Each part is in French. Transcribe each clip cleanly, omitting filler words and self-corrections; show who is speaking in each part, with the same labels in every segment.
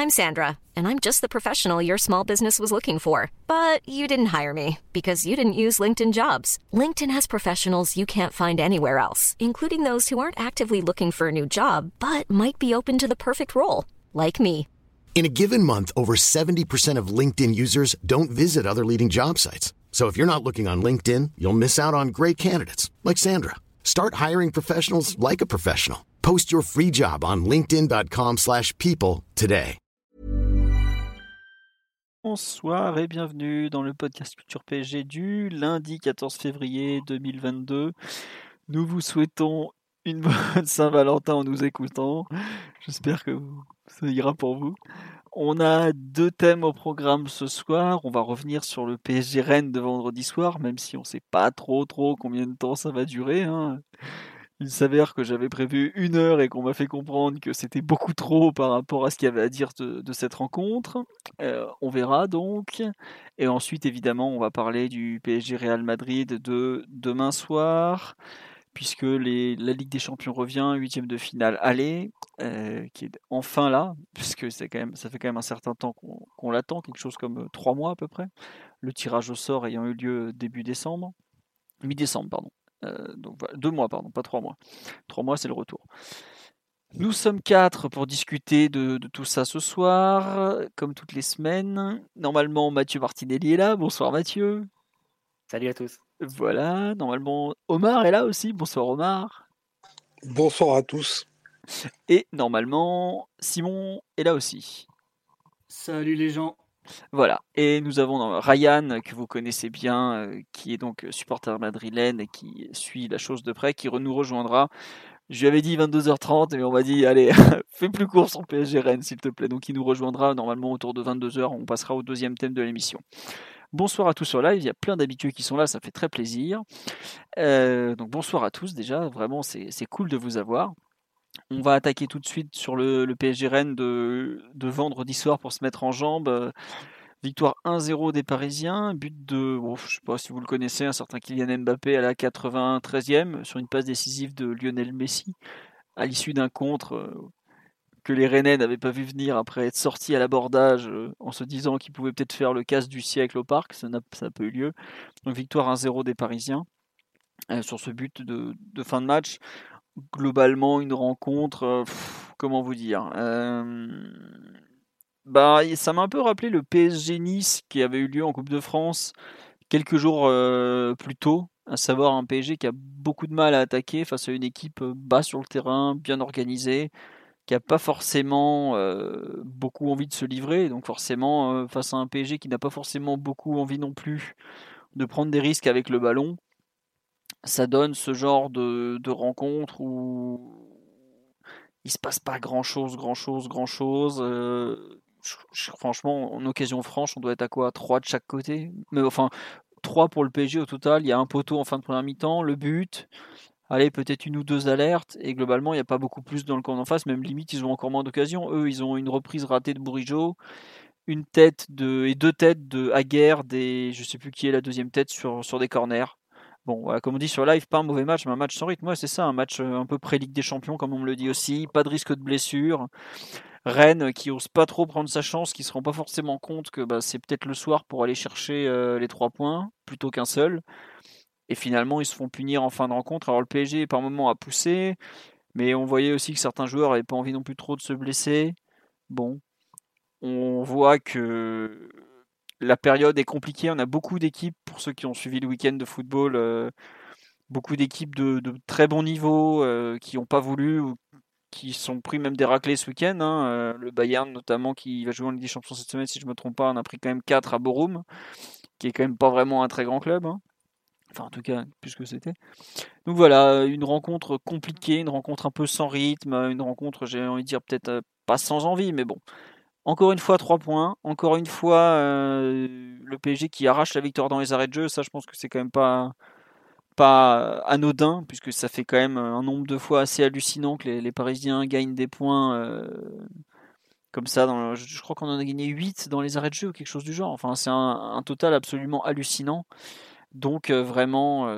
Speaker 1: I'm Sandra, and I'm just the professional your small business was looking for. But you didn't hire me because you didn't use LinkedIn Jobs. LinkedIn has professionals you can't find anywhere else, including those who aren't actively looking for a new job, but might be open to the perfect role, like me.
Speaker 2: In a given month, over 70% of LinkedIn users don't visit other leading job sites. So if you're not looking on LinkedIn, you'll miss out on great candidates like Sandra. Start hiring professionals like a professional. Post your free job on linkedin.com/people today.
Speaker 3: Bonsoir et bienvenue dans le podcast Culture PSG du lundi 14 février 2022. Nous vous souhaitons une bonne Saint-Valentin en nous écoutant. J'espère que ça ira pour vous. On a deux thèmes au programme ce soir. On va revenir sur le PSG Rennes de vendredi soir, même si on ne sait pas trop combien de temps ça va durer. Il s'avère que j'avais prévu 1 heure et qu'on m'a fait comprendre que c'était beaucoup trop par rapport à ce qu'il y avait à dire de cette rencontre. On verra donc. Et ensuite, évidemment, on va parler du PSG Real Madrid de demain soir, puisque la Ligue des Champions revient, 8e de finale aller, qui est enfin là, puisque ça fait quand même un certain temps qu'on l'attend, quelque chose comme 3 mois à peu près. Le tirage au sort ayant eu lieu début décembre, mi-décembre, pardon. Donc voilà, 2 mois, pardon, pas 3 mois. 3 mois, c'est le retour. Nous sommes 4 pour discuter de tout ça ce soir, comme toutes les semaines. Normalement, Mathieu Martinelli est là. Bonsoir Mathieu.
Speaker 4: Salut à tous.
Speaker 3: Voilà, normalement, Omar est là aussi. Bonsoir Omar.
Speaker 5: Bonsoir à tous.
Speaker 3: Et normalement, Simon est là aussi.
Speaker 6: Salut les gens.
Speaker 3: Voilà, et nous avons Ryan, que vous connaissez bien, qui est donc supporter madrilène et qui suit la chose de près, qui nous rejoindra. Je lui avais dit 22h30, mais on m'a dit, allez, fais plus court sur PSG Rennes, s'il te plaît. Donc il nous rejoindra normalement autour de 22h, on passera au deuxième thème de l'émission. Bonsoir à tous sur live, il y a plein d'habitués qui sont là, ça fait très plaisir. Donc bonsoir à tous déjà, vraiment c'est cool de vous avoir. On va attaquer tout de suite sur le PSG Rennes de vendredi soir pour se mettre en jambes. Victoire 1-0 des Parisiens, but de, je ne sais pas si vous le connaissez, un certain Kylian Mbappé à la 93e sur une passe décisive de Lionel Messi à l'issue d'un contre que les Rennais n'avaient pas vu venir après être sortis à l'abordage en se disant qu'ils pouvaient peut-être faire le casse du siècle au parc. Ça n'a pas eu lieu. Donc victoire 1-0 des Parisiens sur ce but de fin de match. Globalement, une rencontre, comment vous dire, ça m'a un peu rappelé le PSG Nice qui avait eu lieu en Coupe de France quelques jours plus tôt, à savoir un PSG qui a beaucoup de mal à attaquer face à une équipe bas sur le terrain, bien organisée, qui n'a pas forcément beaucoup envie de se livrer, donc forcément face à un PSG qui n'a pas forcément beaucoup envie non plus de prendre des risques avec le ballon. Ça donne ce genre de rencontre où il se passe pas grand chose. Franchement, en occasion franche, on doit être à quoi 3 de chaque côté. Mais enfin, 3 pour le PSG au total. Il y a un poteau en fin de première mi-temps, le but. Allez, peut-être 1 ou 2 alertes. Et globalement, il n'y a pas beaucoup plus dans le camp d'en face. Même limite, ils ont encore moins d'occasions. Eux, ils ont une reprise ratée de Bourigeaud, et 2 têtes de Aguerd et je sais plus qui est la deuxième tête sur des corners. Bon, voilà, comme on dit sur live, pas un mauvais match, mais un match sans rythme. Ouais, c'est ça, un match un peu pré-Ligue des Champions, comme on me le dit aussi. Pas de risque de blessure. Rennes qui ose pas trop prendre sa chance, qui se rend pas forcément compte que c'est peut-être le soir pour aller chercher les 3 points, plutôt qu'un seul. Et finalement, ils se font punir en fin de rencontre. Alors le PSG, par moments, a poussé, mais on voyait aussi que certains joueurs n'avaient pas envie non plus trop de se blesser. Bon, on voit que la période est compliquée. On a beaucoup d'équipes, pour ceux qui ont suivi le week-end de football, beaucoup d'équipes de très bon niveau qui n'ont pas voulu ou qui sont pris même des raclées ce week-end. Le Bayern notamment qui va jouer en Ligue des Champions cette semaine, si je ne me trompe pas, on a pris quand même 4 à Bochum, qui est quand même pas vraiment un très grand club. Enfin en tout cas, plus que c'était. Donc voilà, une rencontre compliquée, une rencontre un peu sans rythme, une rencontre, j'ai envie de dire peut-être pas sans envie, mais bon. Encore une fois, 3 points. Encore une fois, le PSG qui arrache la victoire dans les arrêts de jeu. Ça, je pense que c'est quand même pas anodin, puisque ça fait quand même un nombre de fois assez hallucinant que les Parisiens gagnent des points comme ça. Je crois qu'on en a gagné 8 dans les arrêts de jeu ou quelque chose du genre. Enfin, c'est un total absolument hallucinant. Donc, vraiment,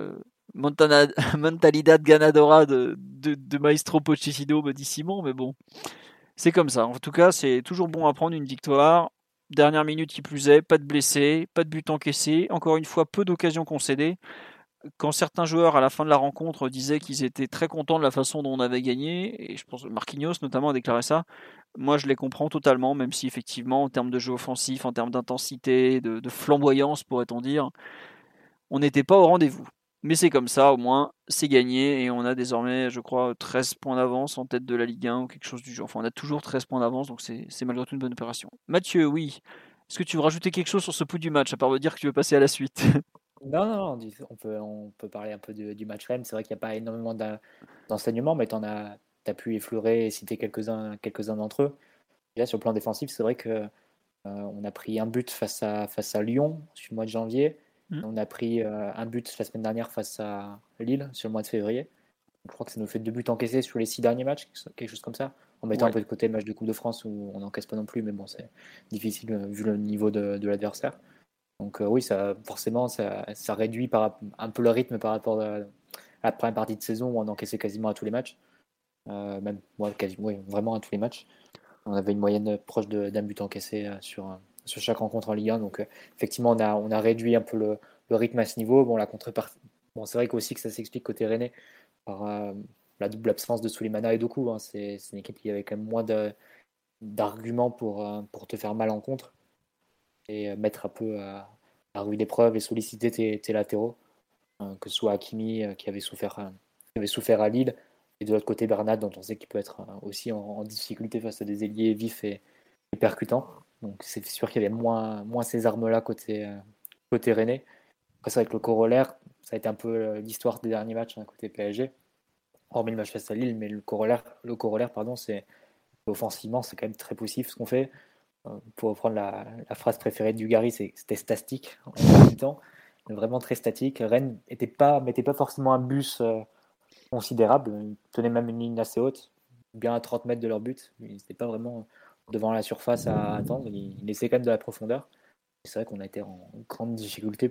Speaker 3: mentalidad ganadora de Maestro Pochettino, me dit Simon, mais bon. C'est comme ça. En tout cas, c'est toujours bon à prendre une victoire. Dernière minute qui plus est, pas de blessés, pas de but encaissé. Encore une fois, peu d'occasions concédées. Quand certains joueurs à la fin de la rencontre disaient qu'ils étaient très contents de la façon dont on avait gagné, et je pense que Marquinhos notamment a déclaré ça, moi je les comprends totalement, même si effectivement en termes de jeu offensif, en termes d'intensité, de flamboyance pourrait-on dire, on n'était pas au rendez-vous. Mais c'est comme ça, au moins, c'est gagné et on a désormais, je crois, 13 points d'avance en tête de la Ligue 1 ou quelque chose du genre. Enfin, on a toujours 13 points d'avance, donc c'est malgré tout une bonne opération. Mathieu, oui. Est-ce que tu veux rajouter quelque chose sur ce pouls du match, à part me dire que tu veux passer à la suite?
Speaker 4: Non, non, non, on peut parler un peu du match Rennes. C'est vrai qu'il n'y a pas énormément d'enseignements, mais t'as pu effleurer et citer quelques-uns d'entre eux. Déjà, sur le plan défensif, c'est vrai que on a pris un but face à Lyon sur le mois de janvier. On a pris un but la semaine dernière face à Lille sur le mois de février. Je crois que ça nous fait 2 buts encaissés sur les 6 derniers matchs, quelque chose comme ça. En mettant un peu de côté le match de Coupe de France où on n'encaisse pas non plus, mais bon, c'est difficile vu le niveau de l'adversaire. Donc oui, forcément, ça réduit un peu le rythme par rapport à la première partie de saison où on encaissait quasiment à tous les matchs. Même moi, oui, vraiment à tous les matchs. On avait une moyenne proche d'un but encaissé sur chaque rencontre en Ligue 1. Donc effectivement, on a réduit un peu le rythme à ce niveau. Bon, la contrepartie. Bon, c'est vrai aussi que ça s'explique côté Rennais par la double absence de Souleymana et Doku. Hein. C'est une équipe qui avait quand même moins d'arguments pour te faire mal en contre et mettre un peu à rude épreuve et solliciter tes latéraux, que ce soit Hakimi qui avait souffert à Lille, et de l'autre côté Bernat, dont on sait qu'il peut être aussi en difficulté face à des ailiers vifs et percutants. Donc c'est sûr qu'il y avait moins ces armes-là côté Rennais. Après, c'est vrai que le corollaire, ça a été un peu l'histoire des derniers matchs côté PSG, hormis le match face à Lille, mais le corollaire pardon, c'est offensivement, c'est quand même très poussif ce qu'on fait. Pour reprendre la phrase préférée de Dugarry, c'était statique en même temps, vraiment très statique. Rennes mettait pas forcément un bus considérable, ils tenaient même une ligne assez haute, bien à 30 mètres de leur but. Ils n'étaient pas vraiment devant la surface à attendre, ils laissaient quand même de la profondeur. Et c'est vrai qu'on a été en grande difficulté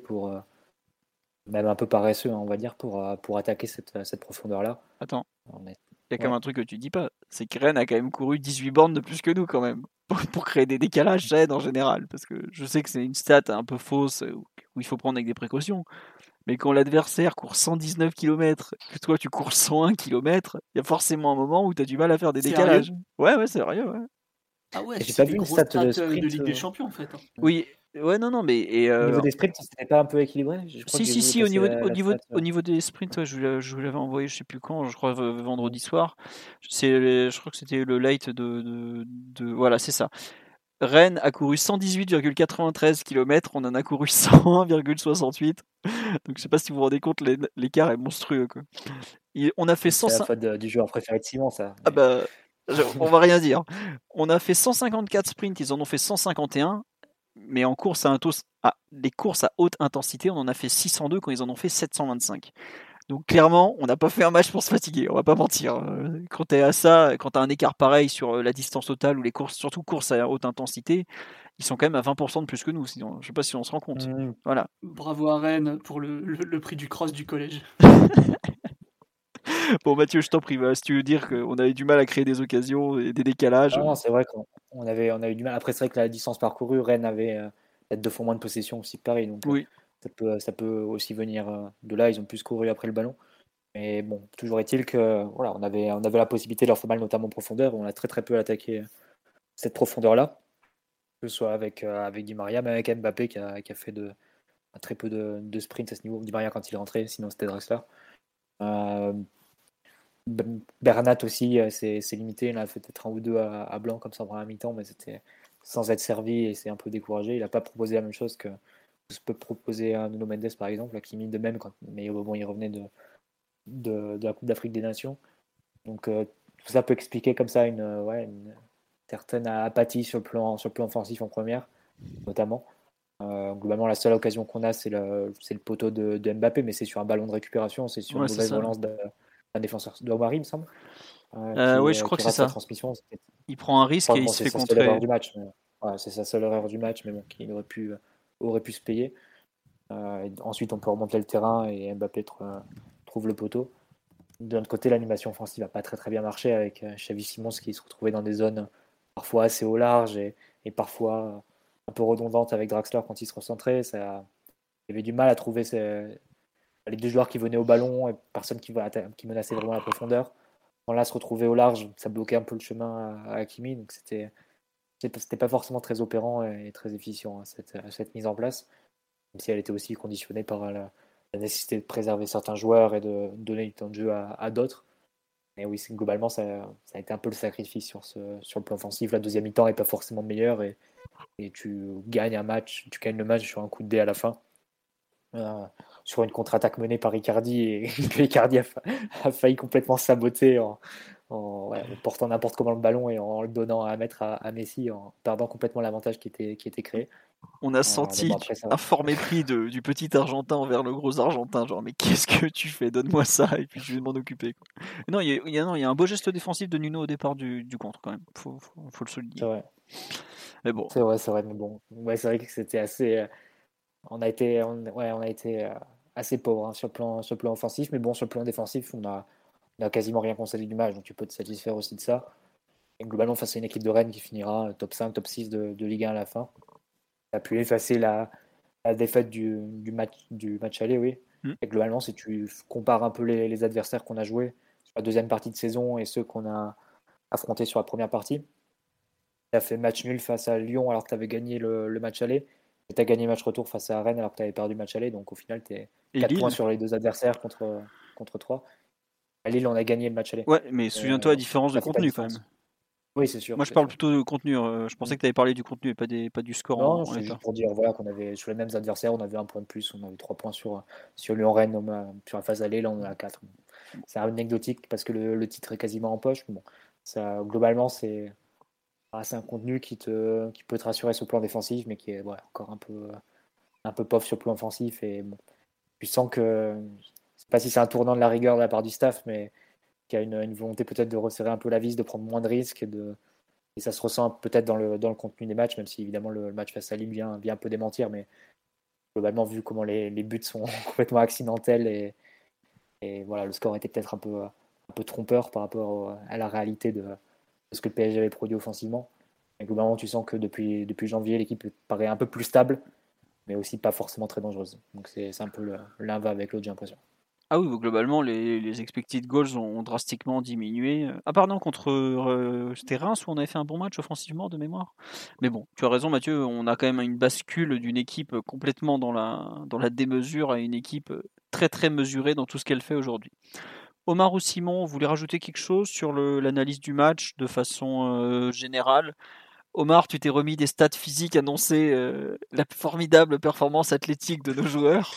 Speaker 4: même un peu paresseux, on va dire, pour attaquer cette profondeur-là.
Speaker 3: Attends,
Speaker 4: On est-
Speaker 3: il y a quand même un truc que tu dis pas, c'est que Rennes a quand même couru 18 bornes de plus que nous quand même, pour créer des décalages, ça aide en général, parce que je sais que c'est une stat un peu fausse, où il faut prendre avec des précautions, mais quand l'adversaire court 119 km, que toi tu cours 101 km, il y a forcément un moment où tu as du mal à faire des
Speaker 6: Sérieux?
Speaker 3: décalages. Ouais, sérieux, ouais.
Speaker 6: Ah ouais,
Speaker 4: Et j'ai
Speaker 6: c'est
Speaker 4: pas
Speaker 6: des
Speaker 4: vu une
Speaker 6: grosses
Speaker 4: stat de
Speaker 6: stats de
Speaker 4: sprint.
Speaker 6: Ligue des Champions en fait. Hein.
Speaker 3: Oui, ouais, non, mais...
Speaker 4: Au niveau des sprints, c'était pas un peu équilibré? Je crois que j'ai vu
Speaker 3: Si,
Speaker 4: passer la stat.
Speaker 3: au niveau des sprints, ouais, je vous l'avais envoyé, je sais plus quand, je crois vendredi soir. Je crois que c'était le light voilà, c'est ça. Rennes a couru 118,93 km, on en a couru 101,68. Donc je sais pas si vous vous rendez compte, l'écart est monstrueux, quoi. On a fait
Speaker 4: C'est la
Speaker 3: 105...
Speaker 4: faute du joueur préféré de Simon, ça.
Speaker 3: Ah bah, on va rien dire. On a fait 154 sprints, ils en ont fait 151. Mais en course les courses à haute intensité, on en a fait 602 quand ils en ont fait 725. Donc clairement, on n'a pas fait un match pour se fatiguer, on va pas mentir. Quand tu es à ça, quand tu as un écart pareil sur la distance totale ou les courses, surtout courses à haute intensité, ils sont quand même à 20% de plus que nous. Sinon, je sais pas si on se rend compte. Voilà.
Speaker 6: Bravo à Rennes pour le prix du cross du collège.
Speaker 3: Bon Mathieu, je t'en prie, si tu veux dire qu'on avait du mal à créer des occasions et des décalages.
Speaker 4: Non, c'est vrai qu'on a eu du mal. Après, c'est vrai que la distance parcourue, Rennes avait peut-être 2 fois moins de possession aussi que Paris. Donc,
Speaker 3: Oui.
Speaker 4: ça peut aussi venir de là. Ils ont plus couru après le ballon. Mais bon, toujours est-il que voilà, on avait la possibilité de leur faire mal, notamment en profondeur. On a très très peu attaqué cette profondeur-là, que ce soit avec Di Maria, mais avec Mbappé qui a fait très peu de sprints à ce niveau. Di Maria quand il est rentré, sinon c'était Draxler. Bernat aussi, c'est limité. Il a fait peut-être un ou deux à blanc comme ça en première mi-temps, mais c'était sans être servi et c'est un peu découragé. Il n'a pas proposé la même chose que ce peut proposer un Nuno Mendes par exemple, qui mine de même, mais bon, il revenait de la Coupe d'Afrique des Nations. Donc tout ça peut expliquer comme ça une certaine apathie sur le plan offensif en première, notamment. Globalement, la seule occasion qu'on a, c'est le poteau de Mbappé, mais c'est sur un ballon de récupération, c'est sur une mauvaise relance d'un défenseur de Omari, il me semble.
Speaker 3: Oui, je crois que c'est ça.
Speaker 4: Transmission.
Speaker 3: Il prend un risque et il se fait contrer.
Speaker 4: C'est l'erreur du match. C'est sa seule erreur du match, mais bon, qu'il aurait pu se payer. Ensuite, on peut remonter le terrain et Mbappé trouve le poteau. de notre côté, l'animation offensive n'a pas très bien marché avec Xavi Simons qui se retrouvait dans des zones parfois assez au large et parfois un peu redondantes avec Draxler quand il se recentrait. Il y avait du mal à trouver les deux joueurs qui venaient au ballon et personne qui menaçait vraiment la profondeur. Quand là, se retrouver au large, ça bloquait un peu le chemin à Hakimi. Donc c'était pas forcément très opérant et très efficient cette mise en place, même si elle était aussi conditionnée par la nécessité de préserver certains joueurs et de donner du temps de jeu à d'autres. Mais oui, globalement, ça a été un peu le sacrifice sur le plan offensif. La deuxième mi-temps n'est pas forcément meilleure et tu gagnes le match sur un coup de dé à la fin. Sur une contre-attaque menée par Icardi et que Icardi a failli complètement saboter en portant n'importe comment le ballon et en le donnant à mettre à Messi, en perdant complètement l'avantage qui était créé.
Speaker 3: On a senti un fort mépris du petit Argentin envers le gros Argentin, genre mais qu'est-ce que tu fais, donne-moi ça et puis je vais m'en occuper. Quoi. Non, il y a un beau geste défensif de Nuno au départ du contre quand même, faut le souligner.
Speaker 4: C'est vrai.
Speaker 3: Mais bon.
Speaker 4: C'est vrai, mais bon, c'est vrai que c'était assez. On a été assez pauvre hein, sur le plan offensif, mais bon, sur le plan défensif, on a quasiment rien concédé du match, donc tu peux te satisfaire aussi de ça. Et globalement, face à une équipe de Rennes qui finira top 5, top 6 de Ligue 1 à la fin. Tu as pu effacer la défaite du match aller, oui. Et globalement, si tu compares un peu les adversaires qu'on a joués sur la deuxième partie de saison et ceux qu'on a affrontés sur la première partie, tu as fait match nul face à Lyon alors que tu avais gagné le match aller. Et tu as gagné match retour face à Rennes alors que tu avais perdu le match aller. Donc au final, tu es 4 points sur les deux adversaires contre 3. À Lille, on a gagné le match aller.
Speaker 3: Ouais, mais souviens-toi la différence de contenu quand même.
Speaker 4: Oui, c'est sûr.
Speaker 3: Moi, je parle plutôt de contenu. Je pensais que tu avais parlé du contenu et pas du score.
Speaker 4: Non, c'est juste pour dire qu'on avait sur les mêmes adversaires, on avait 1 point de plus. On avait 3 points sur Lyon-Rennes sur la phase aller. Là, on en a 4. C'est anecdotique parce que le titre est quasiment en poche. Bon, globalement, c'est un contenu qui peut te rassurer sur le plan défensif, mais qui est encore un peu pauvre sur le plan offensif. Et bon, tu sens que, je sais pas si c'est un tournant de la rigueur de la part du staff, mais qu'il y a une volonté peut-être de resserrer un peu la vis, de prendre moins de risques. Et ça se ressent peut-être dans le contenu des matchs, même si évidemment le match face à Lille vient un peu démentir. Mais globalement, vu comment les buts sont complètement accidentels et voilà, le score était peut-être un peu trompeur par rapport à la réalité de ce que le PSG avait produit offensivement. Et globalement, tu sens que depuis janvier, l'équipe paraît un peu plus stable, mais aussi pas forcément très dangereuse. Donc c'est un peu l'un va avec l'autre, j'ai l'impression.
Speaker 3: Ah oui, globalement, les expected goals ont drastiquement diminué. Pardon, contre c'était Reims où on avait fait un bon match offensivement de mémoire. Mais bon, tu as raison Mathieu, on a quand même une bascule d'une équipe complètement dans la démesure à une équipe très très mesurée dans tout ce qu'elle fait aujourd'hui. Omar ou Simon, vous voulez rajouter quelque chose sur l'analyse du match de façon générale? Omar, tu t'es remis des stats physiques annoncer la formidable performance athlétique de nos joueurs.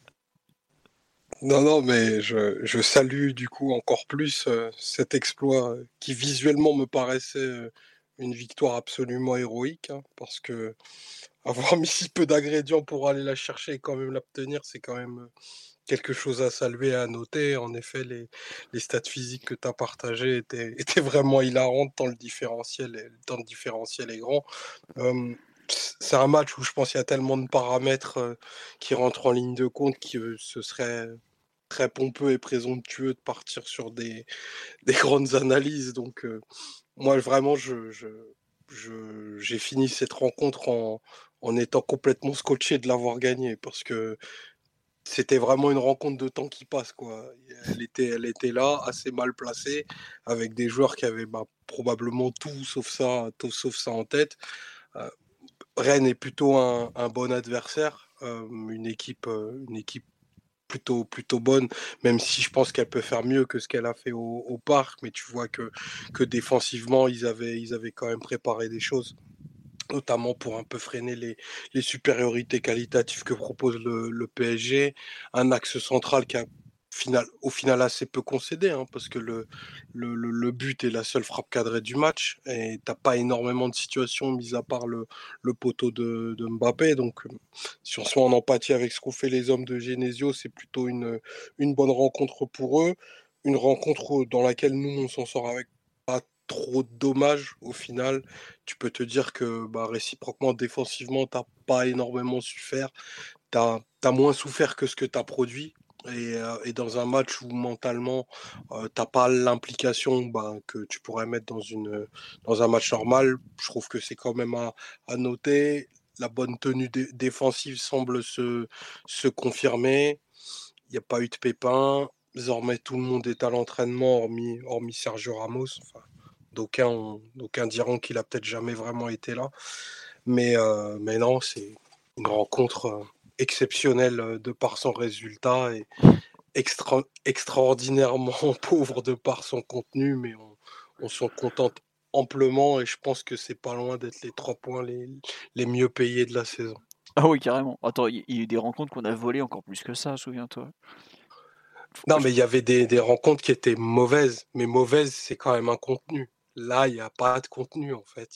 Speaker 5: Non, mais je salue du coup encore plus cet exploit qui visuellement me paraissait une victoire absolument héroïque, hein, parce que avoir mis si peu d'ingrédients pour aller la chercher et quand même l'obtenir, c'est quand même quelque chose à saluer, à noter. En effet, les stats physiques que tu as partagées étaient vraiment hilarantes tant le différentiel est grand. C'est un match où je pense qu'il y a tellement de paramètres qui rentrent en ligne de compte que ce serait très pompeux et présomptueux de partir sur des grandes analyses. Donc, moi, vraiment, j'ai fini cette rencontre en étant complètement scotché de l'avoir gagnée parce que c'était vraiment une rencontre de temps qui passe, quoi. Elle était là, assez mal placée, avec des joueurs qui avaient probablement tout sauf ça en tête. Rennes est plutôt un bon adversaire, une équipe plutôt bonne, même si je pense qu'elle peut faire mieux que ce qu'elle a fait au Parc, mais tu vois que défensivement, ils avaient quand même préparé des choses, notamment pour un peu freiner les supériorités qualitatives que propose le PSG. Un axe central qui a au final assez peu concédé, hein, parce que le but est la seule frappe cadrée du match, et t'as pas énormément de situations, mis à part le poteau de Mbappé. Donc, si on se met en empathie avec ce qu'ont fait les hommes de Genesio, c'est plutôt une bonne rencontre pour eux. Une rencontre dans laquelle nous, on s'en sort avec pas trop de dommages au final. Tu peux te dire que réciproquement, défensivement, t'as pas énormément su faire. T'as moins souffert que ce que t'as produit. Et dans un match où mentalement t'as pas l'implication que tu pourrais mettre dans un match normal, je trouve que c'est quand même à noter. La bonne tenue défensive semble se confirmer. Il n'y a pas eu de pépins. Désormais, tout le monde est à l'entraînement, hormis Sergio Ramos. Enfin, d'aucuns diront qu'il a peut-être jamais vraiment été là. Mais non, c'est une rencontre exceptionnelle de par son résultat et extraordinairement pauvre de par son contenu, mais on s'en contente amplement et je pense que c'est pas loin d'être les 3 points les mieux payés de la saison.
Speaker 3: Ah oui, carrément. Attends, il y a eu des rencontres qu'on a volées encore plus que ça, souviens-toi.
Speaker 5: Non, mais il y avait des rencontres qui étaient mauvaises, mais mauvaises, c'est quand même un contenu. Là, il n'y a pas de contenu, en fait.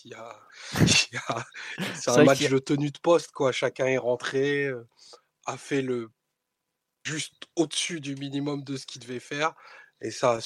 Speaker 5: C'est un
Speaker 3: vrai
Speaker 5: match de tenue de poste, quoi. Chacun est rentré, a fait juste au-dessus du minimum de ce qu'il devait faire. Et ça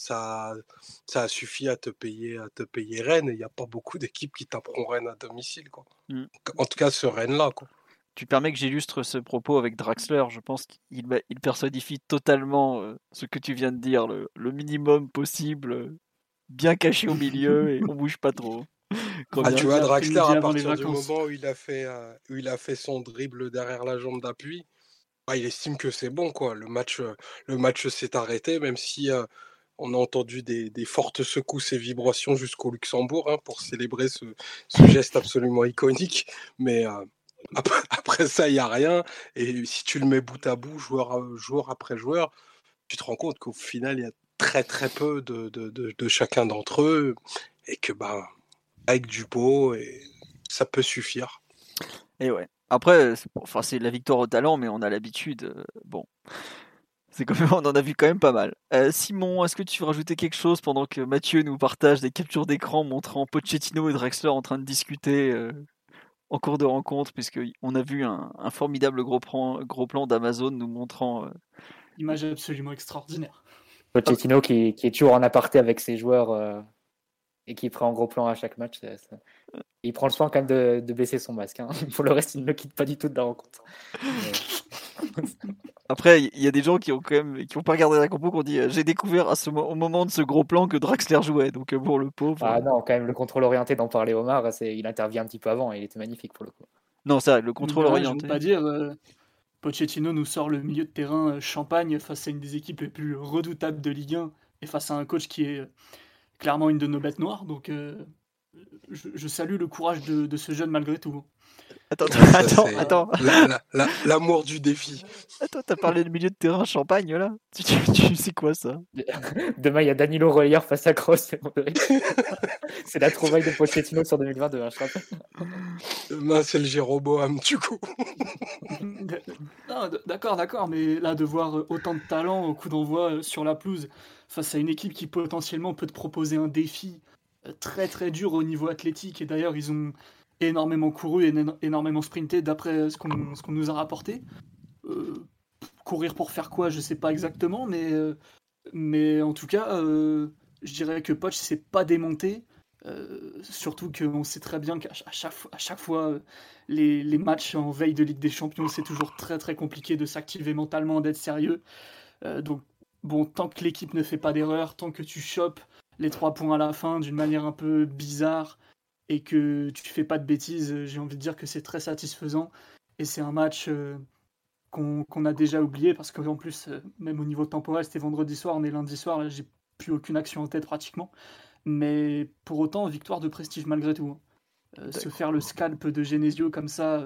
Speaker 5: a suffi à te payer Rennes. Il n'y a pas beaucoup d'équipes qui taperont Rennes à domicile, quoi. En tout cas, ce Rennes-là, quoi.
Speaker 3: Tu permets que j'illustre ce propos avec Draxler. Je pense qu'il personnifie totalement ce que tu viens de dire, le minimum possible, bien caché au milieu et on bouge pas trop.
Speaker 5: Tu vois, Draxler, à partir du moment où il a fait son dribble derrière la jambe d'appui, il estime que c'est bon, quoi. Le match s'est arrêté, même si on a entendu des fortes secousses et vibrations jusqu'au Luxembourg pour célébrer ce geste absolument iconique. Mais après ça, il n'y a rien. Et si tu le mets bout à bout, joueur après joueur, tu te rends compte qu'au final, il y a très très peu de chacun d'entre eux. Et que avec du beau, et ça peut suffire.
Speaker 3: Et ouais. Après, c'est la victoire au talent, mais on a l'habitude. Bon. C'est quand même, on en a vu quand même pas mal. Simon, est-ce que tu veux rajouter quelque chose pendant que Mathieu nous partage des captures d'écran montrant Pochettino et Draxler en train de discuter en cours de rencontre, puisqu'on a vu un formidable gros plan d'Amazon nous montrant...
Speaker 6: Image absolument extraordinaire.
Speaker 4: Pochettino qui est toujours en aparté avec ses joueurs et qui prend en gros plan à chaque match. Il prend le soin quand même de baisser son masque. Pour le reste, il ne le quitte pas du tout de la rencontre.
Speaker 3: Après, il y a des gens qui ont pas regardé la compo, qui ont dit j'ai découvert au moment de ce gros plan que Draxler jouait. Donc pour le pauvre.
Speaker 4: Ah non, quand même, le contrôle orienté dont parlait Omar, il intervient un petit peu avant et il était magnifique pour le coup.
Speaker 3: Non, c'est vrai, le contrôle orienté.
Speaker 6: Je ne veux pas dire, Pochettino nous sort le milieu de terrain champagne face à une des équipes les plus redoutables de Ligue 1 et face à un coach qui est clairement une de nos bêtes noires. Donc je salue le courage de ce jeune malgré tout.
Speaker 3: Attends.
Speaker 5: L'amour du défi.
Speaker 3: Attends, t'as parlé de milieu de terrain champagne là tu sais quoi ça?
Speaker 4: Demain, il y a Danilo Royer face à Kroos. C'est la trouvaille de Pochettino sur 2022, je rappelle.
Speaker 5: Demain, c'est le Jéroboam, du coup.
Speaker 6: Non, d'accord, mais là, de voir autant de talent au coup d'envoi sur la pelouse face à une équipe qui potentiellement peut te proposer un défi très très dur au niveau athlétique, et d'ailleurs, ils ont énormément couru et énormément sprinté d'après ce qu'on nous a rapporté. Courir pour faire quoi, je sais pas exactement, mais en tout cas, je dirais que Poch s'est pas démonté. Surtout qu'on sait très bien qu'à chaque fois, les matchs en veille de Ligue des Champions, c'est toujours très très compliqué de s'activer mentalement, d'être sérieux. Donc bon, tant que l'équipe ne fait pas d'erreur, tant que tu chopes les 3 points à la fin d'une manière un peu bizarre et que tu fais pas de bêtises, j'ai envie de dire que c'est très satisfaisant. Et c'est un match qu'on a déjà oublié parce qu'en plus, même au niveau temporel, c'était vendredi soir, on est lundi soir, là j'ai plus aucune action en tête pratiquement. Mais pour autant, victoire de prestige malgré tout. Se faire le scalp de Genesio comme ça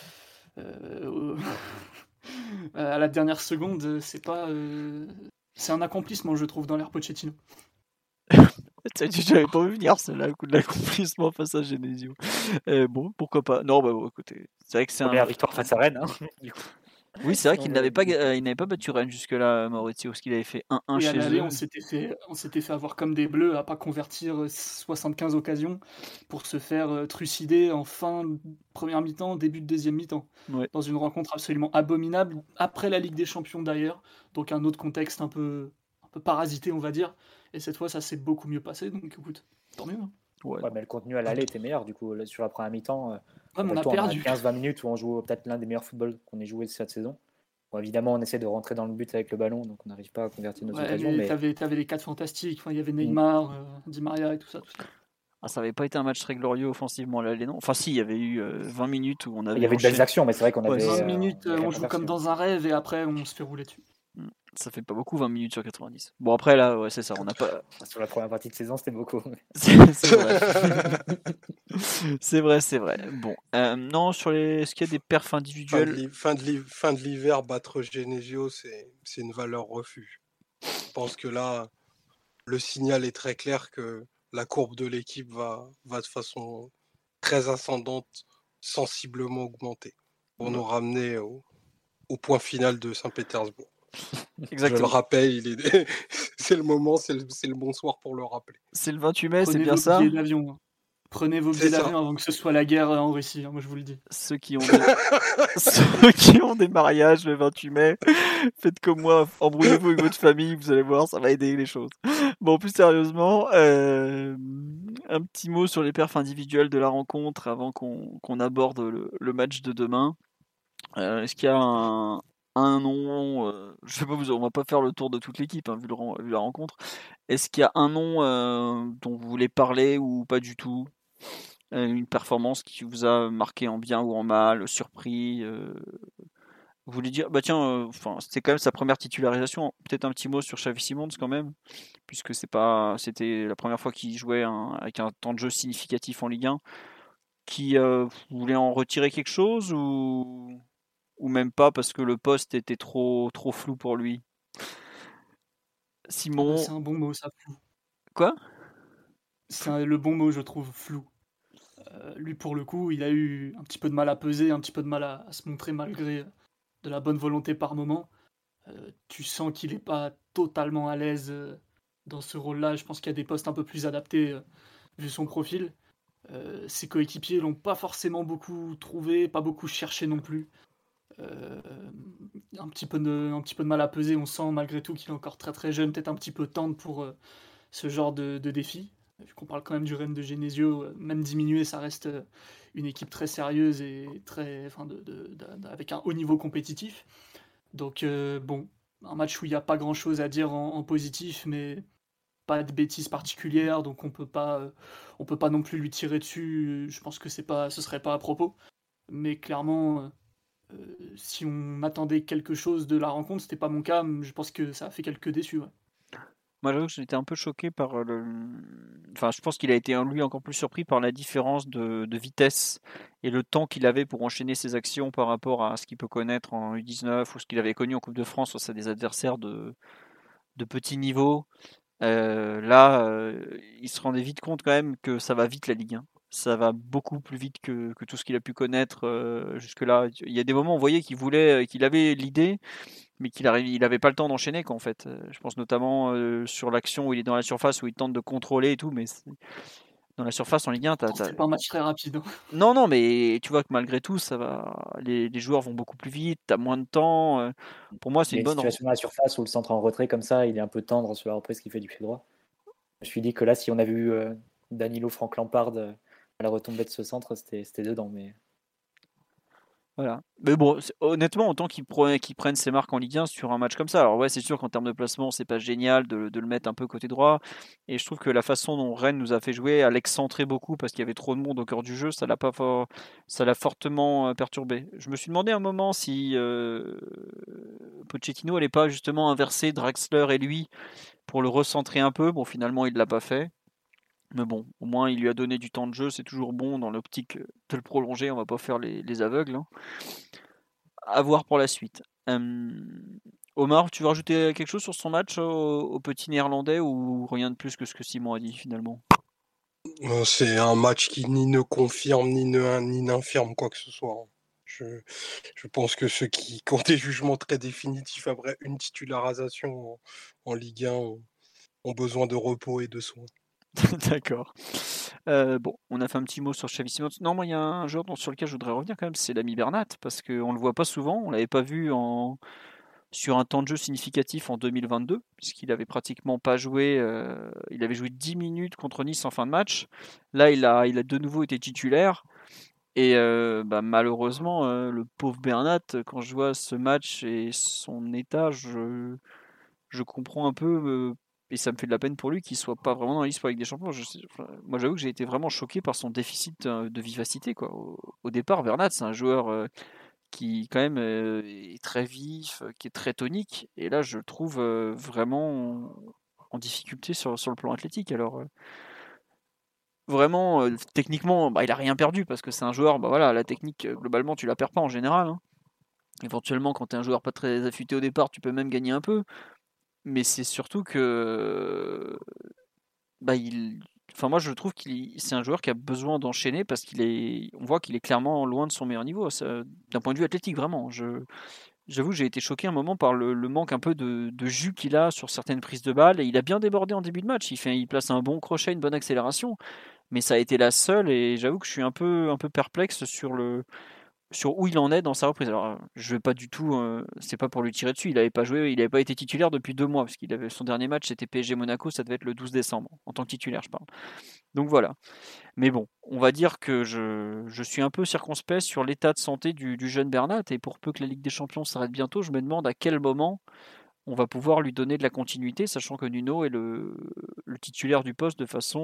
Speaker 6: à la dernière seconde, c'est un accomplissement, je trouve, dans l'ère Pochettino.
Speaker 3: J'avais pas vu venir celle-là, le coup de l'accomplissement face à Genesio. Bon, pourquoi pas. Non, bon, écoutez, c'est vrai que c'est
Speaker 4: première victoire face à Rennes. Du coup.
Speaker 3: Oui, c'est vrai qu'il n'avait pas battu Rennes jusque-là, Maurizio, parce qu'il avait fait 1-1 chez eux.
Speaker 6: On s'était fait avoir comme des bleus à pas convertir 75 occasions pour se faire trucider en fin de première mi-temps, début de deuxième mi-temps.
Speaker 3: Ouais.
Speaker 6: Dans une rencontre absolument abominable, après la Ligue des Champions d'ailleurs, donc un autre contexte un peu parasité, on va dire. Et cette fois, ça s'est beaucoup mieux passé, donc écoute, tant mieux.
Speaker 4: Ouais, mais le contenu à l'aller était meilleur, du coup, sur la première mi-temps.
Speaker 6: On a perdu
Speaker 4: 15-20 minutes où on joue peut-être l'un des meilleurs footballs qu'on ait joué cette saison. Bon, évidemment, on essaie de rentrer dans le but avec le ballon, donc on n'arrive pas à convertir nos
Speaker 6: Ouais,
Speaker 4: occasions.
Speaker 6: mais
Speaker 4: Mais
Speaker 6: t'avais les 4 fantastiques. Enfin, il y avait Neymar, Di Maria et tout ça.
Speaker 3: Ah, ça n'avait pas été un match très glorieux offensivement là, non. Enfin, si, il y avait eu 20 minutes où on avait
Speaker 4: il y avait de belles
Speaker 3: enchaîné.
Speaker 4: actions, mais c'est vrai qu'on
Speaker 3: Ouais,
Speaker 4: avait.
Speaker 6: 20
Speaker 3: ça-
Speaker 6: minutes,
Speaker 4: on avait
Speaker 6: on
Speaker 4: la
Speaker 6: joue comme
Speaker 4: conversion.
Speaker 6: dans un rêve et après on se fait rouler dessus.
Speaker 3: Ça fait pas beaucoup 20 minutes sur 90. Bon, après là, ouais, c'est ça, on n'a pas.
Speaker 4: Sur la première partie de saison, c'était beaucoup.
Speaker 3: C'est vrai. C'est vrai. Bon, non, est-ce qu'il y a des perfs individuels?
Speaker 5: Fin de l'hiver, battre Genesio, c'est une valeur refuge. Je pense que là, le signal est très clair que la courbe de l'équipe va de façon très ascendante, sensiblement augmenter, pour nous ramener au point final de Saint-Pétersbourg. Je le
Speaker 3: Exactement.
Speaker 5: rappelle, c'est le moment, c'est le bonsoir pour le rappeler.
Speaker 3: C'est le 28 mai, c'est
Speaker 6: Prenez
Speaker 3: bien
Speaker 6: vos
Speaker 3: ça.
Speaker 6: billets d'avion. Hein. Prenez vos
Speaker 5: C'est
Speaker 6: billets
Speaker 5: ça.
Speaker 6: d'avion avant que ce soit la guerre en Russie, hein, moi je vous le dis.
Speaker 3: Ceux qui ont ceux qui ont des mariages le 28 mai, faites comme moi, embrouillez-vous avec votre famille, vous allez voir, ça va aider les choses. Bon, plus sérieusement, un petit mot sur les perfs individuels de la rencontre avant qu'on aborde le match de demain. Est-ce qu'il y a un nom, je sais pas, on va pas faire le tour de toute l'équipe, hein, vu la rencontre. Est-ce qu'il y a un nom dont vous voulez parler ou pas du tout? Une performance qui vous a marqué en bien ou en mal, surpris? Vous voulez dire, bah tiens, c'était quand même sa première titularisation. Peut-être un petit mot sur Xavi Simons quand même, puisque c'était la première fois qu'il jouait avec un temps de jeu significatif en Ligue 1. Vous voulez en retirer quelque chose ou même pas parce que le poste était trop flou pour lui? Simon,
Speaker 6: C'est un bon mot, ça, flou.
Speaker 3: quoi?
Speaker 6: C'est le bon mot, je trouve, flou. Lui, pour le coup, il a eu un petit peu de mal à peser, un petit peu de mal à se montrer malgré de la bonne volonté par moment. Tu sens qu'il n'est pas totalement à l'aise dans ce rôle-là. Je pense qu'il y a des postes un peu plus adaptés vu son profil. Ses coéquipiers l'ont pas forcément beaucoup trouvé, pas beaucoup cherché non plus. Un petit peu de mal à peser. On sent malgré tout qu'il est encore très très jeune, peut-être un petit peu tendre pour ce genre de défi. Vu qu'on parle quand même du Rennes de Genesio, même diminué, ça reste une équipe très sérieuse et très, avec un haut niveau compétitif. Donc bon, un match où il n'y a pas grand-chose à dire en positif, mais pas de bêtises particulières, donc on peut pas non plus lui tirer dessus. Je pense que ce serait pas à propos. Mais clairement, si on attendait quelque chose de la rencontre, c'était pas mon cas. Je pense que ça a fait quelques déçus. Ouais.
Speaker 3: Moi, j'avoue que j'étais un peu choqué par Enfin, je pense qu'il a été lui encore plus surpris par la différence de vitesse et le temps qu'il avait pour enchaîner ses actions par rapport à ce qu'il peut connaître en U19 ou ce qu'il avait connu en Coupe de France face à des adversaires de petit niveau. Là, il se rendait vite compte quand même que ça va vite la Ligue 1. Ça va beaucoup plus vite que tout ce qu'il a pu connaître jusque-là. Il y a des moments où on voyait qu'il avait l'idée, mais il avait pas le temps d'enchaîner quoi, en fait. Je pense notamment sur l'action où il est dans la surface où il tente de contrôler et tout, mais dans la surface en Ligue 1,
Speaker 6: C'était pas un match très rapide. Hein.
Speaker 3: Non, mais tu vois que malgré tout, ça va. Les joueurs vont beaucoup plus vite, t'as moins de temps. Pour moi, c'est
Speaker 4: Il y a
Speaker 3: une
Speaker 4: une
Speaker 3: bonne.
Speaker 4: situation dans la surface où le centre en retrait comme ça, il est un peu tendre sur la reprise qui fait du pied droit. Je me suis dit que là, si on avait eu Danilo, Frank Lampard à la retombée de ce centre, c'était dedans. Mais
Speaker 3: Voilà. Mais bon, honnêtement, autant qu'ils prennent ses marques en Ligue 1 sur un match comme ça. Alors ouais, c'est sûr qu'en termes de placement, c'est pas génial de le mettre un peu côté droit. Et je trouve que la façon dont Rennes nous a fait jouer, à l'excentrer beaucoup parce qu'il y avait trop de monde au cœur du jeu, ça l'a fortement perturbé. Je me suis demandé un moment si Pochettino allait pas justement inverser Draxler et lui pour le recentrer un peu. Bon, finalement, il l'a pas fait. Mais bon, au moins il lui a donné du temps de jeu, c'est toujours bon dans l'optique de le prolonger, on va pas faire les aveugles. Hein. À voir pour la suite. Omar, tu veux rajouter quelque chose sur son match au petit néerlandais ou rien de plus que ce que Simon a dit finalement?
Speaker 5: C'est un match qui ni ne confirme ni n'infirme quoi que ce soit. Je pense que ceux qui ont des jugements très définitifs après une titularisation en Ligue 1 ont besoin de repos et de soins.
Speaker 3: D'accord. Bon, on a fait un petit mot sur Xavi Simons. Non, moi, il y a un joueur sur lequel je voudrais revenir quand même, c'est l'ami Bernat, parce qu'on le voit pas souvent. On l'avait pas vu sur un temps de jeu significatif en 2022, puisqu'il avait pratiquement pas joué. Il avait joué 10 minutes contre Nice en fin de match. Là, il a de nouveau été titulaire. Et malheureusement, le pauvre Bernat, quand je vois ce match et son état, je comprends un peu, et ça me fait de la peine pour lui qu'il soit pas vraiment dans la liste pour la Ligue des Champions. Moi, j'avoue que j'ai été vraiment choqué par son déficit de vivacité, quoi. Au départ, Bernat, c'est un joueur qui, quand même, est très vif, qui est très tonique. Et là, je le trouve vraiment en difficulté sur le plan athlétique. Alors, vraiment, techniquement, il a rien perdu parce que c'est un joueur, voilà, la technique, globalement, tu la perds pas en général, hein. Éventuellement, quand tu es un joueur pas très affûté au départ, tu peux même gagner un peu. Mais c'est surtout que, moi, je trouve c'est un joueur qui a besoin d'enchaîner parce on voit qu'il est clairement loin de son meilleur niveau, d'un point de vue athlétique, vraiment. J'avoue, j'ai été choqué un moment par le manque un peu de jus qu'il a sur certaines prises de balles. Et il a bien débordé en début de match. Il place un bon crochet, une bonne accélération. Mais ça a été la seule. Et j'avoue que je suis un peu perplexe sur où il en est dans sa reprise. Alors, je vais pas du tout, c'est pas pour lui tirer dessus. Il n'avait pas joué, il n'avait pas été titulaire depuis 2 mois. Parce qu'il avait son dernier match, c'était PSG Monaco. Ça devait être le 12 décembre. En tant que titulaire, je parle. Donc voilà. Mais bon, on va dire que je suis un peu circonspect sur l'état de santé du jeune Bernat. Et pour peu que la Ligue des Champions s'arrête bientôt, je me demande à quel moment on va pouvoir lui donner de la continuité, sachant que Nuno est le titulaire du poste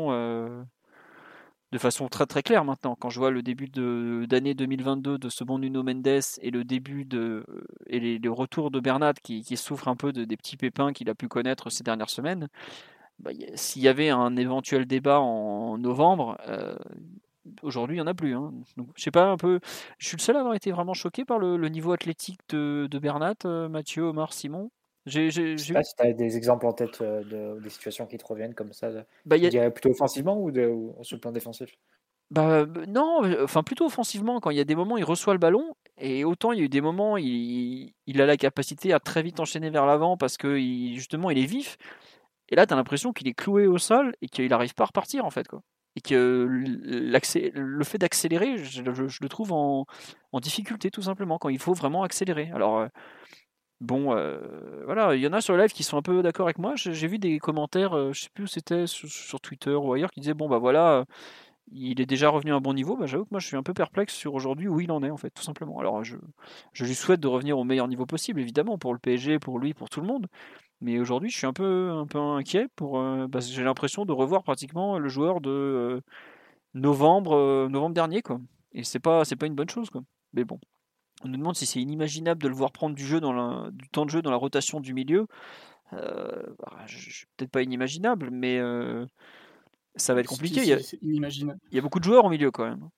Speaker 3: de façon très très claire maintenant. Quand je vois le début d'année 2022 de ce bon Nuno Mendes et le début et les retours de Bernat qui souffre un peu des petits pépins qu'il a pu connaître ces dernières semaines, s'il y avait un éventuel débat en novembre, aujourd'hui, il n'y en a plus, hein. Donc, je sais pas, un peu. Je suis le seul à avoir été vraiment choqué par le niveau athlétique de Bernat, Mathieu, Omar, Simon.
Speaker 4: Je sais pas si tu as des exemples en tête des situations qui te reviennent comme ça.
Speaker 3: Bah,
Speaker 4: Tu dirais plutôt offensivement ou sur le plan défensif?
Speaker 3: Non, enfin plutôt offensivement, quand il y a des moments il reçoit le ballon, et autant il y a eu des moments il a la capacité à très vite enchaîner vers l'avant parce que justement il est vif, et là tu as l'impression qu'il est cloué au sol et qu'il n'arrive pas à repartir en fait, quoi. Et que le fait d'accélérer, je le trouve en difficulté tout simplement quand il faut vraiment accélérer. Alors bon, voilà, il y en a sur le live qui sont un peu d'accord avec moi. J'ai vu des commentaires, je sais plus où c'était, sur Twitter ou ailleurs, qui disaient bon bah voilà, il est déjà revenu à un bon niveau. J'avoue que moi je suis un peu perplexe sur aujourd'hui où il en est en fait, tout simplement. Alors je lui souhaite de revenir au meilleur niveau possible, évidemment, pour le PSG, pour lui, pour tout le monde. Mais aujourd'hui je suis un peu inquiet parce que j'ai l'impression de revoir pratiquement le joueur de novembre dernier, quoi. Et c'est pas une bonne chose, quoi. Mais bon. On nous demande si c'est inimaginable de le voir prendre du temps de jeu dans la rotation du milieu. Peut-être pas inimaginable, mais ça va être compliqué.
Speaker 6: C'est inimaginable.
Speaker 3: Il y a beaucoup de joueurs au milieu quand même.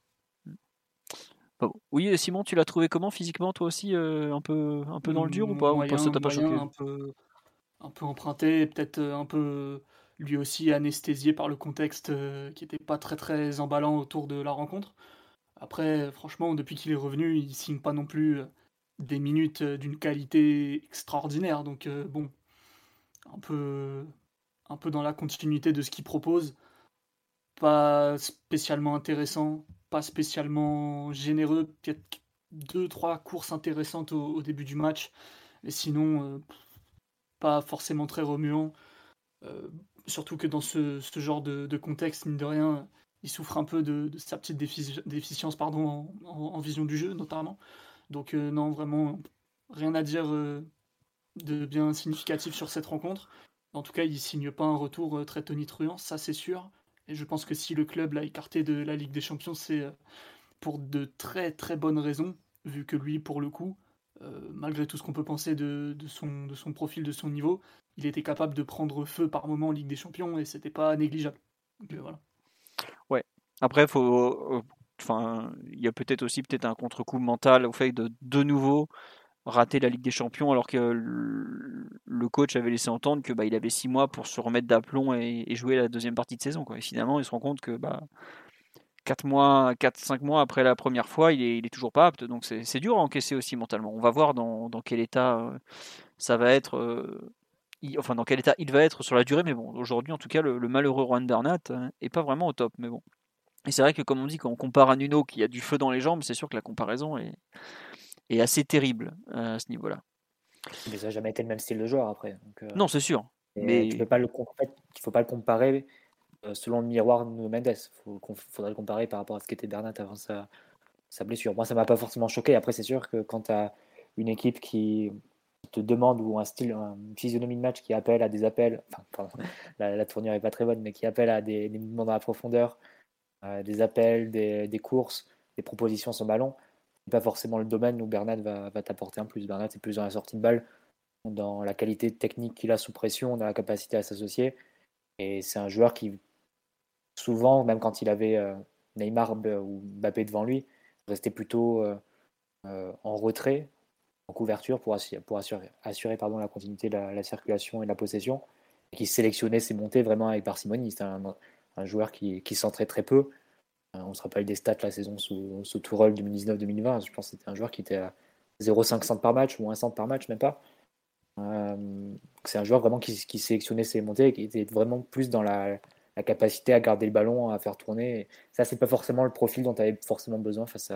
Speaker 3: Bon. Oui, Simon, tu l'as trouvé comment physiquement, toi aussi, un peu dans le dur ou pas?
Speaker 6: Moyen,
Speaker 3: Ou ça t'a pas choqué?
Speaker 6: un peu emprunté, peut-être un peu lui aussi anesthésié par le contexte qui n'était pas très très emballant autour de la rencontre. Après, franchement, depuis qu'il est revenu, il signe pas non plus des minutes d'une qualité extraordinaire. Donc bon, un peu, un peu dans la continuité de ce qu'il propose. Pas spécialement intéressant, pas spécialement généreux. Peut-être 2-3 courses intéressantes au début du match. Mais sinon, pas forcément très remuant. Surtout que dans ce genre de contexte, mine de rien, il souffre un peu de sa petite déficience en vision du jeu, notamment. Donc non, vraiment, rien à dire de bien significatif sur cette rencontre. En tout cas, il signe pas un retour très tonitruant, ça c'est sûr. Et je pense que si le club l'a écarté de la Ligue des Champions, c'est pour de très très bonnes raisons, vu que lui, pour le coup, malgré tout ce qu'on peut penser de son profil, de son niveau, il était capable de prendre feu par moment en Ligue des Champions et c'était pas négligeable. Donc voilà.
Speaker 3: Ouais. Après, il y a peut-être aussi un contre-coup mental au fait de nouveau rater la Ligue des Champions alors que le coach avait laissé entendre que il avait 6 mois pour se remettre d'aplomb et jouer la deuxième partie de saison, quoi. Et finalement, il se rend compte que 4-5 mois après la première fois, il est toujours pas apte. Donc c'est dur à encaisser aussi mentalement. On va voir dans quel état ça va être. Dans quel état il va être sur la durée. Mais bon, aujourd'hui, en tout cas, le malheureux Juan Bernat est pas vraiment au top. Mais bon. Et c'est vrai que, comme on dit, quand on compare à Nuno qui a du feu dans les jambes, c'est sûr que la comparaison est assez terrible à ce niveau-là.
Speaker 4: Mais ça n'a jamais été le même style de joueur après. Donc,
Speaker 3: Non, c'est sûr. Mais
Speaker 4: tu peux pas en fait, il faut pas le comparer selon le miroir de Nuno Mendes. Faudrait le comparer par rapport à ce qu'était Bernat avant sa blessure. Moi, ça m'a pas forcément choqué. Après, c'est sûr que quand tu as une équipe qui te demande, ou un style, une physionomie de match qui appelle à des appels, enfin, pardon, la tournure est pas très bonne, mais qui appelle à des mouvements dans la profondeur, des appels, des courses, des propositions sur ballon, c'est pas forcément le domaine où Bernat va t'apporter un plus. Bernat, c'est plus dans la sortie de balle, dans la qualité technique qu'il a sous pression, dans la capacité à s'associer. Et c'est un joueur qui, souvent, même quand il avait Neymar ou Mbappé devant lui, restait plutôt en retrait, en couverture pour assurer la continuité de la circulation et de la possession, et qui sélectionnait ses montées vraiment avec parcimonie. C'était un joueur qui centrait très peu. On se rappelle des stats la saison sous Tourelle 2019-2020. Je pense que c'était un joueur qui était à 0,5 centres par match ou 1 centre par match, même pas. C'est un joueur vraiment qui sélectionnait ses montées et qui était vraiment plus dans la capacité à garder le ballon, à faire tourner. Et ça, c'est pas forcément le profil dont tu avais forcément besoin face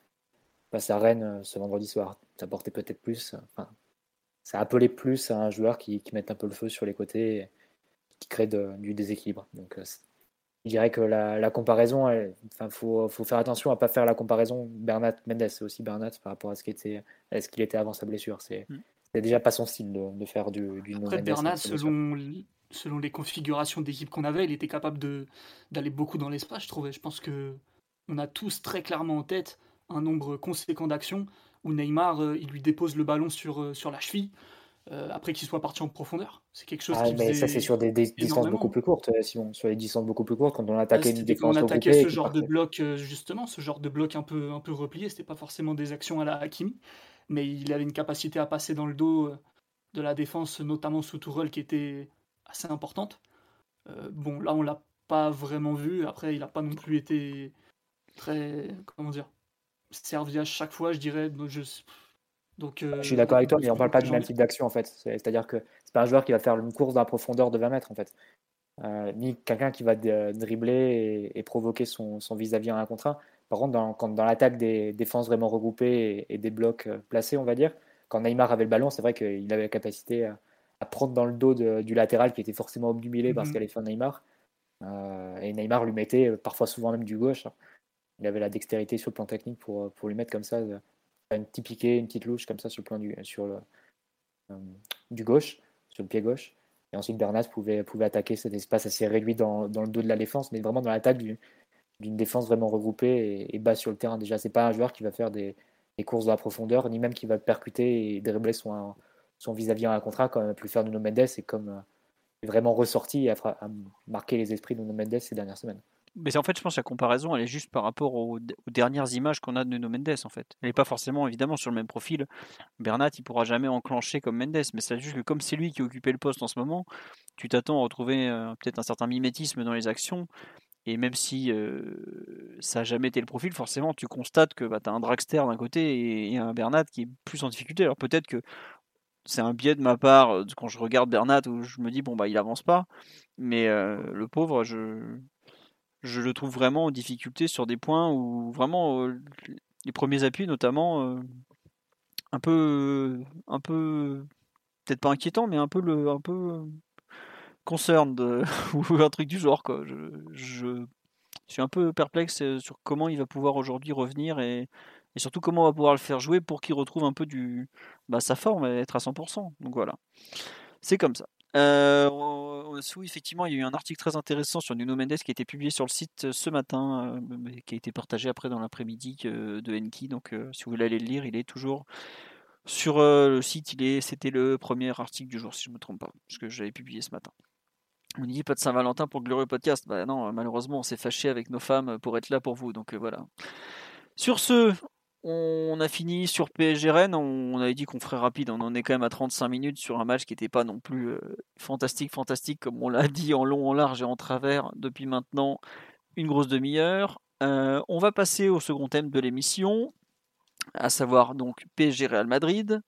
Speaker 4: à Rennes ce vendredi soir. Ça portait peut-être plus. Enfin, ça appelait plus à un joueur qui mette un peu le feu sur les côtés et qui crée du déséquilibre. Donc, je dirais que la comparaison, faut faire attention à ne pas faire la comparaison Bernat-Mendes. C'est aussi Bernat par rapport à ce qu'il était avant sa blessure. C'est déjà pas son style de faire du Nuno
Speaker 6: Après,
Speaker 4: Mendes.
Speaker 6: Bernat, selon les configurations d'équipe qu'on avait, il était capable d'aller beaucoup dans l'espace, je trouvais. Je pense qu'on a tous très clairement en tête un nombre conséquent d'actions où Neymar, il lui dépose le ballon sur la cheville après qu'il soit parti en profondeur. C'est quelque chose qui
Speaker 4: Mais ça, c'est
Speaker 6: faisait
Speaker 4: sur des distances beaucoup
Speaker 6: énormément.
Speaker 4: plus courtes, Simon. Sur les distances beaucoup plus courtes, quand on attaquait une
Speaker 6: C'était quand on
Speaker 4: défense
Speaker 6: attaquait
Speaker 4: regroupée
Speaker 6: ce
Speaker 4: et qui
Speaker 6: genre de
Speaker 4: partait.
Speaker 6: bloc, justement, ce genre de bloc un peu replié, c'était pas forcément des actions à la Hakimi, mais il avait une capacité à passer dans le dos de la défense, notamment sous Tourelle, qui était assez importante. Bon, là, on l'a pas vraiment vu. Après, il a pas non plus été très, comment dire, servi à chaque fois, je dirais. Donc,
Speaker 4: Je suis d'accord avec toi, mais on parle pas
Speaker 6: que
Speaker 4: du
Speaker 6: j'en
Speaker 4: même
Speaker 6: ai.
Speaker 4: type d'action en fait. C'est-à-dire que c'est pas un joueur qui va faire une course dans la profondeur de 20 mètres en fait. Ni quelqu'un qui va dribbler et provoquer son vis-à-vis en un contre un. Par contre, dans l'attaque des défenses vraiment regroupées et des blocs placés, on va dire, quand Neymar avait le ballon, c'est vrai qu'il avait la capacité à prendre dans le dos du latéral qui était forcément obnubilé parce
Speaker 6: Mhm.
Speaker 4: qu'elle est fin Neymar. Et Neymar lui mettait parfois souvent même du gauche. Il avait la dextérité sur le plan technique pour lui mettre comme ça un petit piqué, une petite louche comme ça sur le plan du gauche, sur le pied gauche. Et ensuite, Bernat pouvait attaquer cet espace assez réduit dans le dos de la défense, mais vraiment dans l'attaque d'une défense vraiment regroupée et bas sur le terrain. Déjà, c'est pas un joueur qui va faire des courses dans la profondeur, ni même qui va percuter et dribbler son vis-à-vis en un contrat, comme a pu le faire Nuno Mendes et comme est vraiment ressorti et a marqué les esprits de Nuno Mendes ces dernières semaines.
Speaker 3: Mais en fait, je pense que la comparaison, elle est juste par rapport aux dernières images qu'on a de Nuno Mendes, en fait. Elle n'est pas forcément, évidemment, sur le même profil. Bernat, il pourra jamais enclencher comme Mendes, mais c'est juste que comme c'est lui qui occupait le poste en ce moment, tu t'attends à retrouver peut-être un certain mimétisme dans les actions. Et même si ça n'a jamais été le profil, forcément, tu constates que tu as un Draxler d'un côté et un Bernat qui est plus en difficulté. Alors peut-être que c'est un biais de ma part quand je regarde Bernat où je me dis, bon, bah il avance pas. Mais le pauvre, je le trouve vraiment en difficulté sur des points où vraiment les premiers appuis, notamment, un peu, peut-être pas inquiétant, mais un peu concerned ou un truc du genre, quoi. Je suis un peu perplexe sur comment il va pouvoir aujourd'hui revenir et surtout comment on va pouvoir le faire jouer pour qu'il retrouve un peu sa forme et être à 100%. Donc voilà, c'est comme ça. Effectivement, il y a eu un article très intéressant sur Nuno Mendes qui a été publié sur le site ce matin, mais qui a été partagé après dans l'après-midi de Enki. Donc si vous voulez aller le lire, il est toujours sur le site. C'était le premier article du jour, si je ne me trompe pas, parce que j'avais publié ce matin. On dit pas de Saint-Valentin pour le Glorieux Podcast. Bah non, malheureusement, on s'est fâché avec nos femmes pour être là pour vous. Donc voilà. Sur ce, on a fini sur PSG Rennes. On avait dit qu'on ferait rapide. On en est quand même à 35 minutes sur un match qui n'était pas non plus fantastique, comme on l'a dit en long, en large et en travers depuis maintenant une grosse demi-heure. On va passer au second thème de l'émission, à savoir donc PSG Real Madrid.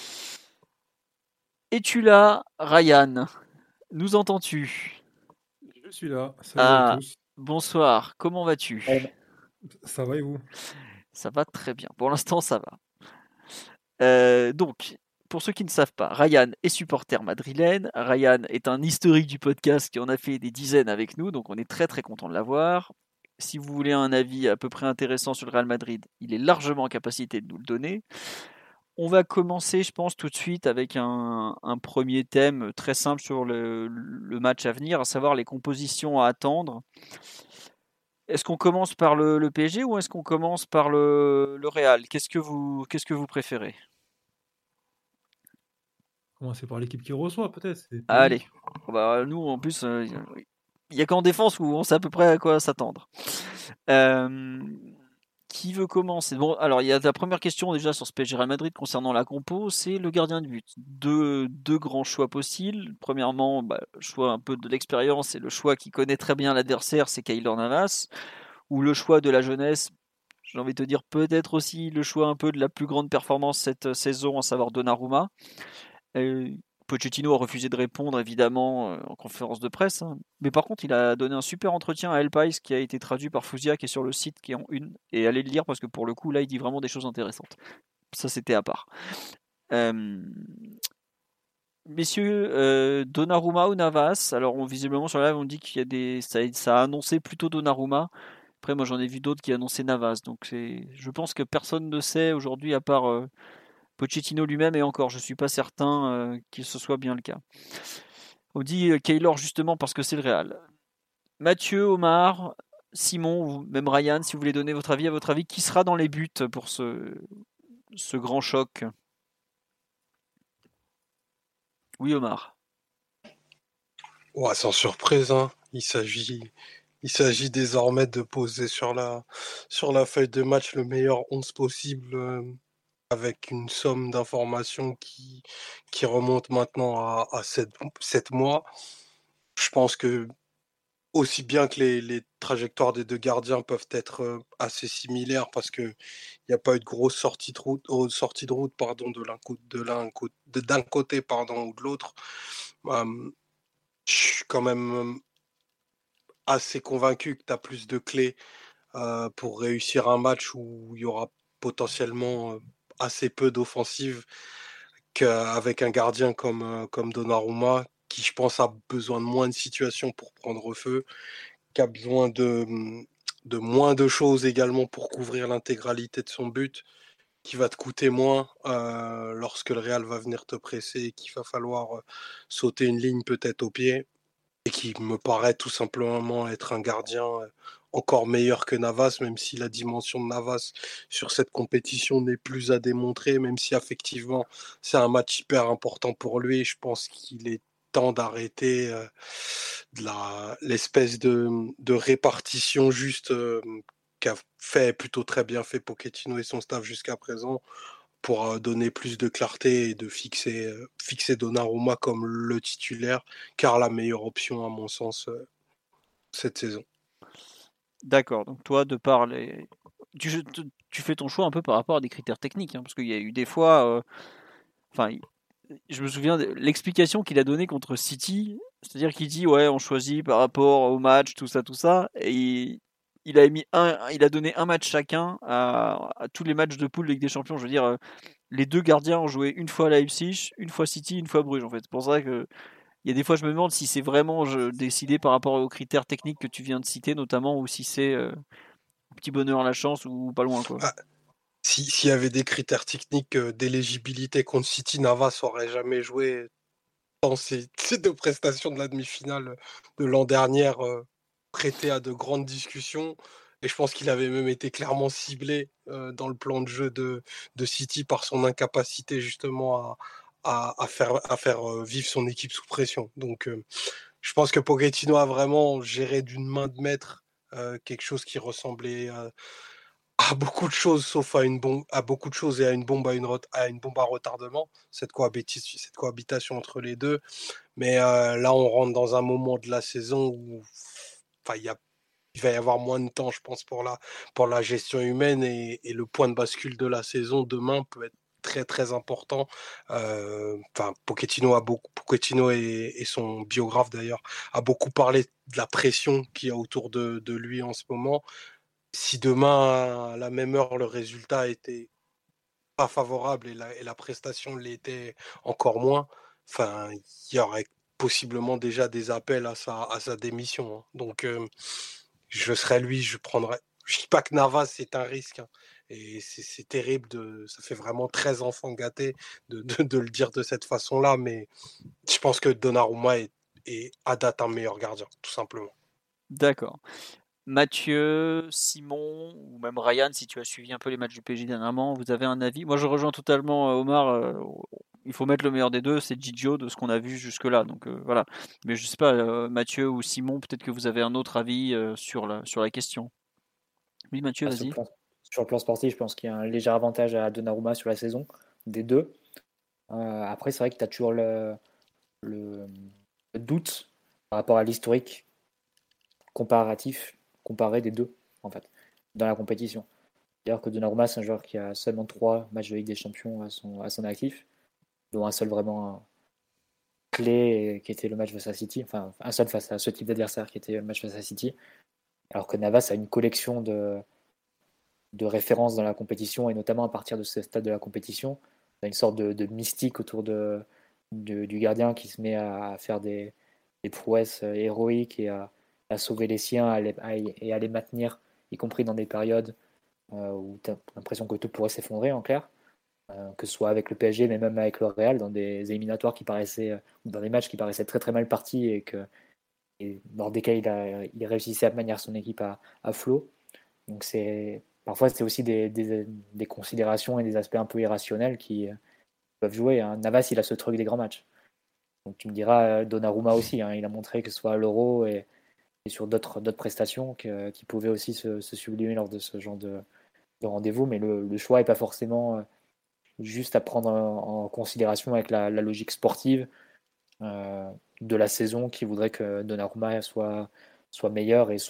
Speaker 3: Es-tu là, Ryan? Nous entends-tu?
Speaker 7: Je suis là. Salut à tous.
Speaker 3: Bonsoir. Comment vas-tu?
Speaker 7: Ça va et vous?
Speaker 3: Ça va très bien. Pour l'instant, ça va. Donc, pour ceux qui ne savent pas, Ryan est supporter madrilène. Ryan est un historique du podcast qui en a fait des dizaines avec nous, donc on est très très content de l'avoir. Si vous voulez un avis à peu près intéressant sur le Real Madrid, il est largement en capacité de nous le donner. On va commencer, je pense, tout de suite avec un premier thème très simple sur le match à venir, à savoir les compositions à attendre. Est-ce qu'on commence par le PSG ou est-ce qu'on commence par le Real ? Qu'est-ce que vous préférez ?
Speaker 7: Commencer par l'équipe qui reçoit, peut-être. C'est plus
Speaker 3: Allez,
Speaker 7: logique.
Speaker 3: bah, nous en plus, il n'y a qu'en défense où on sait à peu près à quoi s'attendre. Qui veut commencer ? Bon, alors il y a la première question déjà sur ce PSG Real Madrid concernant la compo, c'est le gardien de but. Deux grands choix possibles. Premièrement, le choix un peu de l'expérience et le choix qui connaît très bien l'adversaire, c'est Keylor Navas. Ou le choix de la jeunesse, j'ai envie de te dire peut-être aussi le choix un peu de la plus grande performance cette saison, à savoir Donnarumma. Pochettino a refusé de répondre évidemment en conférence de presse, hein. Mais par contre il a donné un super entretien à El País qui a été traduit par Fouzia, qui est sur le site, qui est en une, et allez le lire parce que pour le coup là il dit vraiment des choses intéressantes. Ça c'était à part. Messieurs, Donnarumma ou Navas? Alors visiblement sur la live on dit qu'il y a ça a annoncé plutôt Donnarumma. Après moi j'en ai vu d'autres qui annonçaient Navas, donc je pense que personne ne sait aujourd'hui à part Pochettino lui-même, et encore, je ne suis pas certain que ce soit bien le cas. On dit Keylor justement parce que c'est le Real. Mathieu, Omar, Simon, ou même Ryan, si vous voulez donner votre avis, qui sera dans les buts pour ce grand choc? Oui, Omar.
Speaker 5: Ouais, sans surprise, hein. Il s'agit désormais de poser sur la feuille de match le meilleur 11 possible, avec une somme d'informations qui remonte maintenant à 7 mois. Je pense que aussi bien que les trajectoires des deux gardiens peuvent être assez similaires parce qu'il n'y a pas eu de grosse sortie de route pardon, d'un côté pardon, ou de l'autre. Je suis quand même assez convaincu que tu as plus de clés pour réussir un match où il y aura potentiellement assez peu d'offensive qu'avec un gardien comme Donnarumma, qui je pense a besoin de moins de situations pour prendre feu, qui a besoin de moins de choses également pour couvrir l'intégralité de son but, qui va te coûter moins lorsque le Real va venir te presser et qu'il va falloir sauter une ligne peut-être au pied, et qui me paraît tout simplement être un gardien encore meilleur que Navas, même si la dimension de Navas sur cette compétition n'est plus à démontrer, même si effectivement c'est un match hyper important pour lui. Je pense qu'il est temps d'arrêter l'espèce de répartition juste qu'a plutôt très bien fait Pochettino et son staff jusqu'à présent, pour donner plus de clarté et de fixer Donnarumma comme le titulaire, car la meilleure option à mon sens cette saison.
Speaker 3: D'accord, donc toi de par tu fais ton choix un peu par rapport à des critères techniques, hein, parce qu'il y a eu des fois, je me souviens de l'explication qu'il a donnée contre City, c'est-à-dire qu'il dit ouais on choisit par rapport au match, tout ça, et il a donné un match chacun à tous les matchs de poule de Ligue des Champions. Je veux dire, les deux gardiens ont joué une fois à Leipzig, une fois City, une fois Bruges en fait. C'est pour ça que il y a des fois je me demande si c'est vraiment décidé par rapport aux critères techniques que tu viens de citer notamment, ou si c'est petit bonheur la chance ou pas loin quoi.
Speaker 5: Ah, s'il y avait des critères techniques d'éligibilité contre City, Navas n'aurait jamais joué dans ces deux prestations de la demi-finale de l'an dernier, prêté à de grandes discussions. Et je pense qu'il avait même été clairement ciblé dans le plan de jeu de City par son incapacité justement à faire vivre son équipe sous pression. Donc je pense que Pochettino a vraiment géré d'une main de maître quelque chose qui ressemblait à beaucoup de choses, sauf à beaucoup de choses et à une bombe à retardement, cette cohabitation entre les deux. Mais là, on rentre dans un moment de la saison où il va y avoir moins de temps, je pense, pour la gestion humaine, et le point de bascule de la saison demain peut être très très important. Pochettino et son biographe d'ailleurs a beaucoup parlé de la pression qu'il y a autour de lui en ce moment. Si demain, à la même heure, le résultat était pas favorable et la prestation l'était encore moins, enfin, il y aurait possiblement déjà des appels à sa démission, hein. Donc, je serais lui, je prendrais. Je dis pas que Navas c'est un risque, hein, et c'est terrible ça fait vraiment très enfant gâté de le dire de cette façon-là, mais je pense que Donnarumma est à date un meilleur gardien, tout simplement.
Speaker 3: D'accord. Mathieu, Simon ou même Ryan, si tu as suivi un peu les matchs du PSG dernièrement, vous avez un avis? Moi, je rejoins totalement Omar. Il faut mettre le meilleur des deux, c'est Gigio de ce qu'on a vu jusque-là. Donc voilà. Mais je sais pas, Mathieu ou Simon, peut-être que vous avez un autre avis sur la question. Oui, Mathieu,
Speaker 4: Ah, sur le
Speaker 3: vas-y.
Speaker 4: plan, sur le plan sportif, je pense qu'il y a un léger avantage à Donnarumma sur la saison, des deux. Après, c'est vrai que tu as toujours le doute par rapport à l'historique comparatif, comparé des deux, en fait, dans la compétition. D'ailleurs que Donnarumma, c'est un joueur qui a seulement 3 matchs de Ligue des Champions à son actif, dont un seul vraiment clé, qui était le match face à City, enfin un seul face à ce type d'adversaire qui était le match face à City, alors que Navas a une collection de références dans la compétition, et notamment à partir de ce stade de la compétition, il y a une sorte de mystique autour du gardien qui se met à faire des prouesses héroïques et à sauver les siens et à les maintenir, y compris dans des périodes où tu as l'impression que tout pourrait s'effondrer en clair, que ce soit avec le PSG, mais même avec le Real, dans des éliminatoires qui paraissaient, dans des matchs qui paraissaient très très mal partis et lors desquels il réussissait à maintenir son équipe à flot. Donc parfois c'est aussi des considérations et des aspects un peu irrationnels qui peuvent jouer, hein. Navas, il a ce truc des grands matchs. Donc tu me diras, Donnarumma aussi, hein, il a montré que ce soit à l'Euro et sur d'autres prestations qu'il pouvait aussi se sublimer lors de ce genre de rendez-vous, mais le choix n'est pas forcément juste à prendre en considération avec la logique sportive de la saison qui voudrait que Donnarumma soit meilleur et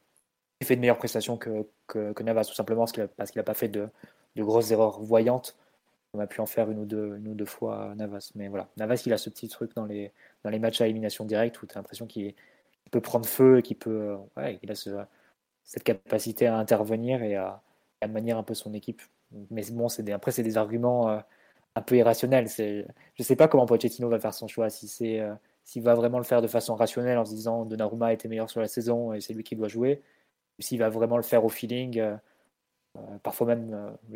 Speaker 4: fait de meilleures prestations que Navas, tout simplement parce qu'il n'a pas fait de grosses erreurs voyantes. On a pu en faire une ou deux fois Navas. Mais voilà, Navas, il a ce petit truc dans les matchs à élimination directe où tu as l'impression qu'il peut prendre feu et il a cette capacité à intervenir et à manier un peu son équipe. Mais bon, après, c'est des arguments un peu irrationnels. Je ne sais pas comment Pochettino va faire son choix, s'il va vraiment le faire de façon rationnelle en se disant Donnarumma était meilleur sur la saison et c'est lui qui doit jouer, ou s'il va vraiment le faire au feeling, parfois même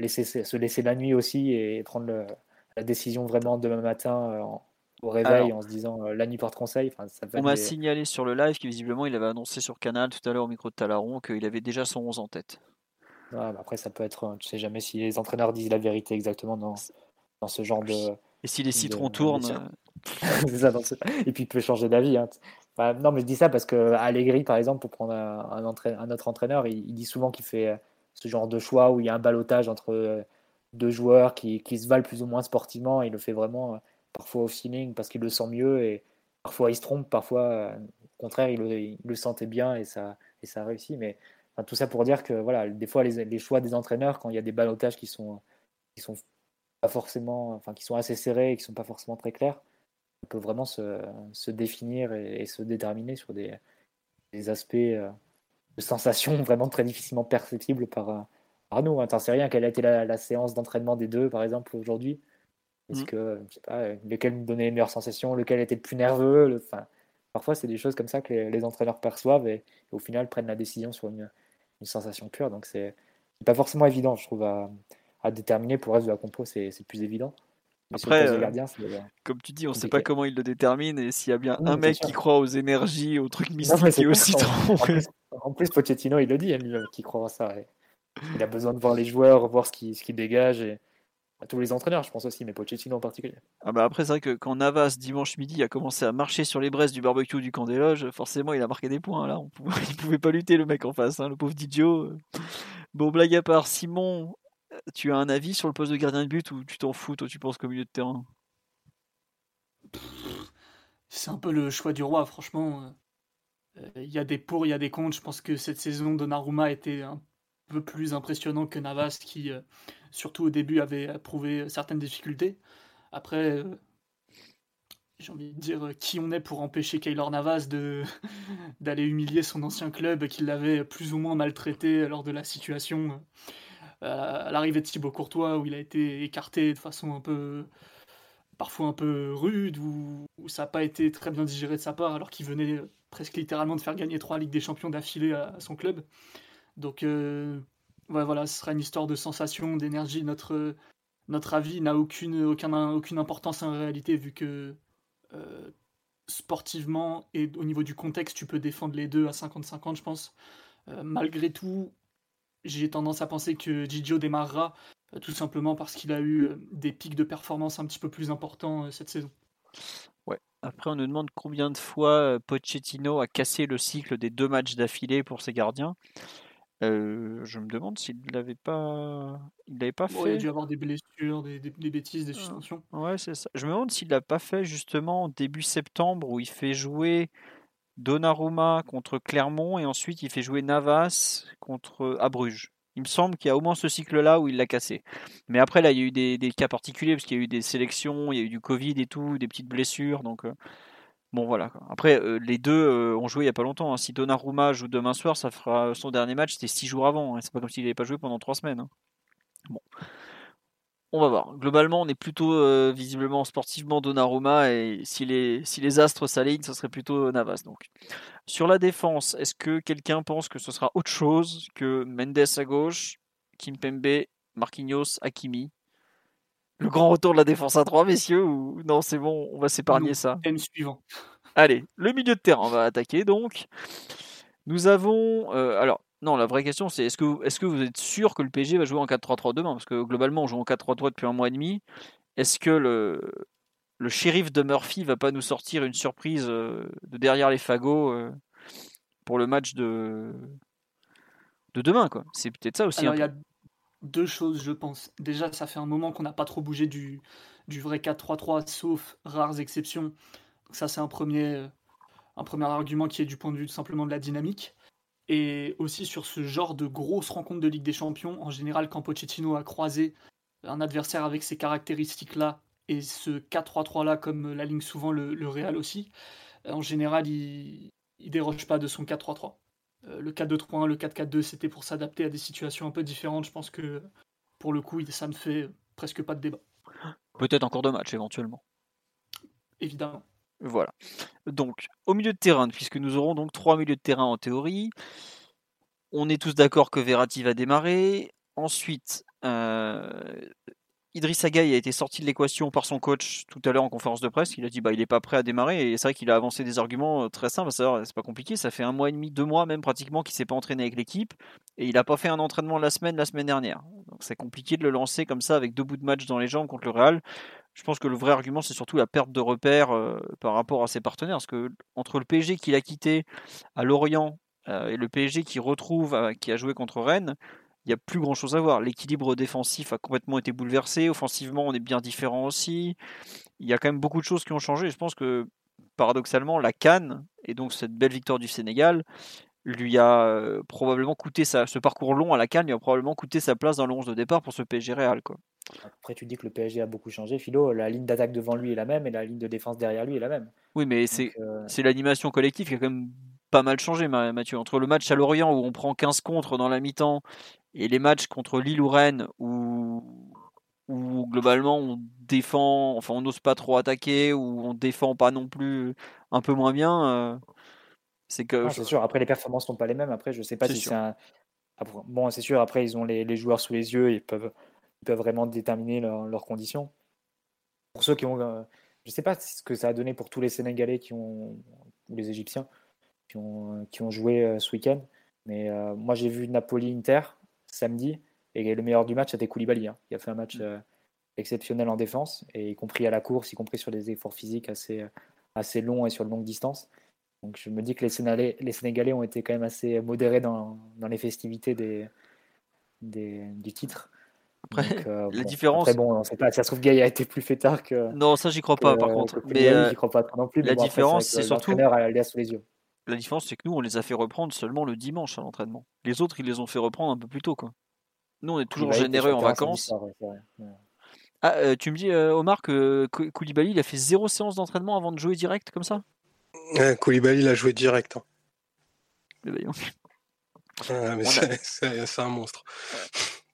Speaker 4: se laisser la nuit aussi et prendre la décision vraiment demain matin au réveil
Speaker 3: Alors,
Speaker 4: en se disant la nuit porte conseil. Enfin, ça va
Speaker 3: on
Speaker 4: être
Speaker 3: m'a signalé sur le live que visiblement il avait annoncé sur Canal tout à l'heure au micro de Talaron qu'il avait déjà son 11 en tête.
Speaker 4: Ouais, après, ça peut être. Tu sais jamais si les entraîneurs disent la vérité exactement dans ce genre
Speaker 3: Et si les citrons
Speaker 4: de
Speaker 3: tournent,
Speaker 4: c'est ça, et puis il peut changer d'avis, hein. Enfin, non, mais je dis ça parce que Allegri, par exemple, pour prendre un autre entraîneur, il dit souvent qu'il fait ce genre de choix où il y a un ballottage entre deux joueurs qui se valent plus ou moins sportivement. Il le fait vraiment parfois au feeling parce qu'il le sent mieux et parfois il se trompe, parfois au contraire il le sentait bien et ça réussit. Mais enfin, tout ça pour dire que voilà, des fois les choix des entraîneurs, quand il y a des ballottages qui sont pas forcément, enfin qui sont assez serrés et qui sont pas forcément très clairs, on peut vraiment se définir et se déterminer sur des aspects de sensations vraiment très difficilement perceptibles par nous. T'en sais rien, quelle a été la séance d'entraînement des deux, par exemple, aujourd'hui? Est-ce que, je sais pas, lequel nous donnait les meilleures sensations, lequel était le plus nerveux? Enfin, parfois, c'est des choses comme ça que les entraîneurs perçoivent et au final prennent la décision sur une sensation pure. Donc, c'est pas forcément évident, je trouve, à déterminer. Pour le reste de la compo, c'est plus évident. Mais sur le
Speaker 3: après,
Speaker 4: poste de gardien, c'est
Speaker 3: comme tu dis, on ne sait pas
Speaker 4: compliqué.
Speaker 3: comment il le détermine et s'il y a bien un
Speaker 4: Bien
Speaker 3: mec qui
Speaker 4: sûr.
Speaker 3: croit aux énergies, aux trucs
Speaker 4: Non, mais
Speaker 3: mystiques
Speaker 4: c'est
Speaker 3: et aux
Speaker 4: clair.
Speaker 3: citrons.
Speaker 4: En plus, Pochettino, il le dit, hein, lui, qui croit à ça. Ouais. Il a besoin de voir les joueurs, voir ce qu'ils dégagent. Et à tous les entraîneurs, je pense aussi, mais Pochettino en particulier.
Speaker 3: Ah bah après, c'est vrai que quand Navas, dimanche midi, a commencé à marcher sur les braises du barbecue du camp des loges, forcément, il a marqué des points. Là, il pouvait pas lutter, le mec en face, hein, le pauvre Didio. Bon, blague à part, Simon, tu as un avis sur le poste de gardien de but ou tu t'en fous, toi, tu penses qu'au milieu de terrain?
Speaker 6: C'est un peu le choix du roi, franchement. Il y a des pour, il y a des contre. Je pense que cette saison, Donnarumma était un peu plus impressionnant que Navas, qui, surtout au début, avait prouvé certaines difficultés. Après, j'ai envie de dire qui on est pour empêcher Keylor Navas d'aller humilier son ancien club qui l'avait plus ou moins maltraité lors de la situation à l'arrivée de Thibaut Courtois, où il a été écarté de façon parfois un peu rude, où ça n'a pas été très bien digéré de sa part, alors qu'il venait presque littéralement de faire gagner 3 Ligues des Champions d'affilée à son club. Donc, ouais, voilà, ce sera une histoire de sensation, d'énergie. Notre avis n'a aucune importance en réalité, vu que sportivement et au niveau du contexte, tu peux défendre les deux à 50-50, je pense. Malgré tout, j'ai tendance à penser que Gigio démarrera, tout simplement parce qu'il a eu des pics de performance un petit peu plus importants cette saison.
Speaker 3: Ouais. Après, on nous demande combien de fois Pochettino a cassé le cycle des 2 matchs d'affilée pour ses gardiens. Je me demande s'il ne l'avait pas
Speaker 6: Il a
Speaker 3: fait.
Speaker 6: dû avoir des blessures, des bêtises, des suspensions.
Speaker 3: Ouais, c'est ça. Je me demande s'il l'a pas fait justement début septembre, où il fait jouer Donnarumma contre Clermont et ensuite il fait jouer Navas à Bruges. Il me semble qu'il y a au moins ce cycle-là où il l'a cassé. Mais après, là, il y a eu des cas particuliers, parce qu'il y a eu des sélections, il y a eu du Covid et tout, des petites blessures. Donc, bon, voilà, quoi. Après, les deux ont joué il n'y a pas longtemps, hein. Si Donnarumma joue demain soir, ça fera son dernier match, c'était 6 jours avant, hein. C'est pas comme s'il n'avait pas joué pendant 3 semaines, hein. Bon, on va voir. Globalement, on est plutôt visiblement sportivement Donnarumma, et si les astres s'alignent, ce serait plutôt Navas. Donc, sur la défense, est-ce que quelqu'un pense que ce sera autre chose que Mendes à gauche, Kimpembe, Marquinhos, Hakimi? Le grand retour de la défense à 3, messieurs, ou non, c'est bon, on va s'épargner ça.
Speaker 6: Thème suivant.
Speaker 3: Allez, le milieu de terrain, on va attaquer donc. Nous avons. Alors, non, la vraie question, c'est est-ce que vous êtes sûr que le PSG va jouer en 4-3-3 demain? Parce que globalement, on joue en 4-3-3 depuis un mois et demi. Est-ce que le shérif de Murphy va pas nous sortir une surprise de derrière les fagots pour le match de demain, quoi? C'est peut-être ça aussi.
Speaker 6: Alors, il y a 2 choses, je pense. Déjà, ça fait un moment qu'on n'a pas trop bougé du vrai 4-3-3, sauf rares exceptions. Donc ça, c'est un premier argument qui est du point de vue tout simplement de la dynamique. Et aussi sur ce genre de grosses rencontres de Ligue des Champions, en général, quand Pochettino a croisé un adversaire avec ces caractéristiques-là et ce 4-3-3-là, comme l'aligne souvent le Real aussi, en général, il déroge pas de son 4-3-3. Le 4-2-3-1, le 4-4-2, c'était pour s'adapter à des situations un peu différentes. Je pense que pour le coup, ça ne fait presque pas de débat.
Speaker 3: Peut-être en cours de match, éventuellement.
Speaker 6: Évidemment.
Speaker 3: Voilà. Donc, au milieu de terrain, puisque nous aurons donc 3 milieux de terrain en théorie, on est tous d'accord que Verratti va démarrer. Ensuite, Idrissa Gueye a été sorti de l'équation par son coach tout à l'heure en conférence de presse. Il a dit il n'est pas prêt à démarrer, et c'est vrai qu'il a avancé des arguments très simples. C'est pas compliqué, ça fait 1 mois et demi, 2 mois même pratiquement qu'il ne s'est pas entraîné avec l'équipe, et il n'a pas fait un entraînement la semaine dernière. Donc c'est compliqué de le lancer comme ça avec 2 bouts de match dans les jambes contre le Real. Je pense que le vrai argument, c'est surtout la perte de repères par rapport à ses partenaires, parce que entre le PSG qu'il a quitté à Lorient et le PSG qui retrouve, qui a joué contre Rennes, il n'y a plus grand chose à voir. L'équilibre défensif a complètement été bouleversé. Offensivement, on est bien différent aussi. Il y a quand même beaucoup de choses qui ont changé. Je pense que, paradoxalement, la CAN, et donc cette belle victoire du Sénégal, lui a probablement coûté ce parcours long à la CAN, lui a probablement coûté sa place dans le 11 de départ pour ce PSG Real, quoi.
Speaker 4: Après, tu dis que le PSG a beaucoup changé. Philo, la ligne d'attaque devant lui est la même et la ligne de défense derrière lui est la même.
Speaker 3: Oui, mais c'est l'animation collective qui a quand même pas mal changé, Mathieu. Entre le match à Lorient où on prend 15 contres dans la mi-temps et les matchs contre Lille ou Rennes où globalement on défend, enfin on n'ose pas trop attaquer, où on défend pas non plus, un peu moins bien, c'est que...
Speaker 4: C'est sûr, après les performances sont pas les mêmes. Après, je sais pas si c'est un... Bon, c'est sûr, après ils ont les joueurs sous les yeux, ils peuvent vraiment déterminer leurs conditions. Pour ceux qui ont... je sais pas ce que ça a donné pour tous les Sénégalais ou les Égyptiens qui ont joué ce week-end. Mais moi, j'ai vu Napoli-Inter samedi, et le meilleur du match, c'était Koulibaly, hein, qui a fait un match exceptionnel en défense, et y compris à la course, y compris sur des efforts physiques assez longs et sur de longues distances. Donc je me dis que les Sénégalais ont été quand même assez modérés dans les festivités du titre.
Speaker 3: Après,
Speaker 4: donc,
Speaker 3: la différence...
Speaker 4: Après, bon, on sait pas, ça se trouve, Gaïa a été plus fêtard que...
Speaker 3: Non, ça, j'y crois pas, par contre.
Speaker 4: Mais j'y crois pas non plus.
Speaker 3: La différence, c'est surtout...
Speaker 4: L'entraîneur l'a sous les yeux.
Speaker 3: La différence, c'est que nous, on les a fait reprendre seulement le dimanche à l'entraînement. Les autres, ils les ont fait reprendre un peu plus tôt, quoi. Nous, on est toujours généreux en vacances. Tu me dis, Omar, que Koulibaly, il a fait 0 séance d'entraînement avant de jouer direct, comme ça?
Speaker 5: Koulibaly, il a joué direct. Hein.
Speaker 3: Mais
Speaker 5: mais c'est un monstre.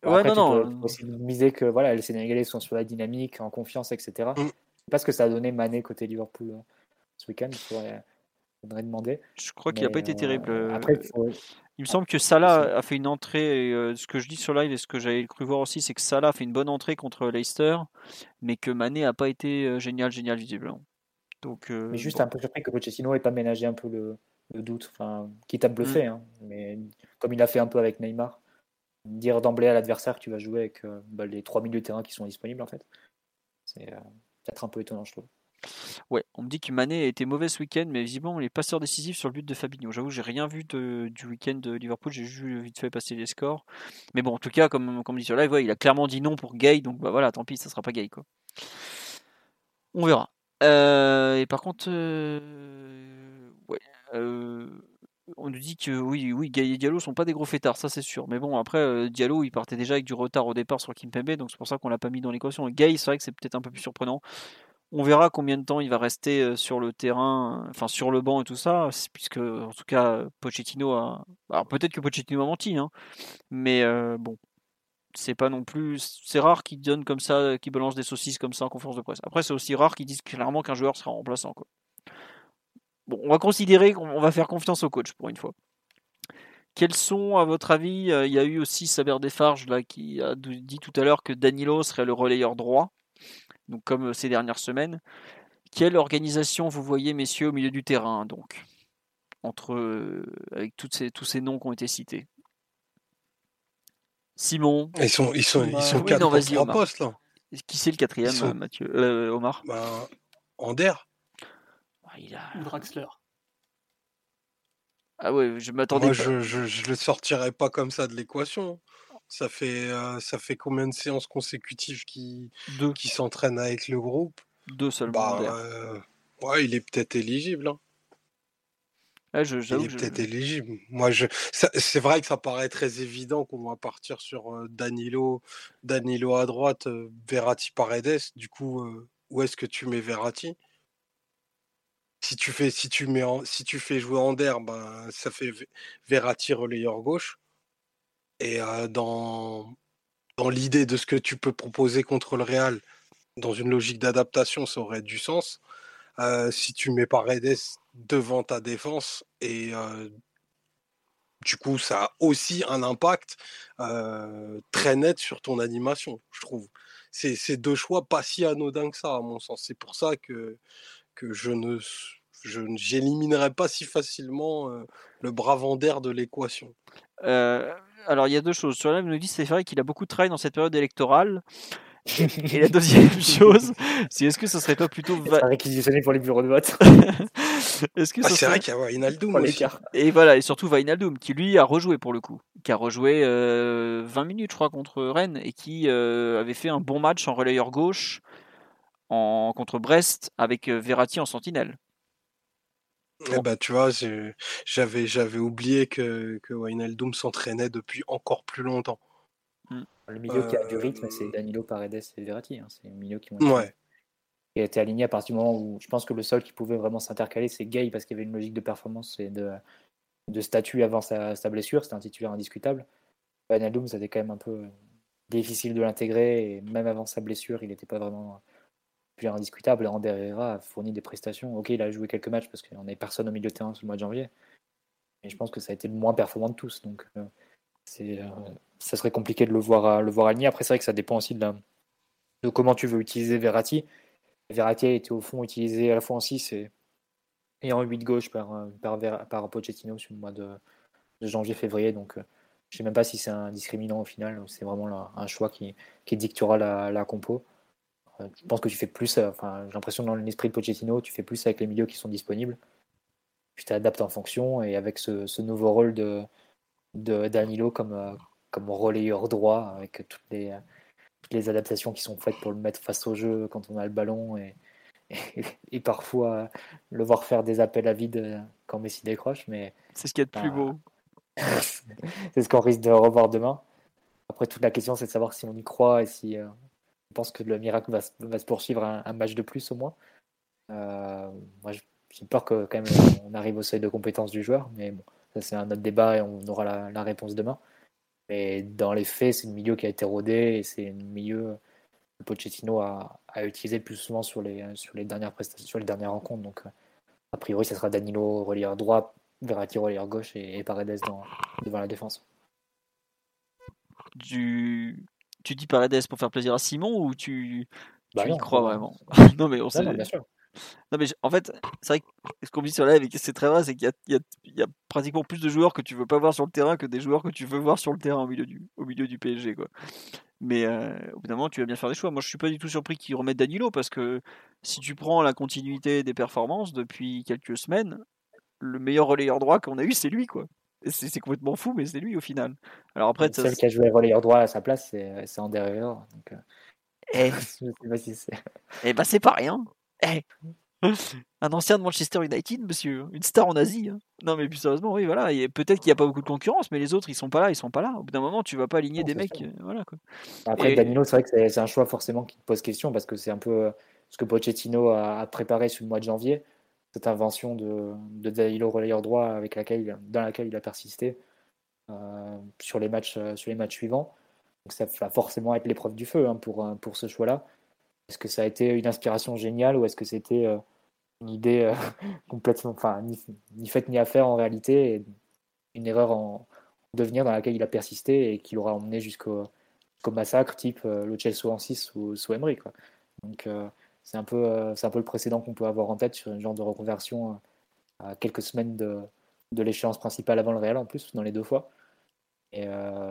Speaker 3: Ouais,
Speaker 4: Après,
Speaker 3: non,
Speaker 4: tu peux aussi miser que voilà, les Sénégalais sont sur la dynamique, en confiance, etc. Je
Speaker 5: Mm.
Speaker 4: sais pas ce que ça a donné Mané côté Liverpool ce week-end. Faudrait demander.
Speaker 3: je crois qu'il n'a pas
Speaker 4: Mais
Speaker 3: été terrible.
Speaker 4: après,
Speaker 3: Il me semble que
Speaker 4: c'est-
Speaker 3: Salah a fait une entrée. Et, ce que je dis sur live et ce que j'avais cru voir aussi, c'est que Salah a fait une bonne entrée contre Leicester, mais que Mané n'a pas été génial visiblement. Donc,
Speaker 4: mais juste
Speaker 3: bon.
Speaker 4: un peu surpris que Pochettino ait pas ménagé un peu le doute, enfin, quitte à bluffer, hein, mais comme il a fait un peu avec Neymar, dire d'emblée à l'adversaire que tu vas jouer avec les 3 milieux de terrain qui sont disponibles, en fait, c'est peut-être un peu étonnant, je trouve.
Speaker 3: Ouais, on me dit que Mané a été mauvais ce week-end, mais visiblement les passeurs décisifs sur le but de Fabinho. J'avoue, j'ai rien vu du week-end de Liverpool, j'ai juste vite fait passer les scores. Mais bon, en tout cas, comme dit sur live, ouais, il a clairement dit non pour Gay, donc bah voilà, tant pis, ça sera pas Gay, quoi. On verra. Et par contre, ouais, on nous dit que oui, Gay et Diallo sont pas des gros fêtards, ça c'est sûr. Mais bon, après, Diallo, il partait déjà avec du retard au départ sur Kimpembe, donc c'est pour ça qu'on l'a pas mis dans l'équation. Et Gay, c'est vrai que c'est peut-être un peu plus surprenant. On verra combien de temps il va rester sur le terrain, enfin sur le banc et tout ça, puisque en tout cas Pochettino a. Alors peut-être que Pochettino a menti, hein, mais bon, c'est pas non plus. C'est rare qu'il donne comme ça, qu'il balance des saucisses comme ça en conférence de presse. Après, c'est aussi rare qu'ils disent clairement qu'un joueur sera remplaçant, quoi. Bon, on va considérer qu'on va faire confiance au coach pour une fois. Quels sont, à votre avis, il y a eu aussi Saber Defarge là qui a dit tout à l'heure que Danilo serait le relayeur droit, donc comme ces dernières semaines. Quelle organisation vous voyez, messieurs, au milieu du terrain, donc, avec tous ces noms qui ont été cités? Simon.
Speaker 5: Ils sont
Speaker 3: Oui,
Speaker 5: 4
Speaker 3: non,
Speaker 5: pour
Speaker 3: vas-y,
Speaker 5: 3
Speaker 3: Omar.
Speaker 5: postes, là.
Speaker 3: Qui c'est le
Speaker 5: Ils
Speaker 3: quatrième,
Speaker 5: sont
Speaker 3: Mathieu Omar?
Speaker 5: Ander.
Speaker 6: Ou Draxler.
Speaker 3: Ah ouais, je m'attendais
Speaker 5: Moi,
Speaker 3: pas.
Speaker 5: je le sortirais pas comme ça de l'équation. Ça fait combien de séances consécutives qui s'entraînent avec le groupe?
Speaker 3: Deux seulement, Ander.
Speaker 5: Ouais, il est peut-être éligible, hein.
Speaker 3: Ah,
Speaker 5: Il est peut-être éligible. Moi, c'est vrai que ça paraît très évident qu'on va partir sur Danilo à droite, Verratti Paredes. Du coup, où est-ce que tu mets Verratti? Si tu fais jouer Ander, ben, ça fait Verratti relayeur gauche. Et dans l'idée de ce que tu peux proposer contre le Real, dans une logique d'adaptation, ça aurait du sens. Si tu mets Paredes devant ta défense, et du coup, ça a aussi un impact très net sur ton animation, je trouve. C'est deux choix pas si anodins que ça, à mon sens. C'est pour ça que j'éliminerai pas si facilement le brave Ander de l'équation.
Speaker 3: Alors, il y a deux choses. Sur la nous dit c'est vrai qu'il a beaucoup de travail dans cette période électorale. Et la deuxième chose, c'est est-ce que ce serait pas plutôt
Speaker 4: réquisitionné pour les bureaux de vote?
Speaker 3: Est-ce que
Speaker 5: c'est vrai qu'il y a Wijnaldum aussi.
Speaker 3: Et voilà, et surtout Wijnaldum qui lui a rejoué pour le coup, qui a rejoué 20 minutes je crois contre Rennes et qui avait fait un bon match en relayeur gauche contre Brest avec Verratti en sentinelle.
Speaker 5: Eh ben, tu vois, j'avais oublié que Wijnaldum s'entraînait depuis encore plus longtemps.
Speaker 4: Le milieu qui a du rythme, c'est Danilo, Paredes et Verratti. Hein. C'est le milieu qui a été aligné à partir du moment où je pense que le seul qui pouvait vraiment s'intercaler, c'est Gay, parce qu'il y avait une logique de performance et de statut avant sa blessure. C'était un titulaire indiscutable. Wijnaldum, c'était quand même un peu difficile de l'intégrer, et même avant sa blessure, il n'était pas vraiment titulaire indiscutable. Et Ander Herrera a fourni des prestations. Ok, il a joué quelques matchs parce qu'on n'avait personne au milieu de terrain sur le mois de janvier. Mais je pense que ça a été le moins performant de tous. Donc, ça serait compliqué de le voir aligné. Après, c'est vrai que ça dépend aussi de comment tu veux utiliser Verratti. Verratti a été au fond utilisé à la fois en 6 et en 8 gauche par Pochettino sur le mois de janvier-février. Donc, je ne sais même pas si c'est un discriminant au final, ou c'est vraiment un choix qui dictera la compo. Je pense que tu fais plus, j'ai l'impression que dans l'esprit de Pochettino, tu fais plus avec les milieux qui sont disponibles. Tu t'adaptes en fonction, et avec ce nouveau rôle de Danilo comme relayeur droit, avec toutes les adaptations qui sont faites pour le mettre face au jeu quand on a le ballon, et parfois le voir faire des appels à vide quand Messi décroche. Mais
Speaker 3: c'est ce qu'il y a de plus beau.
Speaker 4: C'est ce qu'on risque de revoir demain. Après, toute la question, c'est de savoir si on y croit et si on pense que le miracle va se poursuivre un match de plus au moins. Moi, j'ai peur que quand même on arrive au seuil de compétence du joueur, mais bon, ça c'est un autre débat et on aura la réponse demain. Mais dans les faits, c'est une milieu qui a été rodé et c'est une milieu que Pochettino a utilisé le plus souvent sur les dernières prestations, sur les dernières rencontres. Donc, a priori, ce sera Danilo relayeur droit, Verratti relayeur gauche et Paredes devant la défense.
Speaker 3: Tu dis Paredes pour faire plaisir à Simon ou tu y
Speaker 4: Non,
Speaker 3: crois vraiment? Non, mais on
Speaker 4: non,
Speaker 3: sait.
Speaker 4: bien sûr.
Speaker 3: Non, mais en fait, c'est vrai que ce qu'on dit sur live, et c'est très vrai, c'est qu'il y a pratiquement plus de joueurs que tu veux pas voir sur le terrain que des joueurs que tu veux voir sur le terrain au milieu du PSG, quoi. Mais au bout d'un moment, tu vas bien faire des choix. Moi, je suis pas du tout surpris qu'ils remettent Danilo parce que si tu prends la continuité des performances depuis quelques semaines, le meilleur relayeur droit qu'on a eu, c'est lui, quoi. Et c'est complètement fou, mais c'est lui au final. Alors après,
Speaker 4: Le seul qui a joué relayeur droit à sa place, c'est Ander Herrera. Donc,
Speaker 3: eh,
Speaker 4: je sais pas si c'est.
Speaker 3: eh ben c'est pas rien. Eh. Un ancien de Manchester United, monsieur, une star en Asie. Hein. Non, mais plus sérieusement, oui, voilà. Peut-être qu'il n'y a pas beaucoup de concurrence, mais les autres, ils sont pas là, ils sont pas là. Au bout d'un moment, tu vas pas aligner
Speaker 4: Non,
Speaker 3: des
Speaker 4: c'est
Speaker 3: mecs,
Speaker 4: sûr.
Speaker 3: voilà quoi.
Speaker 4: Après,
Speaker 3: Et
Speaker 4: Danilo, c'est vrai que c'est un choix forcément qui pose question parce que c'est un peu ce que Pochettino a préparé sur le mois de janvier, cette invention de Danilo relayeur droit dans laquelle il a persisté sur les matchs suivants. Donc ça va forcément être l'épreuve du feu pour ce choix-là. Est-ce que ça a été une inspiration géniale ou est-ce que c'était une idée complètement, enfin, ni faite ni à faire en réalité, et une erreur en devenir dans laquelle il a persisté et qui l'aura emmené jusqu'au massacre type le Chelsea en 6 sous Emery, quoi. Donc c'est un peu le précédent qu'on peut avoir en tête sur une genre de reconversion à quelques semaines de l'échéance principale avant le Real en plus, dans les deux fois. Et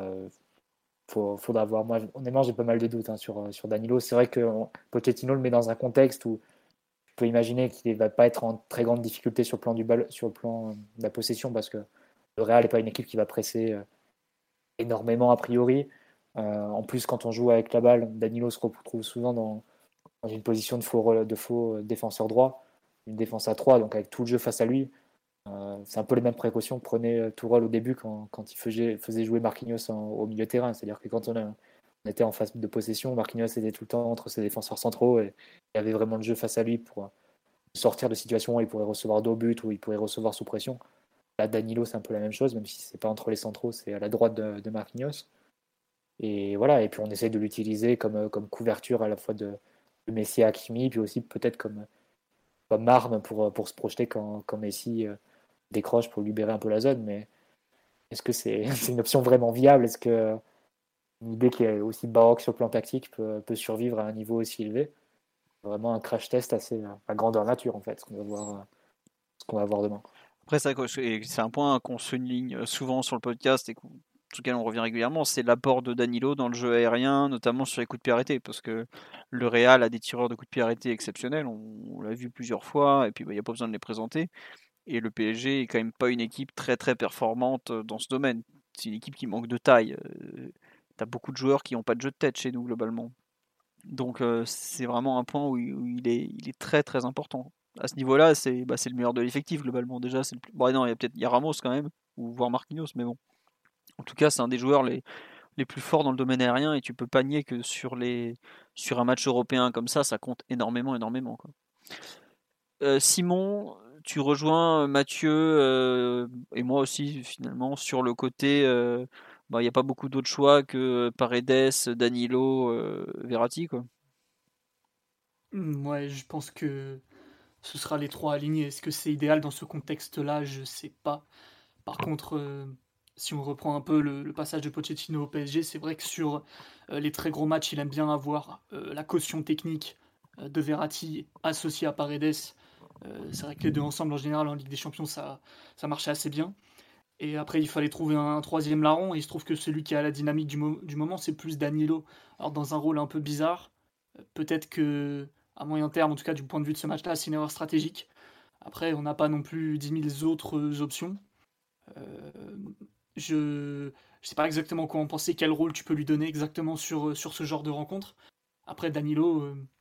Speaker 4: faudra voir. Moi, honnêtement, j'ai pas mal de doutes sur Danilo. C'est vrai que Pochettino le met dans un contexte où je peux imaginer qu'il ne va pas être en très grande difficulté sur le plan sur le plan de la possession parce que le Real n'est pas une équipe qui va presser énormément a priori. En plus, quand on joue avec la balle, Danilo se retrouve souvent dans une position de faux défenseur droit, une défense à 3, donc avec tout le jeu face à lui. C'est un peu les mêmes précautions que prenait Tourelle au début quand il faisait jouer Marquinhos au milieu de terrain. C'est-à-dire que quand on était en phase de possession, Marquinhos était tout le temps entre ses défenseurs centraux et il avait vraiment le jeu face à lui pour sortir de situations où il pourrait recevoir dos but ou il pourrait recevoir sous pression. Là, Danilo, c'est un peu la même chose, même si c'est pas entre les centraux, c'est à la droite de Marquinhos. Et voilà, et puis on essaie de l'utiliser comme couverture à la fois de Messi à Hakimi, puis aussi peut-être comme arme pour se projeter quand Messi décroche pour libérer un peu la zone. Mais est-ce que c'est une option vraiment viable? Est-ce que une idée qui est aussi baroque sur le plan tactique peut survivre à un niveau aussi élevé? Vraiment un crash test assez à grandeur nature, en fait, ce qu'on va voir demain.
Speaker 3: après, c'est un point qu'on souligne souvent sur le podcast et sur lequel on revient régulièrement, c'est l'apport de Danilo dans le jeu aérien, notamment sur les coups de pied arrêtés, parce que le Real a des tireurs de coups de pied arrêtés exceptionnels, on l'a vu plusieurs fois, et puis il n'y a pas besoin de les présenter. Et le PSG est quand même pas une équipe très très performante dans ce domaine. C'est une équipe qui manque de taille. T'as beaucoup de joueurs qui n'ont pas de jeu de tête chez nous globalement. Donc c'est vraiment un point où il est très très important. À ce niveau-là, c'est le meilleur de l'effectif globalement. Déjà, c'est le plus... Bon, non, il y a Ramos quand même, ou voire Marquinhos, mais bon. En tout cas, c'est un des joueurs les plus forts dans le domaine aérien et tu peux pas nier que sur un match européen comme ça compte énormément, énormément, quoi. Simon, tu rejoins Mathieu et moi aussi finalement sur le côté. Il n'y a pas beaucoup d'autres choix que Paredes, Danilo, Verratti, quoi.
Speaker 6: Ouais, je pense que ce sera les trois alignés. Est-ce que c'est idéal dans ce contexte-là? Je sais pas. Par contre, si on reprend un peu le passage de Pochettino au PSG, c'est vrai que sur les très gros matchs, il aime bien avoir la caution technique de Verratti associée à Paredes. C'est vrai que les deux ensemble, en général, en Ligue des Champions, ça marchait assez bien. Et après, il fallait trouver un troisième larron, et il se trouve que celui qui a la dynamique du moment, c'est plus Danilo. Alors, dans un rôle un peu bizarre, peut-être que, à moyen terme, en tout cas du point de vue de ce match-là, c'est une erreur stratégique. Après, on n'a pas non plus 10 000 autres options. Euh, je ne sais pas exactement quoi en penser, quel rôle tu peux lui donner exactement sur ce genre de rencontre. Après, Danilo,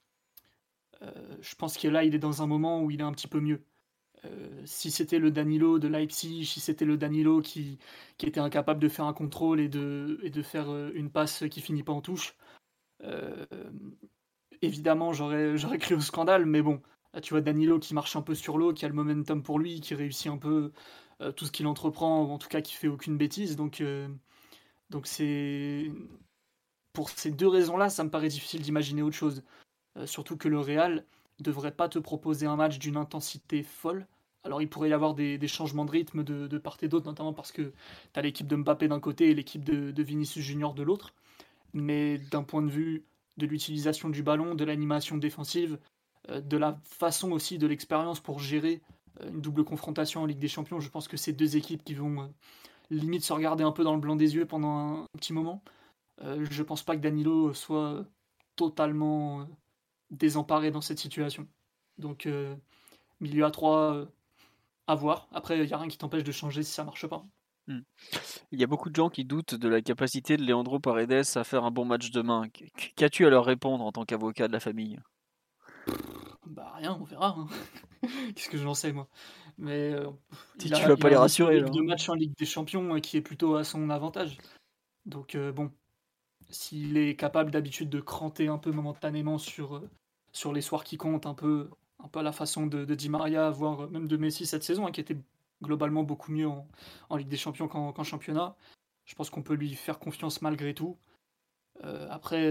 Speaker 6: je pense que là, il est dans un moment où il est un petit peu mieux. Si c'était le Danilo de Leipzig, si c'était le Danilo qui était incapable de faire un contrôle et de faire une passe qui finit pas en touche, euh, évidemment j'aurais crié au scandale, mais bon, là tu vois Danilo qui marche un peu sur l'eau, qui a le momentum pour lui, qui réussit un peu tout ce qu'il entreprend, ou en tout cas qui fait aucune bêtise, donc Donc pour ces deux raisons-là, ça me paraît difficile d'imaginer autre chose. Surtout que le Real devrait pas te proposer un match d'une intensité folle. Alors il pourrait y avoir des changements de rythme de part et d'autre, notamment parce que tu as l'équipe de Mbappé d'un côté et l'équipe de Vinicius Junior de l'autre. Mais d'un point de vue de l'utilisation du ballon, de l'animation défensive, de la façon aussi de l'expérience pour gérer une double confrontation en Ligue des Champions, je pense que c'est deux équipes qui vont limite se regarder un peu dans le blanc des yeux pendant un petit moment. Je pense pas que Danilo soit totalement désemparé dans cette situation. Donc milieu à 3, à voir. Après, il n'y a rien qui t'empêche de changer si ça marche pas.
Speaker 3: Il y a beaucoup de gens qui doutent de la capacité de Leandro Paredes à faire un bon match demain. Qu'as-tu à leur répondre en tant qu'avocat de la famille?
Speaker 6: Bah rien, on verra. Hein. Qu'est-ce que j'en sais moi. Mais
Speaker 3: tu vas pas les rassurer là.
Speaker 6: De match en Ligue des Champions qui est plutôt à son avantage. Donc bon, s'il est capable d'habitude de cranter un peu momentanément sur les soirs qui comptent, un peu à la façon de Di Maria, voire même de Messi cette saison, qui était globalement beaucoup mieux en Ligue des Champions qu'en championnat. Je pense qu'on peut lui faire confiance malgré tout. Après,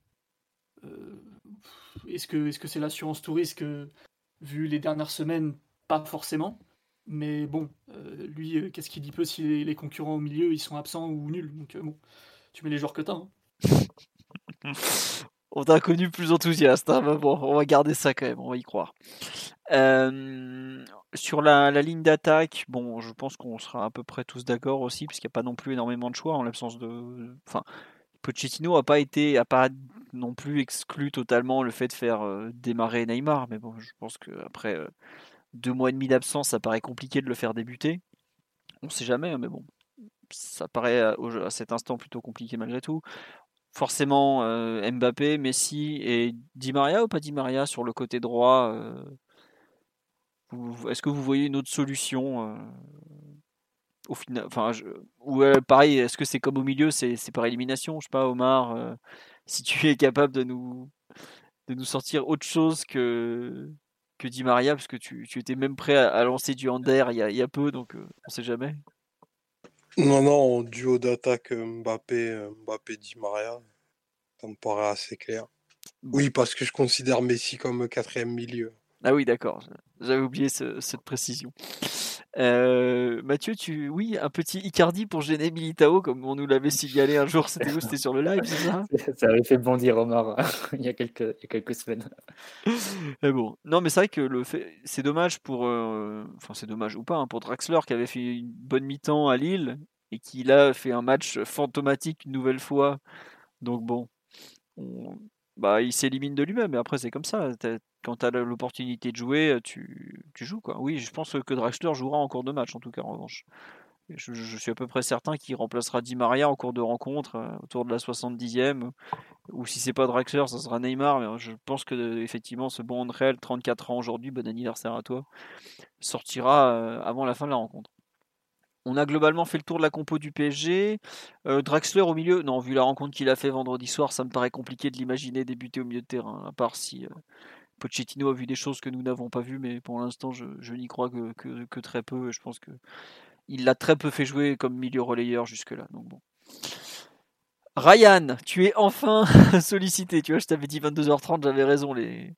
Speaker 6: est-ce que c'est l'assurance tout risque vu les dernières semaines? Pas forcément. Mais bon, lui, qu'est-ce qu'il y peut si les concurrents au milieu ils sont absents ou nuls? Donc bon, tu mets les joueurs que t'as. Hein.
Speaker 3: On t'a connu plus enthousiaste, hein, mais bon, on va garder ça quand même, on va y croire. Sur la ligne d'attaque, bon, je pense qu'on sera à peu près tous d'accord aussi, puisqu'il n'y a pas non plus énormément de choix en l'absence de. Enfin, Pochettino a pas non plus exclu totalement le fait de faire démarrer Neymar, mais bon, je pense qu'après 2 mois et demi d'absence, ça paraît compliqué de le faire débuter. On sait jamais, hein, mais bon, ça paraît à cet instant plutôt compliqué malgré tout. Forcément Mbappé, Messi et Di Maria ou pas Di Maria sur le côté droit. Est-ce que vous voyez une autre solution au final, enfin, ou pareil, est-ce que c'est comme au milieu, c'est par élimination? Je sais pas, Omar, si tu es capable de nous sortir autre chose que Di Maria, parce que tu étais même prêt à lancer du Ander il y a peu, donc on sait jamais.
Speaker 5: Non, en duo d'attaque Mbappé, Di Maria, ça me paraît assez clair.
Speaker 3: Bon.
Speaker 5: Oui, parce que je considère Messi comme 4e milieu.
Speaker 3: Ah oui, d'accord. J'avais oublié cette précision. Mathieu, oui, un petit Icardi pour gêner Militao, comme on nous l'avait signalé un jour. C'était sur le live, c'est ça?
Speaker 4: Ça avait fait bondir Omar il y a quelques semaines.
Speaker 3: Mais bon, non, mais c'est vrai que c'est dommage pour, enfin c'est dommage ou pas, hein, pour Draxler qui avait fait une bonne mi-temps à Lille et qui là fait un match fantomatique une nouvelle fois. Donc bon, il s'élimine de lui-même. Mais après c'est comme ça. Quand tu as l'opportunité de jouer, tu joues quoi. Oui, je pense que Draxler jouera en cours de match en tout cas en revanche. Je suis à peu près certain qu'il remplacera Di Maria en cours de rencontre autour de la 70e. Ou si c'est pas Draxler, ça sera Neymar. Mais je pense que effectivement, ce bon André, 34 ans aujourd'hui, bon anniversaire à toi, sortira avant la fin de la rencontre. On a globalement fait le tour de la compo du PSG. Draxler au milieu, non, vu la rencontre qu'il a fait vendredi soir, ça me paraît compliqué de l'imaginer débuter au milieu de terrain, à part si Pochettino a vu des choses que nous n'avons pas vues, mais pour l'instant, je n'y crois que très peu. Je pense qu'il l'a très peu fait jouer comme milieu relayeur jusque-là. Donc bon. Ryan, tu es enfin sollicité. Tu vois, je t'avais dit 22h30, j'avais raison.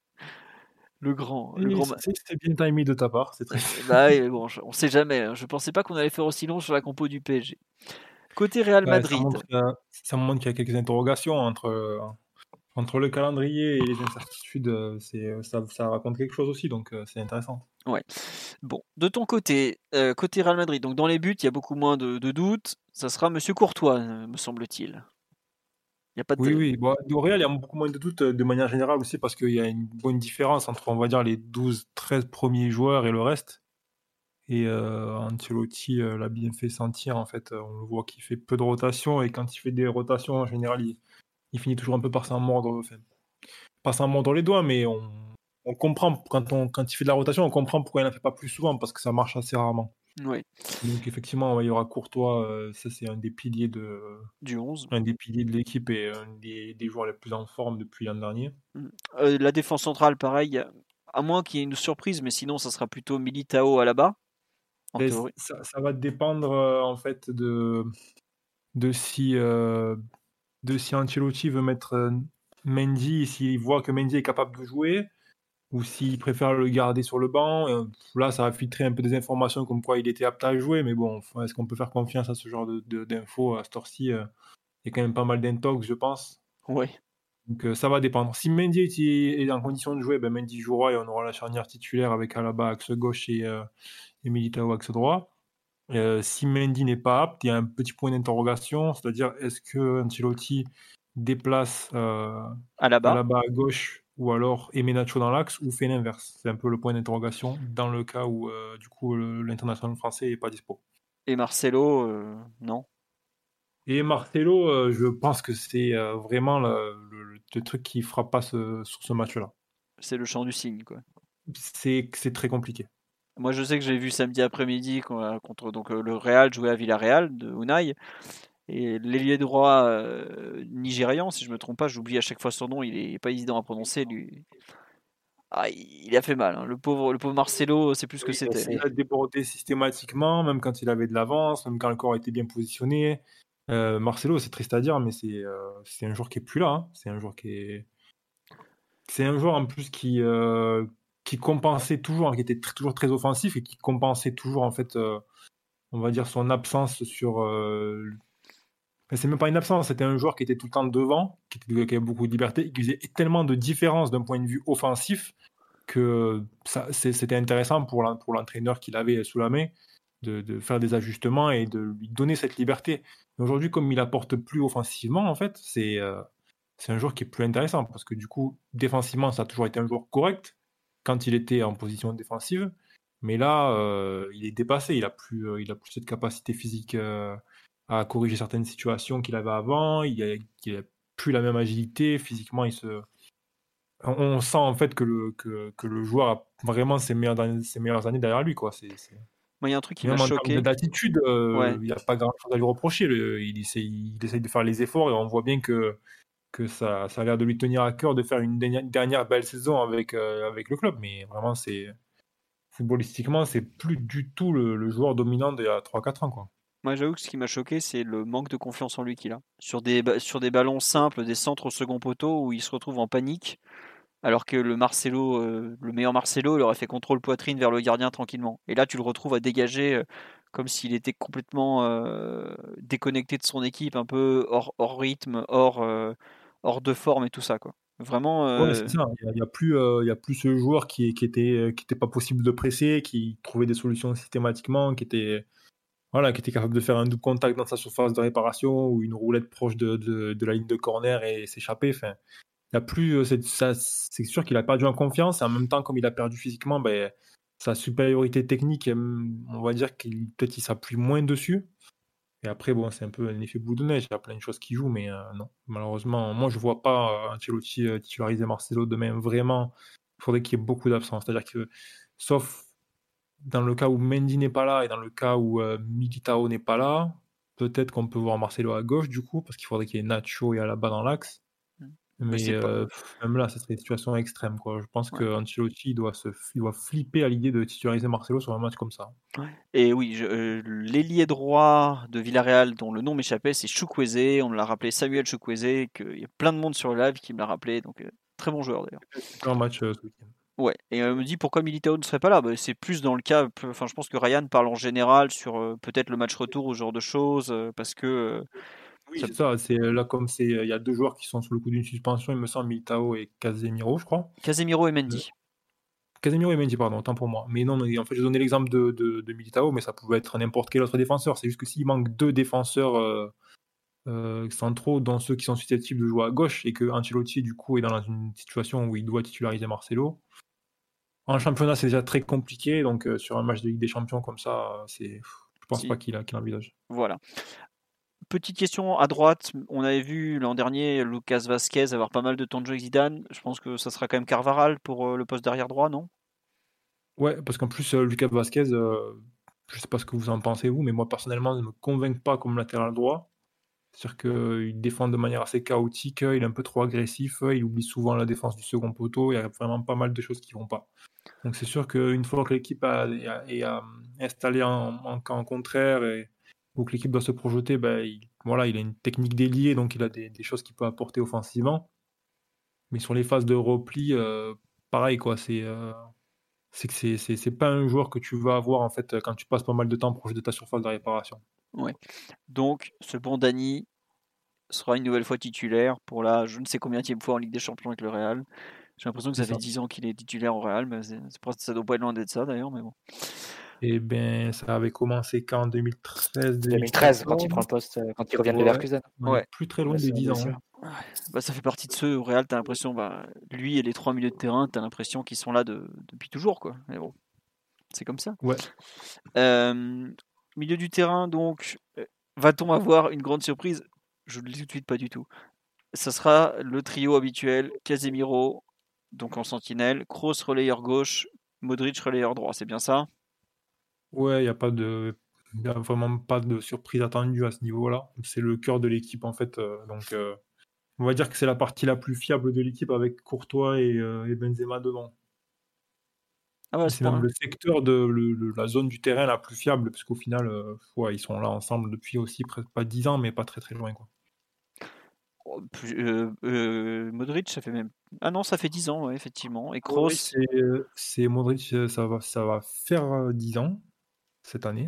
Speaker 3: Le grand.
Speaker 7: C'est bien timé de ta part, c'est très.
Speaker 3: Bah oui, bon, on sait jamais. Hein. Je pensais pas qu'on allait faire aussi long sur la compo du PSG. Côté Real Madrid.
Speaker 7: Ça montre qu'il y a quelques interrogations entre le calendrier et les incertitudes. Ça raconte quelque chose aussi, donc c'est intéressant.
Speaker 3: Ouais. Bon, de ton côté, côté Real Madrid, donc dans les buts, il y a beaucoup moins de doutes. Ça sera Monsieur Courtois, me semble-t-il.
Speaker 7: Il y a pas de... Oui. Bon, au Real, il y a beaucoup moins de doutes de manière générale aussi parce qu'il y a une bonne différence entre, on va dire, les 12-13 premiers joueurs et le reste. Et Ancelotti l'a bien fait sentir, en fait. On le voit qu'il fait peu de rotations et quand il fait des rotations, en général, il finit toujours un peu par s'en mordre. Enfin, pas s'en mordre les doigts, mais on comprend, quand il fait de la rotation, on comprend pourquoi il n'en fait pas plus souvent parce que ça marche assez rarement.
Speaker 3: Oui.
Speaker 7: Donc effectivement, il y aura Courtois, ça c'est un des piliers
Speaker 3: du 11.
Speaker 7: Un des piliers de l'équipe et un des joueurs les plus en forme depuis l'an dernier.
Speaker 3: La défense centrale, pareil, à moins qu'il y ait une surprise, mais sinon ça sera plutôt Militao à la barre.
Speaker 7: Ça va dépendre en fait de si Ancelotti veut mettre Mendy, s'il voit que Mendy est capable de jouer, ou s'il préfère le garder sur le banc. Là, ça va filtrer un peu des informations comme quoi il était apte à jouer, mais bon, est-ce qu'on peut faire confiance à ce genre d'infos à cette heure-ci? Il y a quand même pas mal d'intox, je pense.
Speaker 3: Ouais.
Speaker 7: Donc ça va dépendre. Si Mendy est en condition de jouer, ben Mendy jouera et on aura la charnière titulaire avec Alaba axe gauche et Militao axe droit. Si Mendy n'est pas apte, il y a un petit point d'interrogation, c'est-à-dire est-ce que Ancelotti déplace
Speaker 3: Alaba
Speaker 7: à gauche ou alors Emenacho dans l'axe ou fait l'inverse? C'est un peu le point d'interrogation dans le cas où du coup l'international français n'est pas dispo.
Speaker 3: Et Marcelo, non.
Speaker 7: Et Marcelo, je pense que c'est vraiment le truc qui frappe pas sur ce match-là.
Speaker 3: C'est le chant du cygne, quoi.
Speaker 7: C'est très compliqué.
Speaker 3: Moi, je sais que j'ai vu samedi après-midi contre le Real jouer à Villarreal de Unai. Et l'ailier droit nigérian, si je me trompe pas, j'oublie à chaque fois son nom, il est pas évident à prononcer. Lui, il a fait mal. Hein. Le pauvre Marcelo, c'est plus ce que c'était.
Speaker 7: Il a débordé systématiquement, même quand il avait de l'avance, même quand le corps était bien positionné. Marcelo, c'est triste à dire, mais c'est un joueur qui est plus là. Hein. C'est un joueur en plus qui compensait toujours, qui était toujours très offensif et qui compensait toujours en fait, on va dire son absence sur. C'est même pas une absence, c'était un joueur qui était tout le temps devant, qui avait beaucoup de liberté, qui faisait tellement de différence d'un point de vue offensif que c'était intéressant pour l'entraîneur qu'il avait sous la main de faire des ajustements et de lui donner cette liberté. Mais aujourd'hui, comme il apporte plus offensivement, en fait, c'est un joueur qui est plus intéressant parce que du coup, défensivement, ça a toujours été un joueur correct quand il était en position défensive. Mais là, il est dépassé. Il a plus cette capacité physique à corriger certaines situations qu'il avait avant. Il a plus la même agilité. Physiquement, on sent en fait que le joueur a vraiment ses meilleures années derrière lui, quoi.
Speaker 3: Moi, il y a un truc qui m'a
Speaker 7: Même en
Speaker 3: choqué.
Speaker 7: termes d'attitude, il n'y a pas grand-chose à lui reprocher. Il essaye de faire les efforts et on voit bien que ça a l'air de lui tenir à cœur de faire une dernière belle saison avec le club. Mais vraiment, footballistiquement, c'est plus du tout le joueur dominant d'il y a 3-4 ans, quoi.
Speaker 3: Moi, j'avoue que ce qui m'a choqué, c'est le manque de confiance en lui qu'il a. Sur des ballons simples, des centres au second poteau, où il se retrouve en panique, alors que le meilleur Marcelo, il aurait fait contrôle poitrine vers le gardien tranquillement. Et là, tu le retrouves à dégager comme s'il était complètement déconnecté de son équipe, un peu hors rythme, hors de forme et tout ça, quoi. Vraiment.
Speaker 7: Ouais, c'est ça. Il y a plus ce joueur qui était pas possible de presser, qui trouvait des solutions systématiquement, qui était capable de faire un double contact dans sa surface de réparation ou une roulette proche de la ligne de corner et s'échapper. Enfin, il y a plus c'est sûr qu'il a perdu en confiance et en même temps, comme il a perdu physiquement, ben, sa supériorité technique, on va dire qu'il peut-être il s'appuie moins dessus. Et après, bon, c'est un peu un effet boule de neige. Il y a plein de choses qui jouent, mais non, malheureusement, moi je vois pas Ancelotti titulariser Marcelo demain. Vraiment, il faudrait qu'il y ait beaucoup d'absence. C'est-à-dire que, sauf dans le cas où Mendy n'est pas là et dans le cas où Militao n'est pas là, peut-être qu'on peut voir Marcelo à gauche du coup, parce qu'il faudrait qu'il y ait Nacho et Alaba dans l'axe. Mais même là, ça serait une situation extrême, quoi. Je pense que Ancelotti doit flipper à l'idée de titulariser Marcelo sur un match comme ça.
Speaker 3: Et oui, l'ailier droit de Villarreal, dont le nom m'échappait, c'est Chukwueze. On l'a rappelé, Samuel Chukwueze, qu'il y a plein de monde sur le live qui me l'a rappelé. Donc, très bon joueur d'ailleurs.
Speaker 7: C'est un match ce week-end.
Speaker 3: Ouais, et on me dit pourquoi Militao ne serait pas là. Bah, c'est plus dans le cas, enfin je pense que Ryan parle en général sur peut-être le match retour ou ce genre de choses, parce que...
Speaker 7: oui, c'est ça, c'est là comme il y a deux joueurs qui sont sous le coup d'une suspension, il me semble, Militao et Casemiro, je crois.
Speaker 3: Casemiro et Mendy.
Speaker 7: Casemiro et Mendy, pardon, autant pour moi. Mais non, mais en fait, j'ai donné l'exemple de Militao, mais ça pouvait être n'importe quel autre défenseur. C'est juste que s'il manque deux défenseurs centraux, dont ceux qui sont susceptibles de jouer à gauche, et que Ancelotti, du coup, est dans une situation où il doit titulariser Marcelo, en championnat, c'est déjà très compliqué, donc sur un match de Ligue des Champions comme ça, je pense pas qu'il envisage.
Speaker 3: Voilà. Petite question à droite, on avait vu l'an dernier Lucas Vazquez avoir pas mal de temps de jeu avec Zidane. Je pense que ça sera quand même Carvajal pour le poste d'arrière droit, non?
Speaker 7: Ouais, parce qu'en plus, Lucas Vazquez, je sais pas ce que vous en pensez vous, mais moi personnellement, il ne me convainc pas comme latéral droit. C'est-à-dire qu'il défend de manière assez chaotique, il est un peu trop agressif, il oublie souvent la défense du second poteau, il y a vraiment pas mal de choses qui vont pas. Donc c'est sûr qu'une fois que l'équipe est installée en camp contraire où que l'équipe doit se projeter, il a une technique d'ailier, donc il a des choses qu'il peut apporter offensivement. Mais sur les phases de repli, pareil, quoi. C'est que c'est pas un joueur que tu vas avoir en fait quand tu passes pas mal de temps proche de ta surface de réparation.
Speaker 3: Ouais. Donc, ce bon Dani sera une nouvelle fois titulaire pour la je ne sais combienième fois en Ligue des Champions avec le Real. J'ai l'impression que ça fait 10 ans qu'il est titulaire au Real, mais ça doit pas être loin d'être ça d'ailleurs, mais bon.
Speaker 7: Et bien, ça avait commencé quand 2013,
Speaker 4: 2013, quand il prend le poste, quand il revient de Leverkusen.
Speaker 3: Ouais.
Speaker 7: Plus très loin des 10 ans.
Speaker 3: Ça fait partie de ceux au Real, t'as l'impression, lui et les 3 milieux de terrain, t'as l'impression qu'ils sont là depuis toujours, quoi. Mais bon, c'est comme ça.
Speaker 7: Ouais.
Speaker 3: Milieu du terrain, donc, va-t-on avoir une grande surprise? Je ne le dis tout de suite pas du tout. Ça sera le trio habituel, Casemiro, donc en sentinelle, Kroos relayeur gauche, Modric relayeur droit, c'est bien ça?
Speaker 7: Ouais, il n'y a vraiment pas de surprise attendue à ce niveau-là. C'est le cœur de l'équipe en fait. Donc, on va dire que c'est la partie la plus fiable de l'équipe avec Courtois et Benzema devant.
Speaker 3: Ah ouais,
Speaker 7: c'est même le secteur de la zone du terrain la plus fiable, parce qu'au final, ils sont là ensemble depuis aussi pas 10 ans, mais pas très très loin, quoi.
Speaker 3: Modric, ça fait même. Ah non, ça fait 10 ans, ouais, effectivement. Et
Speaker 7: Kroos,
Speaker 3: Kroos.
Speaker 7: c'est Modric, ça va faire 10 ans cette année.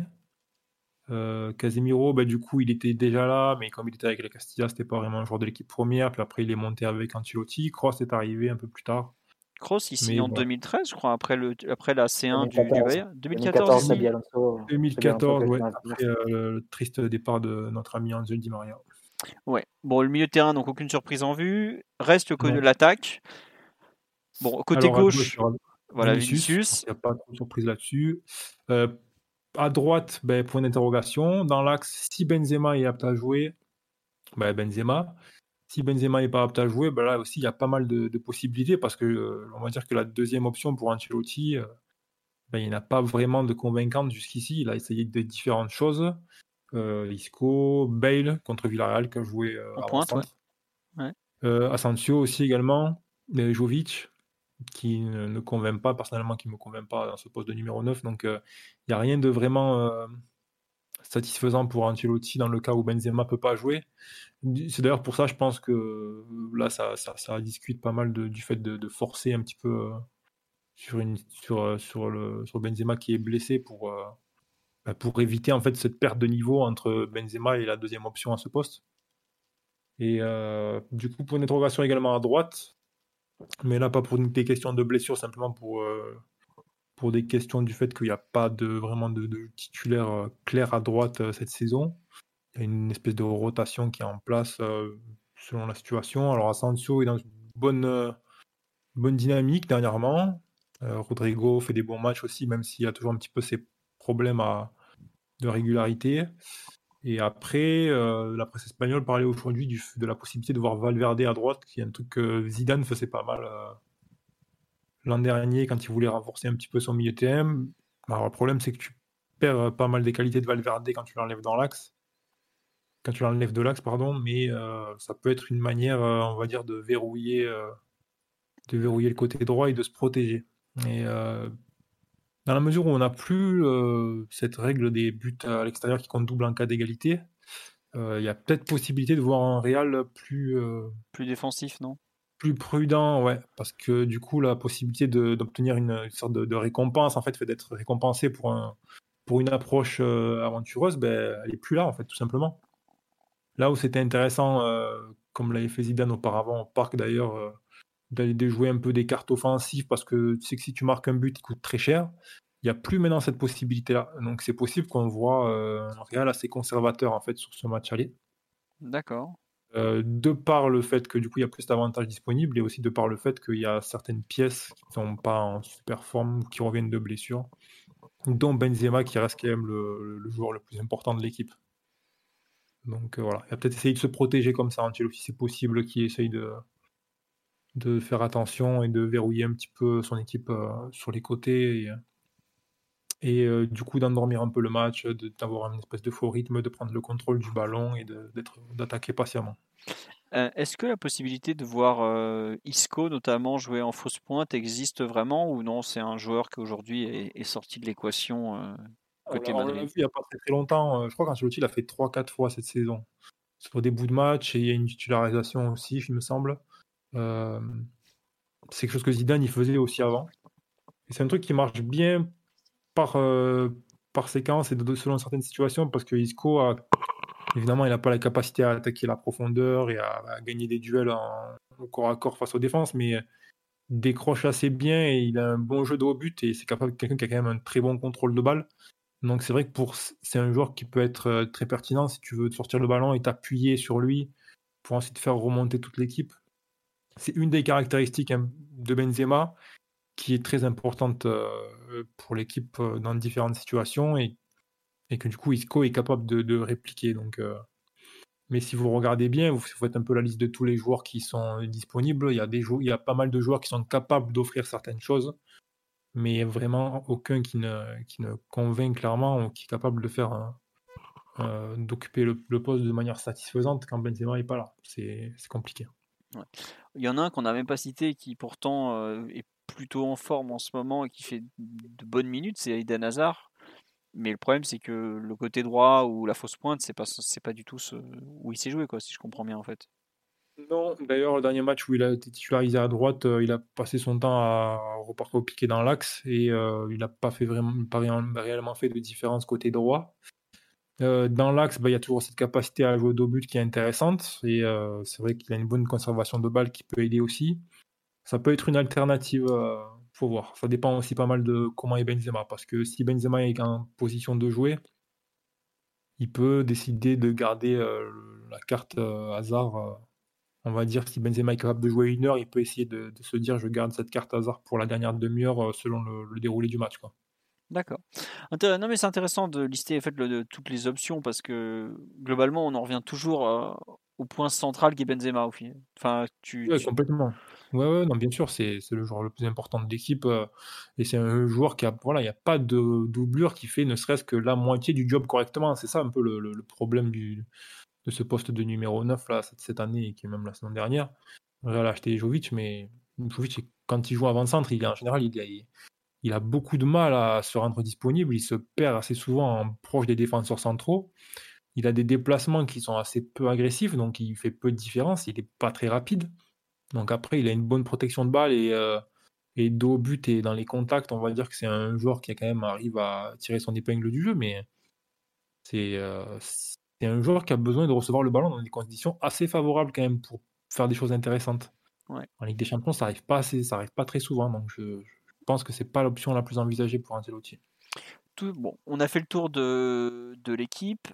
Speaker 7: Casemiro, du coup, il était déjà là, mais comme il était avec la Castilla, c'était pas vraiment un joueur de l'équipe première. Puis après, il est monté avec Ancelotti. Kroos est arrivé un peu plus tard.
Speaker 3: Kroos, il signe en 2013, je crois, après la C1 du Bayern.
Speaker 4: 2014, Xabi Alonso.
Speaker 7: 2014, ouais, après le triste départ de notre ami Angel Di Maria.
Speaker 3: Ouais. Bon, le milieu de terrain, donc aucune surprise en vue. Reste que l'attaque. Bon, côté gauche, voilà, Vinicius.
Speaker 7: Il n'y a pas trop de surprise là-dessus. À droite, point d'interrogation. Dans l'axe, si Benzema est apte à jouer, Benzema. Si Benzema n'est pas apte à jouer, là aussi, il y a pas mal de possibilités parce que on va dire que la deuxième option pour Ancelotti, il n'y en a pas vraiment de convaincante jusqu'ici. Il a essayé de différentes choses. Isco, Bale contre Villarreal qui a joué
Speaker 3: en pointe,
Speaker 7: ouais. Asensio aussi également, Jovic qui ne convainc pas, personnellement qui ne me convainc pas dans ce poste de numéro 9, donc il n'y a rien de vraiment satisfaisant pour Ancelotti dans le cas où Benzema ne peut pas jouer. C'est d'ailleurs pour ça, je pense que là ça discute pas mal du fait de forcer un petit peu sur Benzema qui est blessé pour éviter en fait cette perte de niveau entre Benzema et la deuxième option à ce poste. Et du coup, pour une interrogation également à droite, mais là pas pour des questions de blessure, simplement pour des questions du fait qu'il n'y a pas vraiment de titulaire clair à droite cette saison. Il y a une espèce de rotation qui est en place selon la situation. Alors Asensio est dans une bonne dynamique dernièrement. Rodrigo fait des bons matchs aussi, même s'il y a toujours un petit peu ses problèmes de régularité. Et après, la presse espagnole parlait aujourd'hui de la possibilité de voir Valverde à droite, qui est un truc que Zidane faisait pas mal l'an dernier quand il voulait renforcer un petit peu son milieu de terrain. Alors, le problème, c'est que tu perds pas mal des qualités de Valverde quand tu l'enlèves dans l'axe. Quand tu l'enlèves de l'axe, pardon, mais ça peut être une manière, on va dire, de verrouiller le côté droit et de se protéger. Et dans la mesure où on n'a plus cette règle des buts à l'extérieur qui compte double en cas d'égalité, il y a peut-être possibilité de voir un Real plus
Speaker 3: défensif, non?
Speaker 7: Plus prudent, ouais, parce que du coup, la possibilité d'obtenir une sorte de récompense, en fait, fait d'être récompensé pour une approche aventureuse, elle est plus là, en fait, tout simplement. Là où c'était intéressant, comme l'avait fait Zidane auparavant au Parc d'ailleurs, d'aller jouer un peu des cartes offensives, parce que tu sais que si tu marques un but, il coûte très cher. Il n'y a plus maintenant cette possibilité-là. Donc c'est possible qu'on voit un Real assez conservateur, en fait, sur ce match aller.
Speaker 3: D'accord.
Speaker 7: De par le fait que du coup il y a plus d'avantages disponibles et aussi de par le fait qu'il y a certaines pièces qui ne sont pas en super forme, qui reviennent de blessures, dont Benzema qui reste quand même le joueur le plus important de l'équipe. Donc voilà, il a peut-être essayé de se protéger comme ça, Ancelotti, c'est possible qu'il essaye de faire attention et de verrouiller un petit peu son équipe sur les côtés et du coup d'endormir un peu le match, d'avoir une espèce de faux rythme, de prendre le contrôle du ballon et d'attaquer patiemment.
Speaker 3: Est-ce que la possibilité de voir Isco notamment jouer en fausse pointe existe vraiment ou non? C'est un joueur qui aujourd'hui est sorti de l'équation côté
Speaker 7: On l'a
Speaker 3: Madrid.
Speaker 7: vu il n'y a pas très longtemps. Je crois qu'Ancelotti l'a fait 3-4 fois cette saison. Sur des bouts de match, et il y a une titularisation aussi, il me semble. C'est quelque chose que Zidane il faisait aussi avant. Et c'est un truc qui marche bien par, par séquence et selon certaines situations, parce que Isco, évidemment, il n'a pas la capacité à attaquer la profondeur et à gagner des duels au corps à corps face aux défenses, mais il décroche assez bien et il a un bon jeu de haut but et c'est capable quelqu'un qui a quand même un très bon contrôle de balle. Donc c'est vrai que c'est un joueur qui peut être très pertinent si tu veux sortir le ballon et t'appuyer sur lui pour ensuite faire remonter toute l'équipe. C'est une des caractéristiques de Benzema qui est très importante pour l'équipe dans différentes situations et que du coup Isco est capable de répliquer. Donc, mais si vous regardez bien, vous faites un peu la liste de tous les joueurs qui sont disponibles. Il y a pas mal de joueurs qui sont capables d'offrir certaines choses, mais vraiment aucun qui ne convainc clairement ou qui est capable de faire d'occuper le poste de manière satisfaisante quand Benzema n'est pas là. C'est compliqué.
Speaker 3: Ouais. Il y en a un qu'on n'a même pas cité qui pourtant est plutôt en forme en ce moment et qui fait de bonnes minutes, c'est Eden Hazard. Mais le problème c'est que le côté droit ou la fausse pointe, c'est pas du tout où il s'est joué, quoi, si je comprends bien en fait.
Speaker 7: Non, d'ailleurs, le dernier match où il a été titularisé à droite, il a passé son temps à repartir au piqué dans l'axe et il n'a pas réellement fait de différence côté droit. Dans l'axe, il y a toujours cette capacité à jouer au dos but qui est intéressante et c'est vrai qu'il a une bonne conservation de balle qui peut aider aussi. Ça peut être une alternative, faut voir. Ça dépend aussi pas mal de comment est Benzema parce que si Benzema est en position de jouer, il peut décider de garder la carte Hazard. On va dire si Benzema est capable de jouer 1 heure, il peut essayer de se dire je garde cette carte Hazard pour la dernière demi-heure selon le déroulé du match, quoi.
Speaker 3: D'accord. Non mais c'est intéressant de lister en fait, toutes les options parce que globalement on en revient toujours au point central qui est Benzema au final. Enfin,
Speaker 7: Ouais, complètement. Ouais, non, bien sûr, c'est le joueur le plus important de l'équipe et c'est un joueur voilà, il n'y a pas de doublure qui fait ne serait-ce que la moitié du job correctement. C'est ça un peu le problème de ce poste de numéro 9 là, cette année et qui est même la saison dernière. On a acheté Jovic, mais Jovic, quand il joue avant-centre, en général, il a beaucoup de mal à se rendre disponible. Il se perd assez souvent proche des défenseurs centraux. Il a des déplacements qui sont assez peu agressifs, donc il fait peu de différence. Il n'est pas très rapide. Donc après, il a une bonne protection de balle et dos au but et dans les contacts, on va dire que c'est un joueur qui quand même arrive à tirer son épingle du jeu, mais c'est un joueur qui a besoin de recevoir le ballon dans des conditions assez favorables quand même pour faire des choses intéressantes.
Speaker 3: Ouais.
Speaker 7: En Ligue des Champions, ça arrive pas très souvent, donc je pense que c'est pas l'option la plus envisagée pour Ancelotti.
Speaker 3: Bon, on a fait le tour de l'équipe.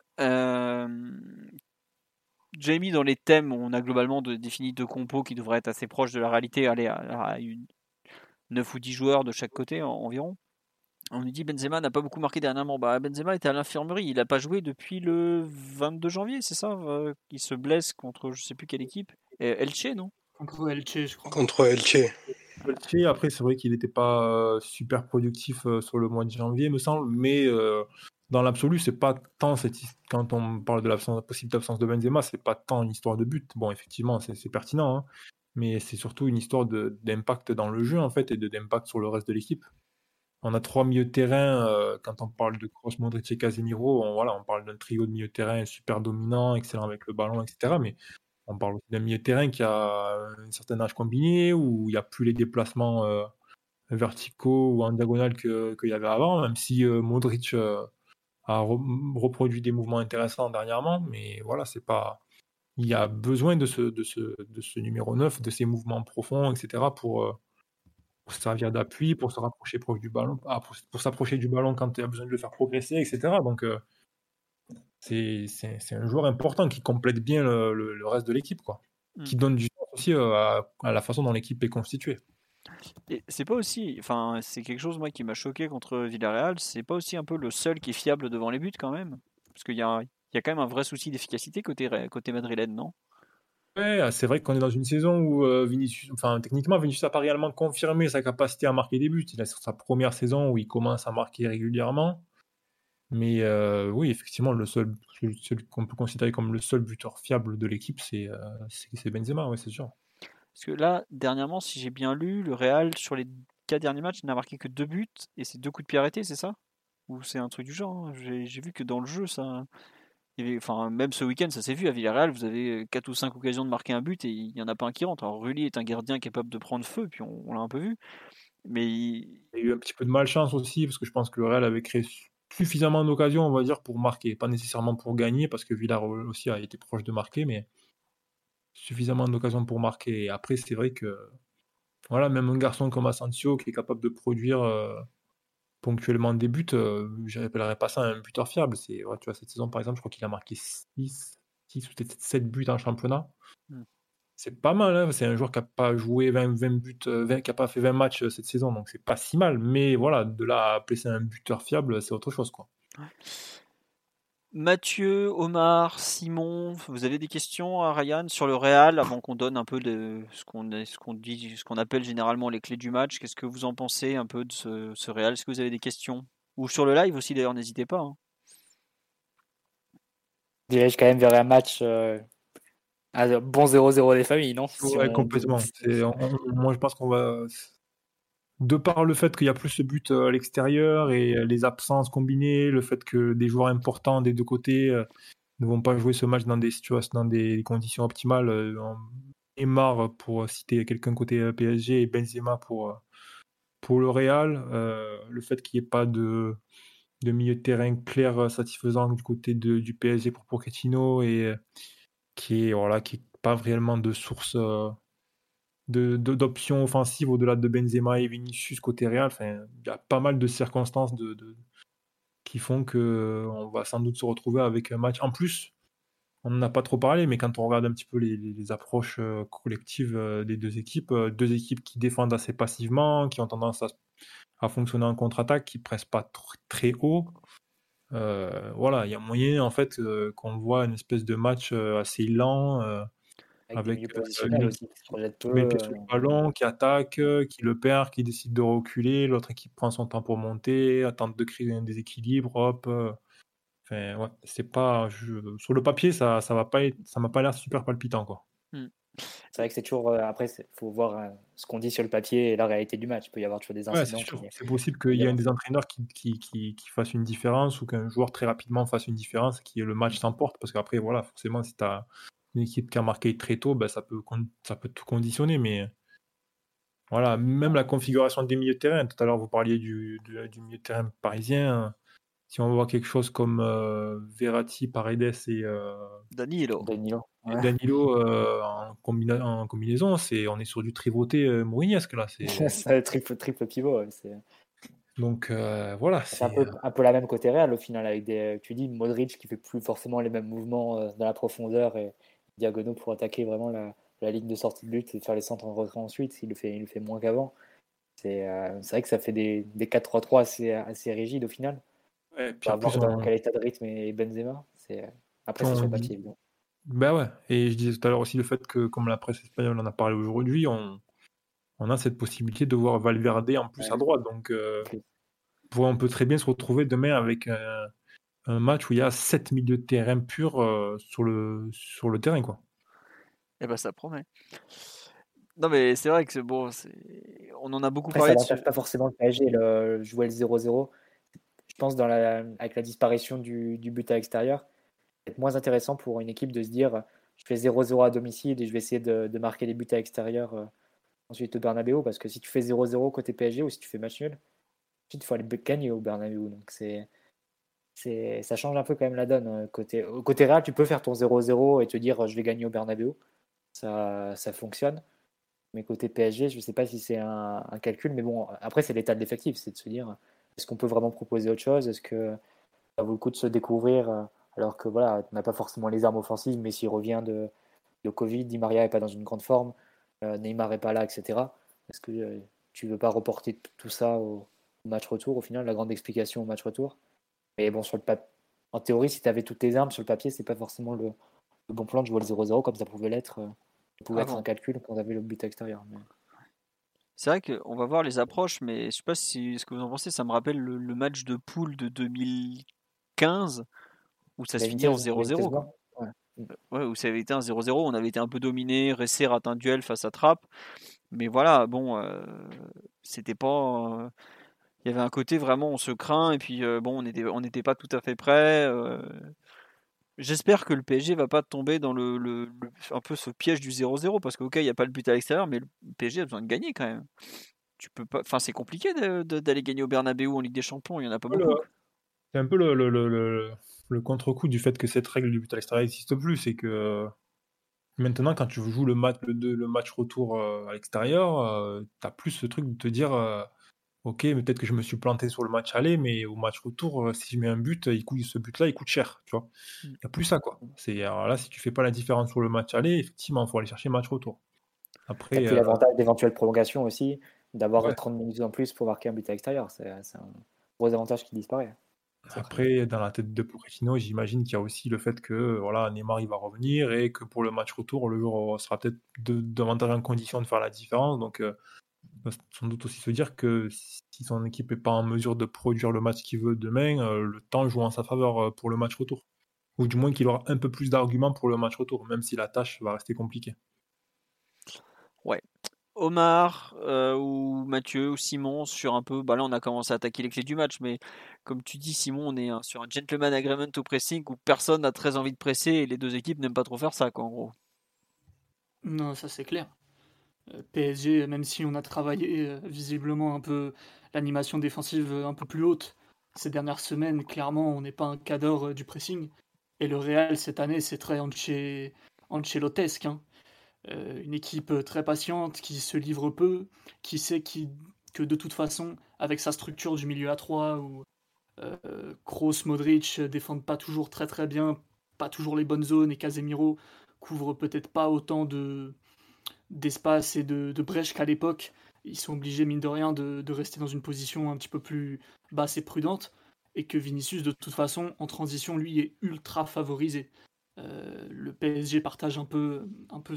Speaker 3: Jamie, dans les thèmes, on a globalement défini 2 compos qui devraient être assez proches de la réalité, aller à 9 ou 10 joueurs de chaque côté environ. On nous dit Benzema n'a pas beaucoup marqué dernièrement. Benzema était à l'infirmerie, il n'a pas joué depuis le 22 janvier, c'est ça Il se blesse contre je sais plus quelle équipe. Elche, non?
Speaker 6: Contre Elche, je crois.
Speaker 5: Contre Elche.
Speaker 7: Après, c'est vrai qu'il n'était pas super productif sur le mois de janvier, me semble, mais dans l'absolu, c'est pas tant quand on parle de la possible absence de Benzema, c'est pas tant une histoire de but. Bon, effectivement, c'est pertinent, hein, mais c'est surtout une histoire d'impact dans le jeu en fait et d'impact sur le reste de l'équipe. On a 3 milieux de terrain. Quand on parle de Kroos, Modric et Casemiro, on parle d'un trio de milieu de terrain super dominant, excellent avec le ballon, etc. Mais on parle aussi d'un milieu de terrain qui a un certain âge combiné, où il n'y a plus les déplacements verticaux ou en diagonale qu'il y avait avant, même si Modric a reproduit des mouvements intéressants dernièrement. Mais voilà, c'est pas. Il y a besoin de ce numéro 9, de ces mouvements profonds, etc. pour servir d'appui, pour se rapprocher proche du ballon, pour s'approcher du ballon quand tu as besoin de le faire progresser, etc. Donc c'est un joueur important qui complète bien le reste de l'équipe, quoi. Qui donne du sens aussi à la façon dont l'équipe est constituée.
Speaker 3: Et c'est pas aussi, enfin, c'est quelque chose moi qui m'a choqué contre Villarreal. C'est pas aussi un peu le seul qui est fiable devant les buts quand même, parce qu'il y a quand même un vrai souci d'efficacité côté madrilène, non?
Speaker 7: Ouais, c'est vrai qu'on est dans une saison où techniquement, Vinicius n'a pas réellement confirmé sa capacité à marquer des buts. Il est sur sa première saison où il commence à marquer régulièrement. Mais oui, effectivement, celui qu'on peut considérer comme le seul buteur fiable de l'équipe, c'est Benzema, ouais, c'est sûr.
Speaker 3: Parce que là, dernièrement, si j'ai bien lu, le Real, sur les 4 derniers matchs, n'a marqué que 2 buts et c'est 2 coups de pied arrêtés, c'est ça? ou c'est un truc du genre, hein. J'ai vu que dans le jeu, ça. Enfin, même ce week-end, ça s'est vu à Villarreal, vous avez 4 ou 5 occasions de marquer un but et il n'y en a pas un qui rentre. Alors Rulli est un gardien capable de prendre feu, puis on l'a un peu vu. Mais
Speaker 7: Il y a eu un petit peu de malchance aussi, parce que je pense que le Real avait créé suffisamment d'occasions, on va dire, pour marquer. Pas nécessairement pour gagner, parce que Villarreal aussi a été proche de marquer, mais suffisamment d'occasions pour marquer. Et après, c'est vrai que voilà, même un garçon comme Asensio qui est capable de produire ponctuellement des buts, je n'appellerais pas ça un buteur fiable. Ouais, tu vois, cette saison, par exemple, je crois qu'il a marqué 6 ou peut-être 7 buts en championnat. C'est pas mal, hein. C'est un joueur qui n'a pas joué 20 buts, qui n'a pas fait 20 matchs cette saison, donc c'est pas si mal. Mais voilà, de là à appeler ça un buteur fiable, c'est autre chose, quoi.
Speaker 3: Mathieu, Omar, Simon, vous avez des questions à Ryan sur le Real avant qu'on donne un peu de ce qu'on appelle généralement les clés du match. Qu'est-ce que vous en pensez un peu de ce Real? Est-ce que vous avez des questions? Ou sur le live aussi d'ailleurs, n'hésitez pas, hein.
Speaker 4: Dirige quand même vers un match un bon 0-0 des familles, non?
Speaker 7: Ouais, complètement. Moi, je pense qu'on va. De par le fait qu'il y a plus ce but à l'extérieur et les absences combinées, le fait que des joueurs importants des deux côtés ne vont pas jouer ce match dans des situations, dans des conditions optimales. Neymar, pour citer quelqu'un côté PSG, et Benzema pour le Real. Le fait qu'il n'y ait pas de milieu de terrain clair satisfaisant du côté du PSG pour Pochettino et qui est pas réellement de source d'options offensives au-delà de Benzema et Vinicius côté Real. Enfin, il y a pas mal de circonstances qui font que on va sans doute se retrouver avec un match. En plus, on n'en a pas trop parlé, mais quand on regarde un petit peu les approches collectives des deux équipes qui défendent assez passivement, qui ont tendance à fonctionner en contre-attaque, qui pressent pas très haut. Voilà, il y a moyen en fait qu'on voit une espèce de match assez lent
Speaker 4: Avec des
Speaker 7: avec
Speaker 4: milieux positionnels aussi, qui se projettent peu.
Speaker 7: met le pied sur le ballon, qui attaque, qui le perd, qui décide de reculer, l'autre équipe prend son temps pour monter, tente de créer un déséquilibre, hop. Enfin, ouais, c'est pas. Sur le papier, ça va pas ça m'a pas l'air super palpitant, quoi.
Speaker 4: C'est vrai que c'est toujours. Après, il faut voir ce qu'on dit sur le papier et la réalité du match. Il peut y avoir toujours des
Speaker 7: Ouais,
Speaker 4: incidents.
Speaker 7: c'est sûr. C'est possible qu'il y ait un des entraîneurs qui fasse une différence ou qu'un joueur très rapidement fasse une différence, qui le match s'emporte. Parce qu'après, voilà, forcément, si tu as une équipe qui a marqué très tôt, ben, ça peut tout conditionner. Mais voilà, même la configuration des milieux de terrain. Tout à l'heure, vous parliez du milieu de terrain parisien. Si on voit quelque chose comme Verratti, Paredes et
Speaker 3: Danilo.
Speaker 4: Ouais.
Speaker 7: Danilo en combinaison, on est sur du trivoté mourinesque là.
Speaker 4: C'est triple pivot. Ouais,
Speaker 7: donc voilà.
Speaker 4: C'est un peu la même côté Real au final, avec tu dis Modric qui fait plus forcément les mêmes mouvements dans la profondeur et diagonaux pour attaquer vraiment la ligne de sortie de but et faire les centres en retrait ensuite. Il le fait moins qu'avant. C'est vrai que ça fait des 4-3-3 assez rigides au final.
Speaker 7: Ouais, puis
Speaker 4: on va voir dans quel état de rythme est Benzema. Après, c'est sur le papier, évidemment.
Speaker 7: Ben ouais, et je disais tout à l'heure aussi le fait que, comme la presse espagnole en a parlé aujourd'hui, on a cette possibilité de voir Valverde en plus à droite. Donc, on peut très bien se retrouver demain avec un match où il y a 7 milieux de terrain purs sur le terrain, quoi.
Speaker 3: Eh ben, ça promet. Non, mais c'est vrai que bon, on en a beaucoup
Speaker 4: Après,
Speaker 3: parlé.
Speaker 4: Ça n'empêche pas forcément le PSG jouer le 0-0. Je pense avec la disparition du but à l'extérieur, c'est moins intéressant pour une équipe de se dire je fais 0-0 à domicile et je vais essayer de marquer des buts à l'extérieur ensuite au Bernabeu, parce que si tu fais 0-0 côté PSG ou si tu fais match nul, ensuite il faut aller gagner au Bernabeu. Donc ça change un peu quand même la donne. Côté Real, tu peux faire ton 0-0 et te dire je vais gagner au Bernabeu. Ça fonctionne. Mais côté PSG, je ne sais pas si c'est un calcul. Mais bon, après, c'est l'état de l'effectif. C'est de se dire est-ce qu'on peut vraiment proposer autre chose? Est-ce que ça vaut le coup de se découvrir alors que voilà, on n'a pas forcément les armes offensives, mais s'il revient de Covid, Di Maria n'est pas dans une grande forme, Neymar n'est pas là, etc. Est-ce que tu ne veux pas reporter tout ça au match retour, au final, la grande explication au match retour? Mais bon, en théorie, si tu avais toutes tes armes sur le papier, c'est pas forcément le bon plan de jouer le 0-0 comme ça pouvait l'être. Ça pouvait être un calcul quand on avait le but extérieur. Mais...
Speaker 3: C'est vrai qu'on va voir les approches, mais je sais pas ce que vous en pensez. Ça me rappelle le match de poule de 2015 où ça se finit en 0-0. Ouais, où ça avait été un 0-0. On avait été un peu dominé. Ressé rate un duel face à Trapp. Mais voilà, bon, c'était pas. Il y avait un côté vraiment on se craint et puis bon on n'était pas tout à fait prêt. J'espère que le PSG va pas tomber dans un peu ce piège du 0-0 parce qu'ok il n'y a pas le but à l'extérieur mais le PSG a besoin de gagner quand même. Tu peux pas, enfin c'est compliqué d'aller gagner au Bernabéu en Ligue des Champions, il y en a pas beaucoup.
Speaker 7: C'est un peu le contre-coup du fait que cette règle du but à l'extérieur n'existe plus, c'est que maintenant quand tu joues le match retour à l'extérieur, tu as plus ce truc de te dire ok, mais peut-être que je me suis planté sur le match aller, mais au match retour, si je mets un but, ce but-là, il coûte cher, tu vois. Il n'y a plus ça, quoi. Alors là, si tu fais pas la différence sur le match aller, effectivement, il faut aller chercher le match retour.
Speaker 4: Après, t'as plus l'avantage d'éventuelles prolongations aussi, d'avoir 30 minutes en plus pour marquer un but à l'extérieur. C'est un gros avantage qui disparaît.
Speaker 7: Après, dans la tête de Pochettino, j'imagine qu'il y a aussi le fait que Neymar il va revenir et que pour le match retour, le joueur sera peut-être davantage en condition de faire la différence. Donc, il va sans doute aussi se dire que si son équipe n'est pas en mesure de produire le match qu'il veut demain, le temps joue en sa faveur pour le match retour. Ou du moins qu'il aura un peu plus d'arguments pour le match retour, même si la tâche va rester compliquée.
Speaker 3: Ouais. Omar ou Mathieu ou Simon sur un peu, là on a commencé à attaquer les clés du match, mais comme tu dis Simon, on est sur un gentleman agreement au pressing où personne n'a très envie de presser et les deux équipes n'aiment pas trop faire ça quoi, en gros.
Speaker 6: Non, ça c'est clair. PSG, même si on a travaillé visiblement un peu l'animation défensive un peu plus haute ces dernières semaines, clairement on n'est pas un cadre du pressing. Et le Real cette année c'est très Ancelotesque. Une équipe très patiente qui se livre peu, qui sait que de toute façon, avec sa structure du milieu à 3 où Kroos, Modric défendent pas toujours très très bien, pas toujours les bonnes zones et Casemiro couvre peut-être pas autant d'espace et de brèches qu'à l'époque. Ils sont obligés, mine de rien, de rester dans une position un petit peu plus basse et prudente. Et que Vinicius, de toute façon, en transition, lui, est ultra favorisé. Le PSG partage un peu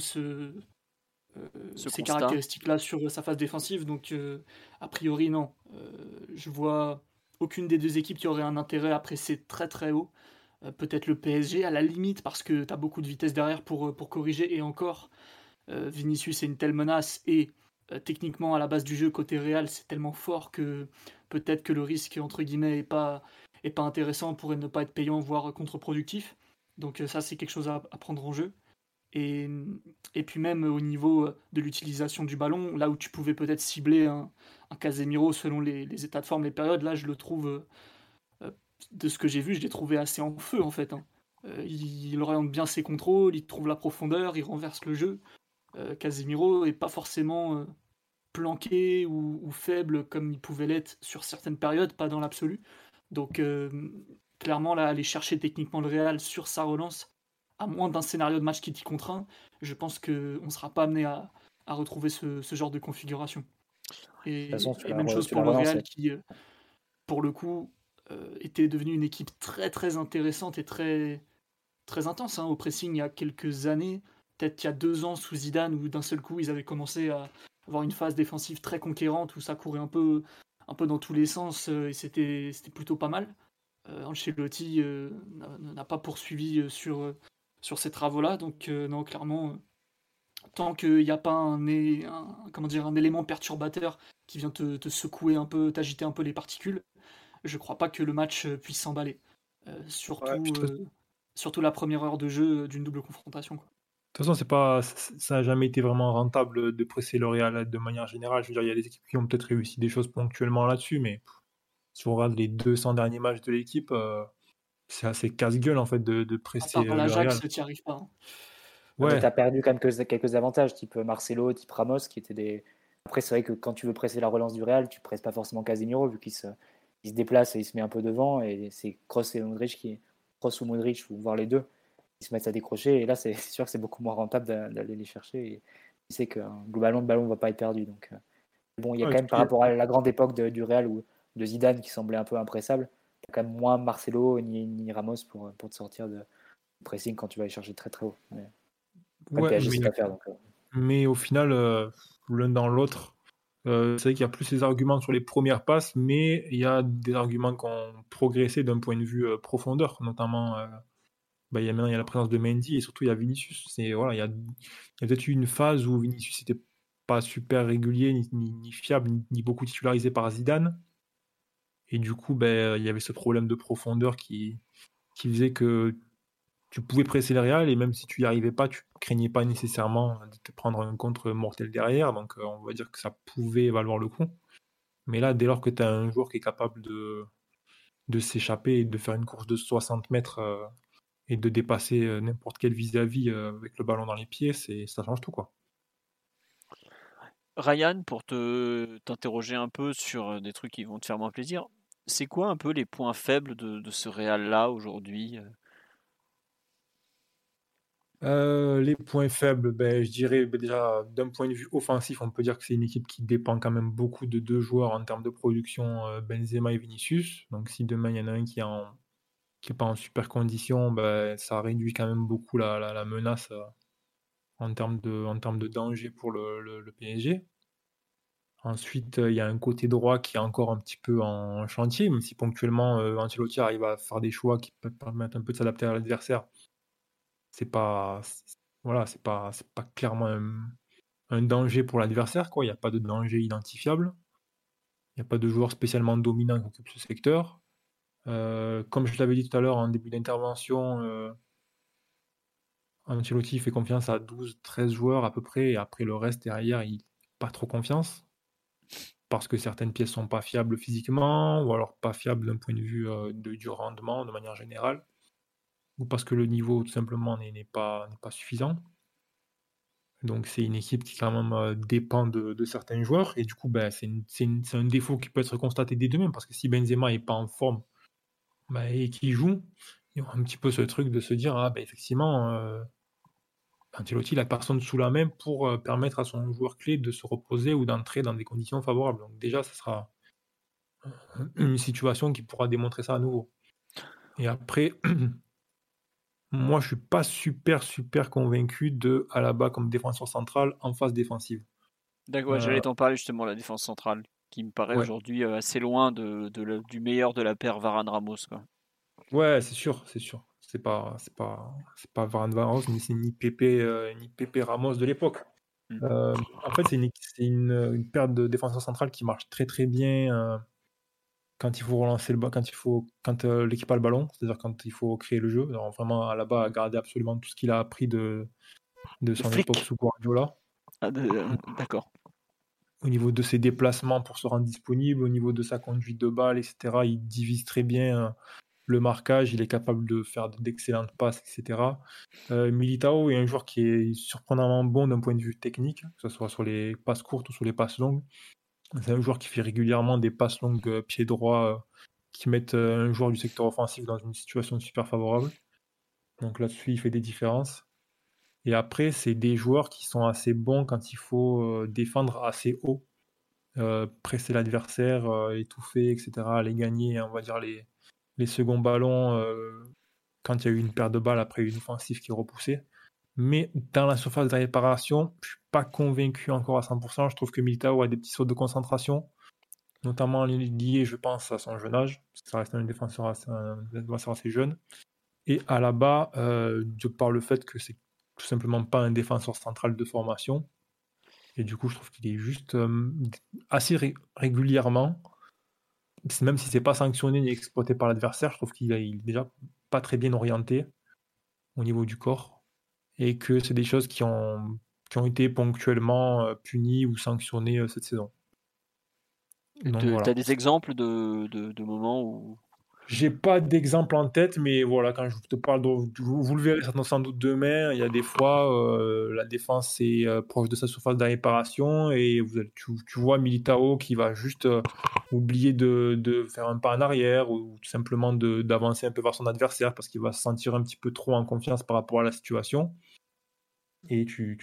Speaker 6: ces caractéristiques-là sur sa phase défensive. Donc, a priori, non. Je vois aucune des deux équipes qui aurait un intérêt à presser très très haut. Peut-être le PSG à la limite parce que tu as beaucoup de vitesse derrière pour corriger. Et encore, Vinicius est une telle menace et techniquement à la base du jeu côté Real c'est tellement fort que peut-être que le risque entre guillemets est pas intéressant, pourrait ne pas être payant voire contre-productif. Donc ça c'est quelque chose à prendre en jeu. Et puis même au niveau de l'utilisation du ballon, là où tu pouvais peut-être cibler un Casemiro selon les états de forme, les périodes, là je le trouve, de ce que j'ai vu, je l'ai trouvé assez en feu en fait. Il oriente bien ses contrôles, il trouve la profondeur, il renverse le jeu. Casemiro est pas forcément planqué ou faible comme il pouvait l'être sur certaines périodes, pas dans l'absolu. Donc clairement là, aller chercher techniquement le Real sur sa relance, à moins d'un scénario de match qui t'y contraint, je pense qu'on ne sera pas amené à retrouver ce genre de configuration. Et même chose pour le Real qui, pour le coup, était devenu une équipe très très intéressante et très, très intense au pressing il y a quelques années. Peut-être qu'il y a 2 ans sous Zidane où d'un seul coup ils avaient commencé à avoir une phase défensive très conquérante où ça courait un peu dans tous les sens et c'était plutôt pas mal. Ancelotti n'a pas poursuivi sur ces travaux-là, donc non, clairement, tant qu'il n'y a pas un élément perturbateur qui vient te secouer un peu, t'agiter un peu les particules, je crois pas que le match puisse s'emballer. Surtout la première heure de jeu d'une double confrontation, quoi.
Speaker 7: De toute façon, ça n'a jamais été vraiment rentable de presser le Real de manière générale. Je veux dire, il y a des équipes qui ont peut-être réussi des choses ponctuellement là-dessus, mais si on regarde les 200 derniers matchs de l'équipe, c'est assez casse-gueule en fait de presser
Speaker 6: à part
Speaker 7: le Real.
Speaker 6: l'Ajax, tu n'y arrives pas.
Speaker 4: Ouais. Tu as perdu quand même quelques avantages, type Marcelo, type Ramos, qui étaient des... Après, c'est vrai que quand tu veux presser la relance du Real, tu ne presses pas forcément Casemiro, vu qu'il se déplace et il se met un peu devant, et c'est Kroos et Modric Kroos ou Modric, ou voir les deux, ils se mettent à décrocher, et là c'est sûr que c'est beaucoup moins rentable d'aller les chercher, et tu sais que globalement le ballon ne va pas être perdu. Donc bon, il y a quand même par rapport à la grande époque du Real ou de Zidane qui semblait un peu impressable, il y a quand même moins Marcelo ni Ramos pour te sortir de pressing quand tu vas aller chercher très très haut.
Speaker 7: Mais au final, l'un dans l'autre, c'est vrai qu'il y a plus ces arguments sur les premières passes, mais il y a des arguments qui ont progressé d'un point de vue profondeur, notamment il y a la présence de Mendy et surtout il y a Vinicius. Il y a peut-être eu une phase où Vinicius n'était pas super régulier, ni fiable, ni beaucoup titularisé par Zidane. Et du coup, il y avait ce problème de profondeur qui faisait que tu pouvais presser le Real et même si tu n'y arrivais pas, tu craignais pas nécessairement de te prendre un contre mortel derrière. Donc, on va dire que ça pouvait valoir le coup. Mais là, dès lors que tu as un joueur qui est capable de s'échapper et de faire une course de 60 mètres et de dépasser n'importe quel vis-à-vis avec le ballon dans les pieds, ça change tout, quoi.
Speaker 3: Ryan, pour t'interroger un peu sur des trucs qui vont te faire moins plaisir, c'est quoi un peu les points faibles de ce Real-là aujourd'hui?
Speaker 7: Les points faibles, je dirais déjà d'un point de vue offensif, on peut dire que c'est une équipe qui dépend quand même beaucoup de deux joueurs en termes de production, Benzema et Vinicius. Donc si demain il y en a un qui est pas en super condition, ça réduit quand même beaucoup la menace en termes de danger pour le PSG. Ensuite, il y a un côté droit qui est encore un petit peu en chantier, même si ponctuellement Ancelotti arrive à faire des choix qui peuvent permettre un peu de s'adapter à l'adversaire. Voilà, c'est pas clairement un danger pour l'adversaire, quoi. Il n'y a pas de danger identifiable. Il n'y a pas de joueur spécialement dominant qui occupe ce secteur. Comme je l'avais dit tout à l'heure en début d'intervention, Ancelotti fait confiance à 12-13 joueurs à peu près, et après le reste derrière, il n'a pas trop confiance. Parce que certaines pièces sont pas fiables physiquement, ou alors pas fiables d'un point de vue du rendement de manière générale, ou parce que le niveau tout simplement n'est pas suffisant. Donc c'est une équipe qui quand même dépend de certains joueurs, et du coup c'est un défaut qui peut être constaté dès demain, parce que si Benzema n'est pas en forme et qu'il joue, il y aura un petit peu ce truc de se dire effectivement Ancelotti n'a personne sous la main pour permettre à son joueur clé de se reposer ou d'entrer dans des conditions favorables. Donc déjà ça sera une situation qui pourra démontrer ça à nouveau. Et après, moi je suis pas super convaincu de Alaba comme défenseur central en phase défensive.
Speaker 3: D'accord, j'allais t'en parler justement, la défense centrale, qui me paraît aujourd'hui assez loin du meilleur de la paire Varane-Ramos, quoi.
Speaker 7: Ouais, c'est sûr. C'est pas Varane Ramos, mais c'est ni Pepe Ramos de l'époque. En fait, c'est une paire de défenseurs centrales qui marche très bien quand il faut relancer le bas, quand l'équipe a le ballon, c'est-à-dire quand il faut créer le jeu. Alors, vraiment, Alaba a gardé absolument tout ce qu'il a appris de son époque sous Guardiola.
Speaker 3: D'accord.
Speaker 7: Au niveau de ses déplacements pour se rendre disponible, au niveau de sa conduite de balle, etc., il divise très bien le marquage, il est capable de faire d'excellentes passes, etc. Militao est un joueur qui est surprenamment bon d'un point de vue technique, que ce soit sur les passes courtes ou sur les passes longues. C'est un joueur qui fait régulièrement des passes longues pied droit qui mettent un joueur du secteur offensif dans une situation super favorable. Donc là-dessus, il fait des différences. Et après, c'est des joueurs qui sont assez bons quand il faut défendre assez haut, presser l'adversaire, étouffer, etc., aller gagner, on va dire, les seconds ballons quand il y a eu une paire de balles après une offensive qui est repoussée. Mais dans la surface de réparation, je ne suis pas convaincu encore à 100%. Je trouve que Militao a des petits sauts de concentration, notamment liés, je pense, à son jeune âge, parce que ça reste un défenseur assez jeune. Et Alaba, par le fait que c'est tout simplement pas un défenseur central de formation. Et du coup, je trouve qu'il est juste assez régulièrement, même si c'est pas sanctionné ni exploité par l'adversaire, je trouve qu'il est déjà pas très bien orienté au niveau du corps, et que c'est des choses qui ont été ponctuellement punies ou sanctionnées cette saison.
Speaker 3: Donc, voilà. Tu as des exemples de moments où...
Speaker 7: J'ai pas d'exemple en tête, mais voilà, quand je te parle, vous le verrez sans doute demain, il y a des fois, la défense est proche de sa surface de réparation, et tu vois Militao qui va juste oublier de faire un pas en arrière, ou tout simplement d'avancer un peu vers son adversaire, parce qu'il va se sentir un petit peu trop en confiance par rapport à la situation. Et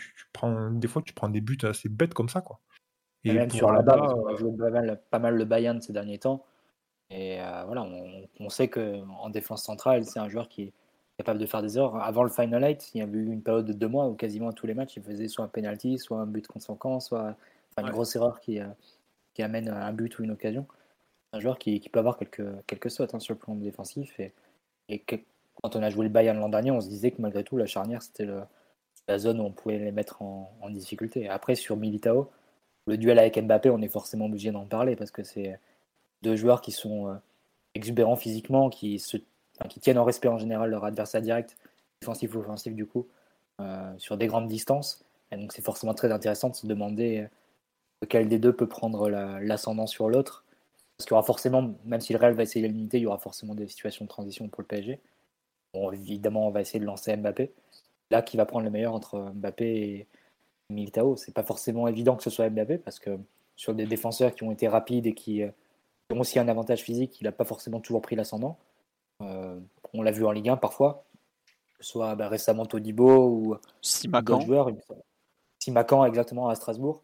Speaker 7: des fois, tu prends des buts assez bêtes comme ça, quoi.
Speaker 4: Et même sur la base, on a joué pas mal le Bayern ces derniers temps. Et voilà, on sait qu'en défense centrale, c'est un joueur qui est capable de faire des erreurs. Avant le Final 8, il y a eu une période de 2 mois où quasiment tous les matchs, il faisait soit un penalty, soit un but contre son camp, soit une grosse erreur qui amène un but ou une occasion. Un joueur qui peut avoir quelques sautes sur le plan défensif. Et quand on a joué le Bayern l'an dernier, on se disait que malgré tout, la charnière, c'était la zone où on pouvait les mettre en difficulté. Après, sur Militao, le duel avec Mbappé, on est forcément obligé d'en parler parce que c'est deux joueurs qui sont exubérants physiquement, qui tiennent en respect en général leur adversaire direct, défensif ou offensif du coup, sur des grandes distances. Et donc c'est forcément très intéressant de se demander lequel des deux peut prendre l'ascendant sur l'autre. Parce qu'il y aura forcément, même si le Real va essayer de le limiter, il y aura forcément des situations de transition pour le PSG. Bon, évidemment, on va essayer de lancer Mbappé. Là, qui va prendre le meilleur entre Mbappé et Militao. C'est pas forcément évident que ce soit Mbappé, parce que sur des défenseurs qui ont été rapides et qui ont aussi un avantage physique, il n'a pas forcément toujours pris l'ascendant. On l'a vu en Ligue 1 parfois, que ce soit récemment Todibo ou d'autres joueurs. Simakan, exactement, à Strasbourg.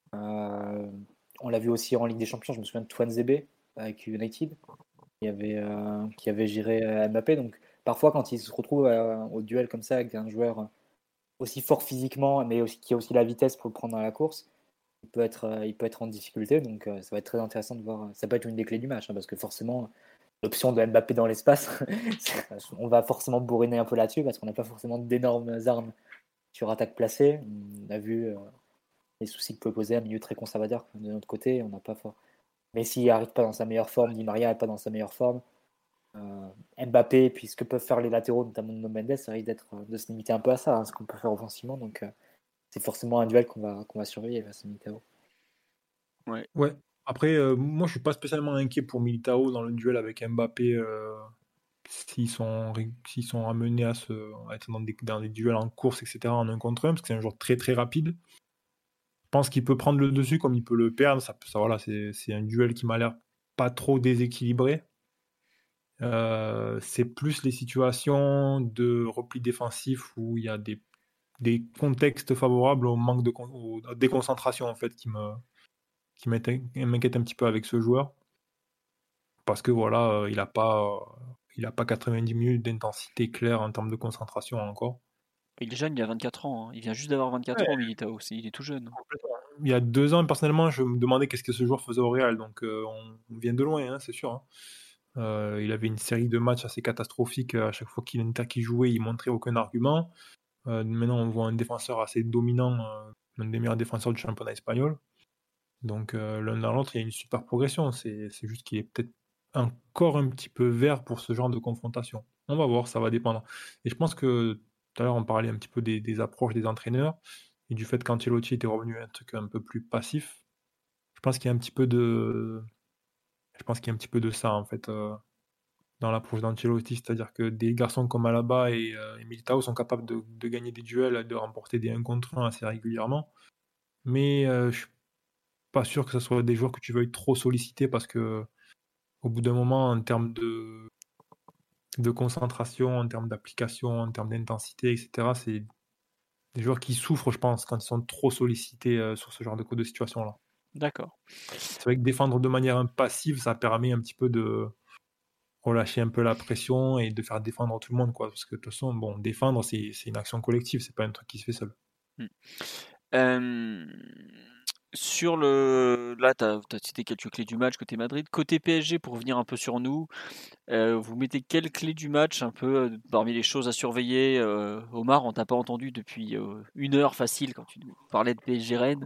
Speaker 4: On l'a vu aussi en Ligue des Champions, je me souviens de Twanzebe avec United, qui avait géré Mbappé. Donc parfois, quand il se retrouve au duel comme ça avec un joueur aussi fort physiquement, mais aussi, qui a aussi la vitesse pour le prendre dans la course, il peut être en difficulté. Donc ça va être très intéressant de voir. Ça peut être une des clés du match, parce que forcément, l'option de Mbappé dans l'espace, on va forcément bourriner un peu là-dessus, parce qu'on n'a pas forcément d'énormes armes sur attaque placée. On a vu les soucis que peut poser un milieu très conservateur de notre côté. On n'a pas fort. Messi n'arrive pas dans sa meilleure forme, Di Maria n'est pas dans sa meilleure forme. Mbappé, et puis ce que peuvent faire les latéraux, notamment Nuno Mendes, ça risque de se limiter un peu à ça, ce qu'on peut faire offensivement. Donc c'est forcément un duel qu'on va surveiller face à Militao.
Speaker 7: Ouais. Après, moi je suis pas spécialement inquiet pour Militao dans le duel avec Mbappé. S'ils sont amenés à être dans des duels en course, etc., en 1 contre 1, parce que c'est un joueur très très rapide. Je pense qu'il peut prendre le dessus comme il peut le perdre. Voilà, c'est un duel qui m'a l'air pas trop déséquilibré. C'est plus les situations de repli défensif où il y a des contextes favorables au manque de déconcentration en fait qui m'inquiète un petit peu avec ce joueur, parce que voilà, il a pas 90 minutes d'intensité claire en termes de concentration encore.
Speaker 3: Il est jeune, il a 24 ans. Il vient juste d'avoir 24 ans, Militao. Il est tout jeune.
Speaker 7: Il y a 2 ans, personnellement, je me demandais qu'est-ce que ce joueur faisait au Real. Donc, on vient de loin, hein, c'est sûr. Il avait une série de matchs assez catastrophiques. À chaque fois qu'il jouait, il montrait aucun argument. Maintenant, on voit un défenseur assez dominant, l'un des meilleurs défenseurs du championnat espagnol. Donc, l'un dans l'autre, il y a une super progression. C'est juste qu'il est peut-être encore un petit peu vert pour ce genre de confrontation. On va voir, ça va dépendre. Et je pense que tout à l'heure, on parlait un petit peu des approches des entraîneurs et du fait qu'Ancelotti était revenu à un truc un peu plus passif. Je pense qu'il y a un petit peu de ça, en fait, dans l'approche d'Ancelotti. C'est-à-dire que des garçons comme Alaba et Militao sont capables de gagner des duels, de remporter des 1 contre 1 assez régulièrement. Mais je suis pas sûr que ce soit des joueurs que tu veuilles trop solliciter, parce que au bout d'un moment, en termes de concentration, en termes d'application, en termes d'intensité, etc., c'est des joueurs qui souffrent, je pense, quand ils sont trop sollicités sur ce genre de situation-là.
Speaker 3: D'accord.
Speaker 7: C'est vrai que défendre de manière passive, ça permet un petit peu de relâcher un peu la pression et de faire défendre tout le monde, quoi. Parce que de toute façon, bon, défendre, c'est une action collective, c'est pas un truc qui se fait seul.
Speaker 3: Là, tu as cité quelques clés du match côté Madrid. Côté PSG, pour revenir un peu sur nous, vous mettez quelles clés du match un peu parmi les choses à surveiller? Omar, on t'a pas entendu depuis 1 heure facile quand tu nous parlais de PSG Rennes.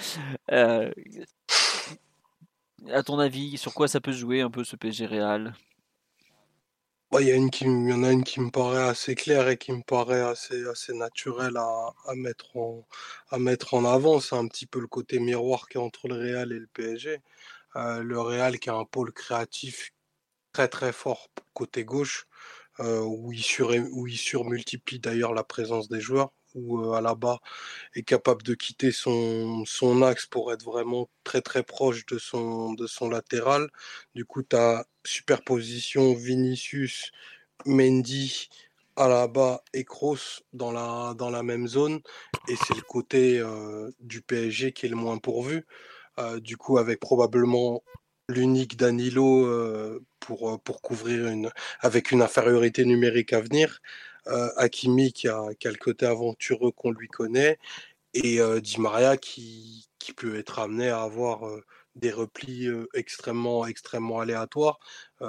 Speaker 3: À ton avis, sur quoi ça peut se jouer un peu ce PSG Real?
Speaker 5: Il y en a une qui me paraît assez claire et qui me paraît assez naturelle à mettre en avant. C'est un petit peu le côté miroir qu'il y a entre le Real et le PSG. Le Real qui a un pôle créatif très très fort côté gauche, où il surmultiplie d'ailleurs la présence des joueurs, où Alaba est capable de quitter son axe pour être vraiment très très proche de son latéral. Du coup, tu as superposition Vinicius, Mendy, Alaba et Kroos dans la même zone, et c'est le côté du PSG qui est le moins pourvu. Du coup, avec probablement l'unique Danilo pour couvrir avec une infériorité numérique à venir. Hakimi qui a le côté aventureux qu'on lui connaît, et Di Maria qui peut être amené à avoir des replis extrêmement aléatoires.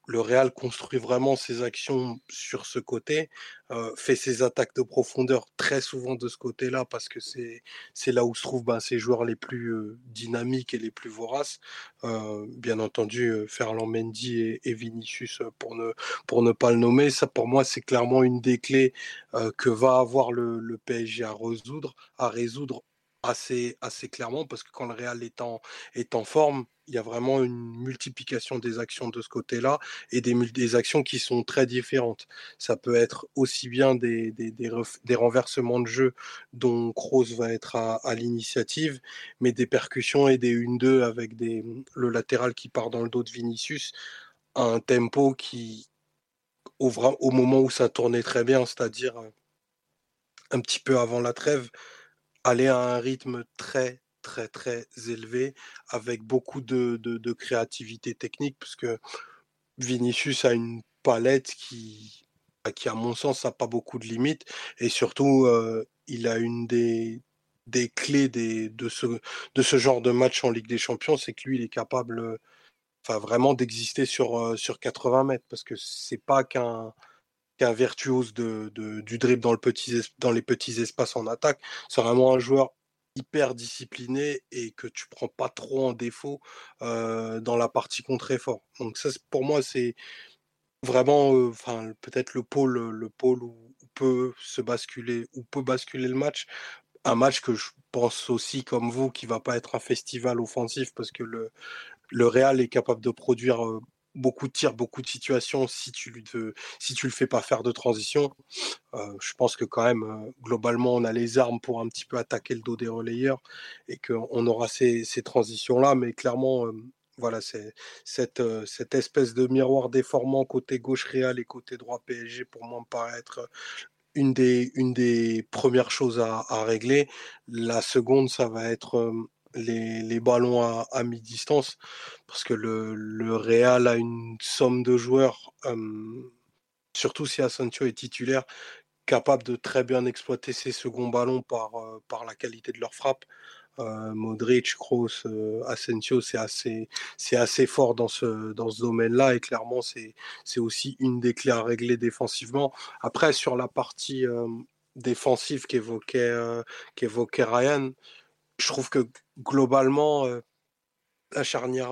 Speaker 5: le Real construit vraiment ses actions sur ce côté, fait ses attaques de profondeur très souvent de ce côté-là parce que c'est là où se trouvent ses joueurs les plus dynamiques et les plus voraces. Bien entendu, Ferland Mendy et Vinicius pour ne pas le nommer. Ça, pour moi, c'est clairement une des clés que va avoir le PSG à résoudre assez clairement parce que quand le Real est en forme, il y a vraiment une multiplication des actions de ce côté-là et des actions qui sont très différentes. Ça peut être aussi bien des renversements de jeu dont Kroos va être à l'initiative, mais des percussions et des 1-2 avec le latéral qui part dans le dos de Vinicius à un tempo qui, au moment où ça tournait très bien, c'est-à-dire un petit peu avant la trêve, aller à un rythme très, très, très élevé, avec beaucoup de créativité technique, parce que Vinicius a une palette qui à mon sens, n'a pas beaucoup de limites, et surtout, il a une des clés de ce genre de match en Ligue des Champions, c'est que lui, il est capable vraiment d'exister sur 80 mètres, parce que c'est pas qu'un virtuose du dribble dans les petits espaces en attaque. C'est vraiment un joueur hyper discipliné et que tu prends pas trop en défaut dans la partie contre-effort. Donc ça, pour moi, c'est vraiment peut-être le pôle où peut basculer le match. Un match que je pense aussi, comme vous, qui va pas être un festival offensif parce que le Real est capable de produire beaucoup de tirs, beaucoup de situations si tu le fais pas faire de transition. Je pense que quand même, globalement, on a les armes pour un petit peu attaquer le dos des relayeurs et qu'on aura ces transitions-là, mais clairement, voilà, c'est cette espèce de miroir déformant côté gauche Real et côté droit PSG, pour moi, me paraît être une des premières choses à régler. La seconde, ça va être les ballons à mi-distance, parce que le Real a une somme de joueurs, surtout si Asensio est titulaire, capable de très bien exploiter ces seconds ballons par la qualité de leur frappe. Modric, Kroos, Asensio, c'est assez fort dans ce domaine-là, et clairement c'est aussi une des clés à régler défensivement. Après, sur la partie défensive qu'évoquait Ryan, je trouve que globalement la charnière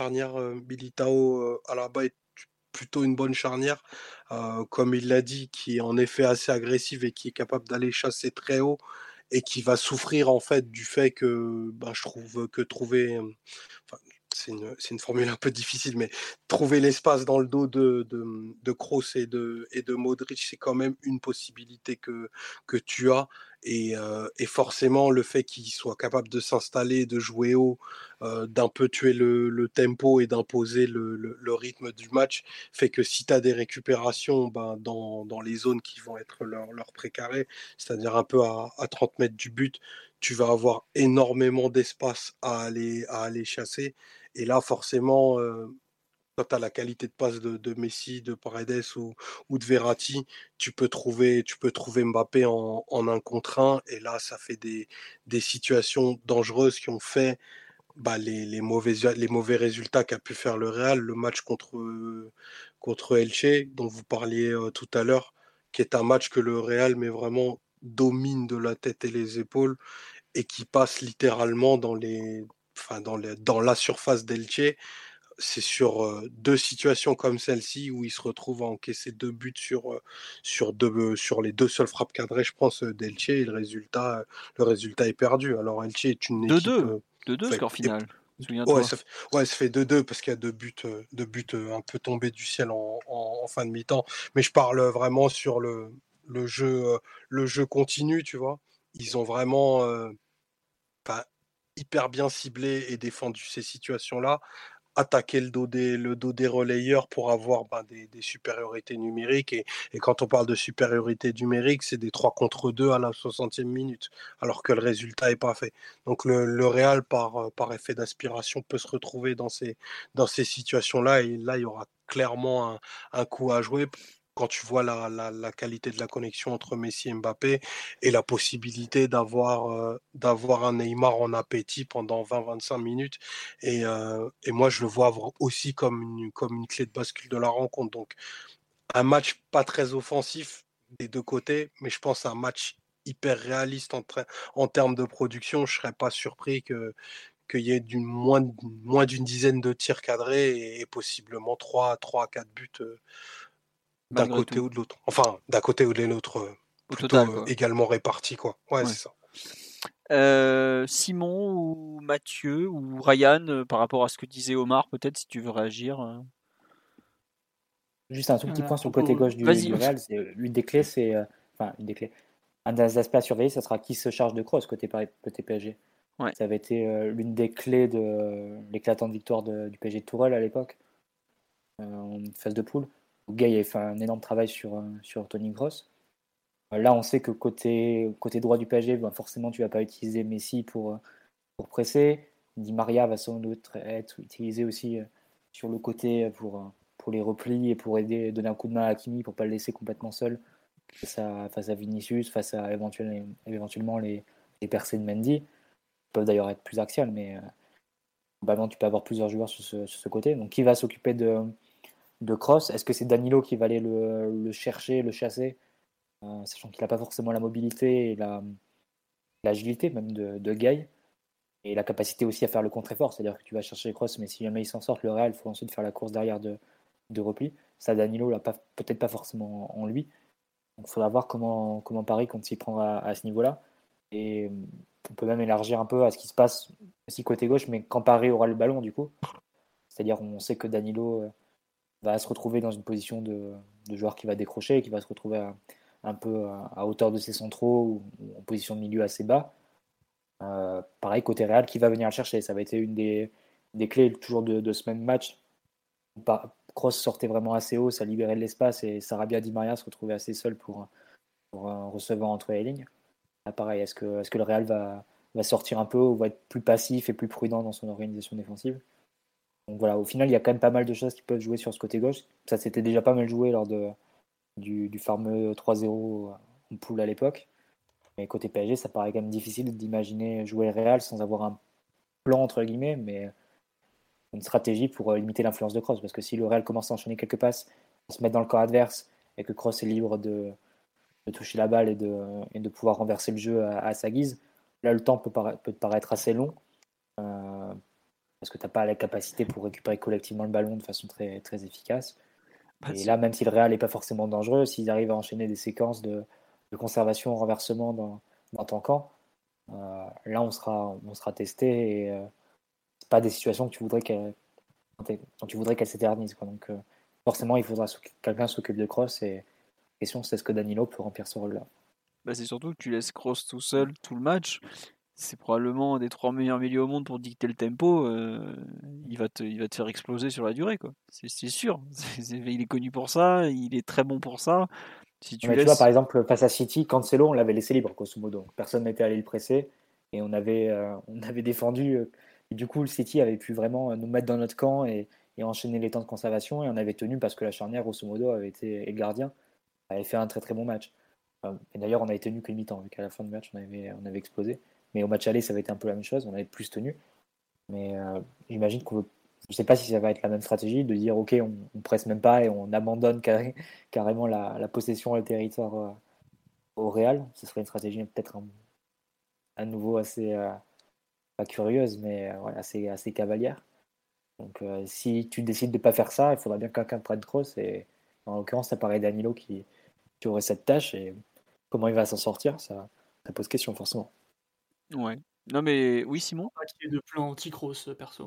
Speaker 5: Militao Alaba est plutôt une bonne charnière, comme il l'a dit, qui est en effet assez agressive et qui est capable d'aller chasser très haut et qui va souffrir en fait du fait que je trouve que trouver, enfin, c'est une formule un peu difficile, mais trouver l'espace dans le dos de Kroos et de Modric, c'est quand même une possibilité que tu as. Et forcément, le fait qu'il soit capable de s'installer, de jouer haut, d'un peu tuer le tempo et d'imposer le rythme du match, fait que si tu as des récupérations dans les zones qui vont être leur précaré, c'est-à-dire un peu à 30 mètres du but, tu vas avoir énormément d'espace à aller chasser. Et là, forcément, quand tu as la qualité de passe de Messi, de Paredes ou de Verratti, tu peux trouver Mbappé en 1 contre 1. Et là, ça fait des situations dangereuses qui ont fait les mauvais résultats qu'a pu faire le Real. Le match contre Elche, dont vous parliez tout à l'heure, qui est un match que le Real mais vraiment domine de la tête et les épaules et qui passe littéralement dans la surface d'Elche. C'est sur 2 situations comme celle-ci où il se retrouve à encaisser 2 buts sur les 2 seules frappes cadrées, je pense, d'Elche, et le résultat est perdu. Alors Elche est une équipe
Speaker 3: 2-2 score final.
Speaker 5: Ouais, ça fait 2-2 parce qu'il y a 2 buts un peu tombés du ciel en fin de mi-temps. Mais je parle vraiment sur le jeu continu, tu vois. Ils ont vraiment hyper bien ciblé et défendu ces situations-là, attaquer le dos des relayeurs pour avoir des supériorités numériques. Et quand on parle de supériorité numérique, c'est des 3 contre 2 à la 60e minute, alors que le résultat n'est pas fait. Donc le Real, par effet d'aspiration, peut se retrouver dans ces situations-là, et là, il y aura clairement un coup à jouer. quand tu vois la qualité de la connexion entre Messi et Mbappé et la possibilité d'avoir un Neymar en appétit pendant 20-25 minutes. Et moi, je le vois aussi comme une clé de bascule de la rencontre. Donc, un match pas très offensif des deux côtés, mais je pense un match hyper réaliste en termes de production. Je ne serais pas surpris qu'il y ait moins d'une dizaine de tirs cadrés et possiblement 3 à 4 buts d'un
Speaker 3: Malgré
Speaker 5: côté
Speaker 3: tout.
Speaker 5: ou de l'autre. Enfin, d'un côté ou de l'autre,
Speaker 3: Au
Speaker 5: plutôt
Speaker 3: total, quoi.
Speaker 5: également répartis, quoi. Ouais,
Speaker 3: Ouais.
Speaker 5: c'est ça.
Speaker 3: Simon ou Mathieu ou Ryan, par rapport à ce que disait Omar, peut-être si tu veux réagir.
Speaker 4: Juste un tout petit point sur le côté
Speaker 6: Propos,
Speaker 4: gauche
Speaker 3: Vas-y.
Speaker 4: du Real. L'une des clés, c'est. Enfin, une des clés. Un des aspects à surveiller, ça sera qui se charge de Kroos côté PSG.
Speaker 3: Ouais.
Speaker 4: Ça avait été l'une des clés de l'éclatante victoire du PSG de Tourelle à l'époque, en phase de poule, où Gay avait fait un énorme travail sur Toni Kroos. Là, on sait que côté droit du PSG, ben forcément, tu ne vas pas utiliser Messi pour presser. Di Maria va sans doute être utilisé aussi sur le côté pour les replis et pour aider, donner un coup de main à Hakimi pour ne pas le laisser complètement seul face à Vinicius, face à éventuellement les percées de Mendy. Ils peuvent d'ailleurs être plus axiales, mais globalement, tu peux avoir plusieurs joueurs sur ce côté. Donc, qui va s'occuper de Kroos? Est-ce que c'est Danilo qui va aller le chercher, le chasser, sachant qu'il n'a pas forcément la mobilité et l'agilité même de Gay et la capacité aussi à faire le contre-effort, c'est-à-dire que tu vas chercher Kroos, mais si jamais il s'en sort, le Real, il faut ensuite faire la course derrière de repli. Ça, Danilo l'a peut-être pas forcément en lui. Donc, il faudra voir comment Paris compte s'y prendre à ce niveau-là. Et on peut même élargir un peu à ce qui se passe aussi côté gauche, mais quand Paris aura le ballon, du coup. C'est-à-dire, on sait que Danilo va se retrouver dans une position de joueur qui va décrocher, qui va se retrouver un peu à hauteur de ses centraux ou en position de milieu assez bas. Pareil, côté Real, qui va venir le chercher? Ça va être une des clés toujours de ce même match. Kroos sortait vraiment assez haut, ça libérait de l'espace et Sarabia Di Maria se retrouvait assez seul pour recevoir entre les lignes. Là, pareil, est-ce que le Real va sortir un peu ou va être plus passif et plus prudent dans son organisation défensive? Donc voilà, au final, il y a quand même pas mal de choses qui peuvent jouer sur ce côté gauche. Ça s'était déjà pas mal joué lors du fameux 3-0 en poule à l'époque. Mais côté PSG, ça paraît quand même difficile d'imaginer jouer Real sans avoir un plan, entre guillemets, mais une stratégie pour limiter l'influence de Kroos. Parce que si le Real commence à enchaîner quelques passes, à se mettre dans le camp adverse, et que Kroos est libre de toucher la balle et de pouvoir renverser le jeu à sa guise, là, le temps peut te paraître assez long. Parce que tu n'as pas la capacité pour récupérer collectivement le ballon de façon très, très efficace. Et là, même si le Real n'est pas forcément dangereux, s'ils arrivent à enchaîner des séquences de conservation, renversement dans ton camp, là, on sera testé et c'est pas des situations que tu voudrais qu'elles s'éternisent. Donc, forcément, il faudra que quelqu'un s'occupe de Kroos et la question, c'est est-ce que Danilo peut remplir ce rôle-là?
Speaker 3: C'est surtout que tu laisses Kroos tout seul tout le match. C'est probablement un des 3 meilleurs milieux au monde pour dicter le tempo. Il va te faire exploser sur la durée, quoi. C'est sûr. Il est connu pour ça. Il est très bon pour ça. Si tu
Speaker 4: Mais tu vois, par exemple, face à City, Cancelo, on l'avait laissé libre, grosso modo. Personne n'était allé le presser et on avait défendu. Et du coup, le City avait pu vraiment nous mettre dans notre camp et enchaîner les temps de conservation. Et on avait tenu parce que la charnière, grosso modo, avait été, et le gardien avait fait un très très bon match. Et d'ailleurs, on avait tenu que mi-temps, vu qu'à la fin du match, on avait explosé. Mais au match aller, ça avait été un peu la même chose, on avait plus tenu. Mais j'imagine je ne sais pas si ça va être la même stratégie de dire ok, on presse même pas et on abandonne carrément la possession et le territoire au Real. Ce serait une stratégie peut-être à nouveau assez pas curieuse, mais assez cavalière. Donc si tu décides de ne pas faire ça, il faudra bien que quelqu'un prenne Kroos. Et en l'occurrence, ça paraît Danilo qui aurait cette tâche. Et comment il va s'en sortir, ça pose question forcément.
Speaker 3: Ouais. Non mais oui, Simon.
Speaker 6: Pas qu'il y ait de plan anti-Kroos, perso.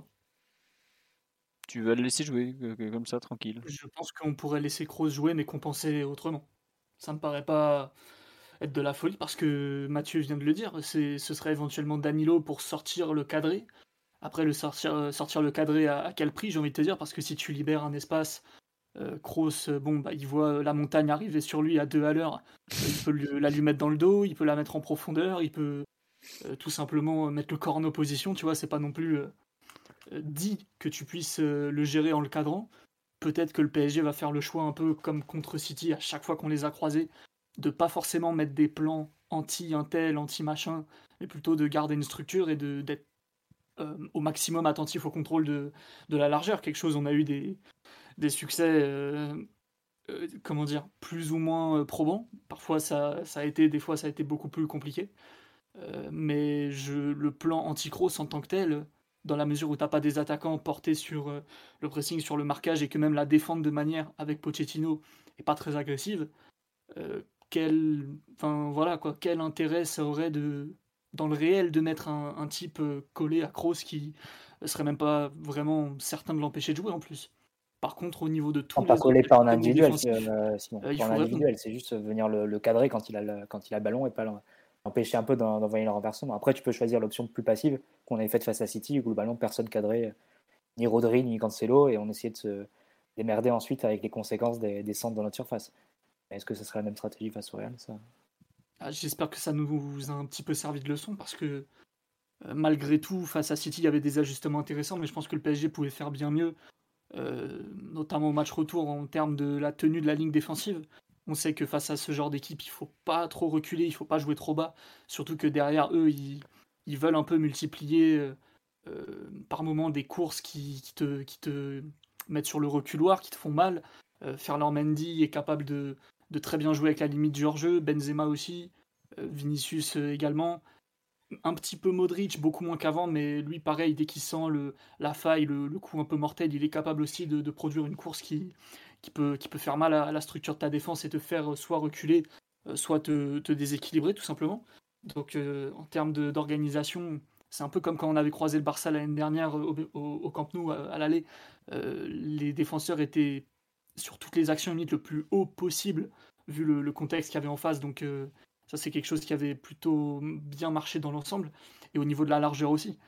Speaker 3: Tu vas le laisser jouer comme ça, tranquille.
Speaker 6: Je pense qu'on pourrait laisser Kroos jouer, mais compenser autrement. Ça me paraît pas être de la folie, parce que Mathieu vient de le dire, ce serait éventuellement Danilo pour sortir le cadré. Après, sortir le cadré à quel prix, j'ai envie de te dire, parce que si tu libères un espace, Kroos, il voit la montagne arriver sur lui à 2 à l'heure, il peut la lui mettre dans le dos, il peut la mettre en profondeur, il peut tout simplement mettre le corps en opposition, tu vois, c'est pas non plus dit que tu puisses le gérer en le cadrant. peut-être que le PSG va faire le choix un peu comme contre City à chaque fois qu'on les a croisés, de pas forcément mettre des plans anti-un tel, anti-machin, mais plutôt de garder une structure et d'être au maximum attentif au contrôle de la largeur. Quelque chose, on a eu des succès, comment dire, plus ou moins probants. Parfois ça a été, des fois ça a été beaucoup plus compliqué. Mais le plan anti-cross en tant que tel, dans la mesure où tu n'as pas des attaquants portés sur le pressing, sur le marquage, et que même la défense de manière avec Pochettino est pas très agressive, enfin, voilà, quoi, quel intérêt ça aurait dans le réel de mettre un type collé à Kroos qui serait même pas vraiment certain de l'empêcher de jouer en plus. Par contre, au niveau de tous
Speaker 4: pas
Speaker 6: les
Speaker 4: collé
Speaker 6: autres
Speaker 4: pas en
Speaker 6: éléments
Speaker 4: individuel,
Speaker 6: défensifs,
Speaker 4: sinon.
Speaker 6: il
Speaker 4: Pas en
Speaker 6: faut répondre.
Speaker 4: individuel, c'est juste venir le cadrer quand il a le ballon et pas l'empêcher un peu d'envoyer le renversement. Après, tu peux choisir l'option plus passive qu'on avait faite face à City, où le ballon, personne cadrait, ni Rodri, ni Cancelo, et on essayait de se démerder ensuite avec les conséquences des centres dans notre surface. Est-ce que ce serait la même stratégie face au Real, ça?
Speaker 6: J'espère que ça nous a un petit peu servi de leçon, parce que malgré tout, face à City, il y avait des ajustements intéressants, mais je pense que le PSG pouvait faire bien mieux, notamment au match retour en termes de la tenue de la ligne défensive. On sait que face à ce genre d'équipe, il faut pas trop reculer, il faut pas jouer trop bas, surtout que derrière eux, ils veulent un peu multiplier par moments des courses qui te mettent sur le reculoir, qui te font mal. Ferland Mendy est capable de très bien jouer avec la limite du hors-jeu, Benzema aussi, Vinicius également. Un petit peu Modric, beaucoup moins qu'avant, mais lui, pareil, dès qu'il sent la faille, le coup un peu mortel, il est capable aussi de produire une course qui peut faire mal à la structure de ta défense et te faire soit reculer, soit te déséquilibrer, tout simplement. Donc, en termes d'organisation, c'est un peu comme quand on avait croisé le Barça l'année dernière au Camp Nou à l'aller. Les défenseurs étaient sur toutes les actions limite le plus haut possible, vu le contexte qu'il y avait en face. Donc, ça, c'est quelque chose qui avait plutôt bien marché dans l'ensemble. Et au niveau de la largeur aussi.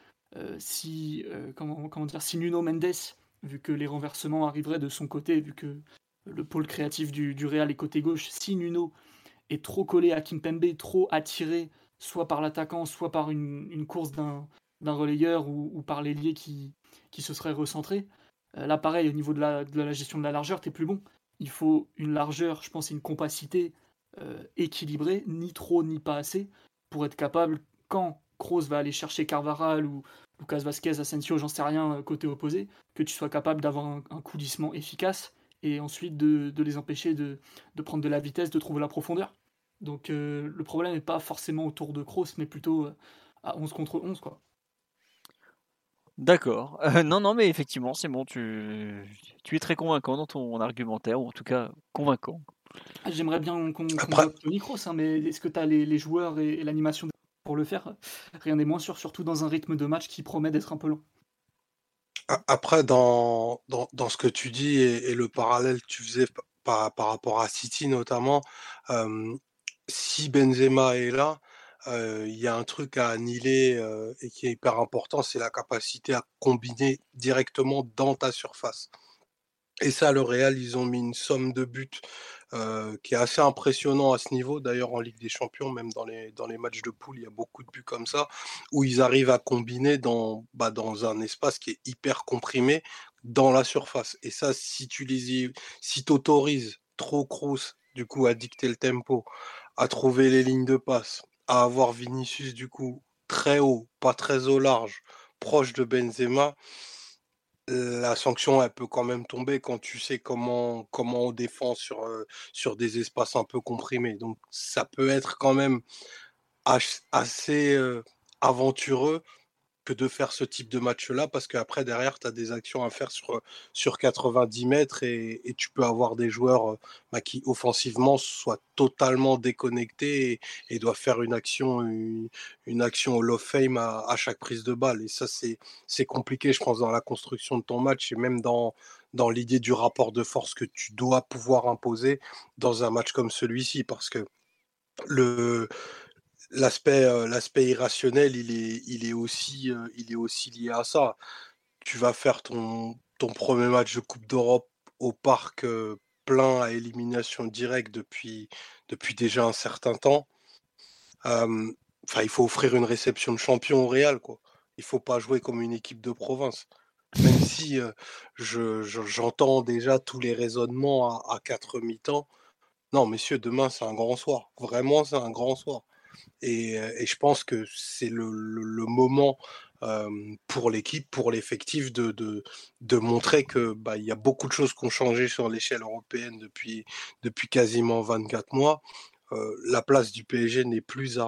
Speaker 6: Comment dire, si Nuno Mendes, vu que les renversements arriveraient de son côté, vu que le pôle créatif du Real est côté gauche, si Nuno est trop collé à Kimpembe, trop attiré, soit par l'attaquant, soit par une course d'un relayeur ou par l'ailier qui se serait recentré, là, pareil, au niveau de la gestion de la largeur, t'es plus bon. Il faut une largeur, je pense, une compacité équilibrée, ni trop ni pas assez, pour être capable, quand Kroos va aller chercher Carvajal ou Lucas Vasquez, Asensio, j'en sais rien, côté opposé, que tu sois capable d'avoir un coulissement efficace et ensuite de les empêcher de prendre de la vitesse, de trouver la profondeur. Donc le problème n'est pas forcément autour de Kroos, mais plutôt à 11 contre 11, quoi.
Speaker 3: D'accord. Non, mais effectivement, c'est bon, tu es très convaincant dans ton argumentaire, ou en tout cas convaincant.
Speaker 6: J'aimerais bien qu'on
Speaker 5: Après,
Speaker 6: voit Toni Kroos, hein, mais est-ce que tu as les joueurs et l'animation pour le faire? Rien n'est moins sûr, surtout dans un rythme de match qui promet d'être un peu long.
Speaker 5: après dans ce que tu dis et le parallèle que tu faisais par rapport à City notamment, si Benzema est là, il y a un truc à annihiler, et qui est hyper important, c'est la capacité à combiner directement dans ta surface. Et ça, le Real, ils ont mis une somme de buts, qui est assez impressionnant à ce niveau. D'ailleurs, en Ligue des Champions, même dans les matchs de poule, il y a beaucoup de buts comme ça, où ils arrivent à combiner dans un espace qui est hyper comprimé dans la surface. Et ça, si tu autorises trop Kroos, du coup, à dicter le tempo, à trouver les lignes de passe, à avoir Vinicius, du coup, très haut, pas très au large, proche de Benzema, la sanction, elle peut quand même tomber quand tu sais comment on défend sur des espaces un peu comprimés. Donc ça peut être quand même assez, aventureux que de faire ce type de match-là, parce qu'après derrière, tu as des actions à faire sur 90 mètres et tu peux avoir des joueurs, qui offensivement soient totalement déconnectés et doivent faire une action Hall of Fame à chaque prise de balle. Et ça, c'est compliqué, je pense, dans la construction de ton match et même dans l'idée du rapport de force que tu dois pouvoir imposer dans un match comme celui-ci, parce que le l'aspect irrationnel, il est aussi lié à ça. Tu vas faire ton premier match de coupe d'Europe au parc, plein à élimination directe depuis déjà un certain temps. Enfin, il faut offrir une réception de champion au Real, quoi. Il faut pas jouer comme une équipe de province. même si j'entends déjà tous les raisonnements à 4 mi-temps. Non, messieurs, demain, c'est un grand soir. Vraiment, c'est un grand soir. Et je pense que c'est le moment pour l'équipe, pour l'effectif de montrer que bah, il y a beaucoup de choses qui ont changé sur l'échelle européenne depuis quasiment 24 mois. La place du PSG n'est plus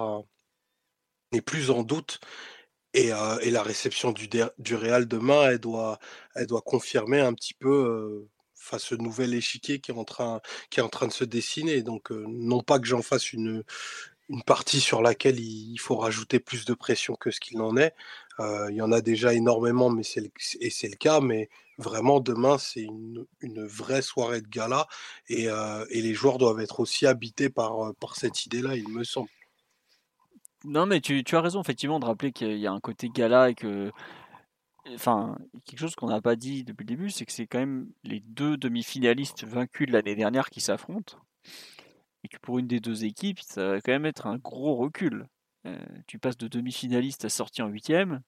Speaker 5: en doute. Et la réception du Real demain, elle doit confirmer un petit peu face ce nouvel échiquier qui est en train de se dessiner. Donc, non pas que j'en fasse une partie sur laquelle il faut rajouter plus de pression que ce qu'il en est. Il y en a déjà énormément, mais c'est le cas. Mais vraiment, demain, c'est une vraie soirée de gala. Et les joueurs doivent être aussi habités par cette idée-là, il me semble.
Speaker 3: Non, mais tu as raison, effectivement, de rappeler qu'il y a un côté gala et que. Enfin, quelque chose qu'on n'a pas dit depuis le début, c'est que c'est quand même les deux demi-finalistes vaincus de l'année dernière qui s'affrontent. Et que pour une des deux équipes, ça va quand même être un gros recul. Tu passes de demi-finaliste à sortie en huitième,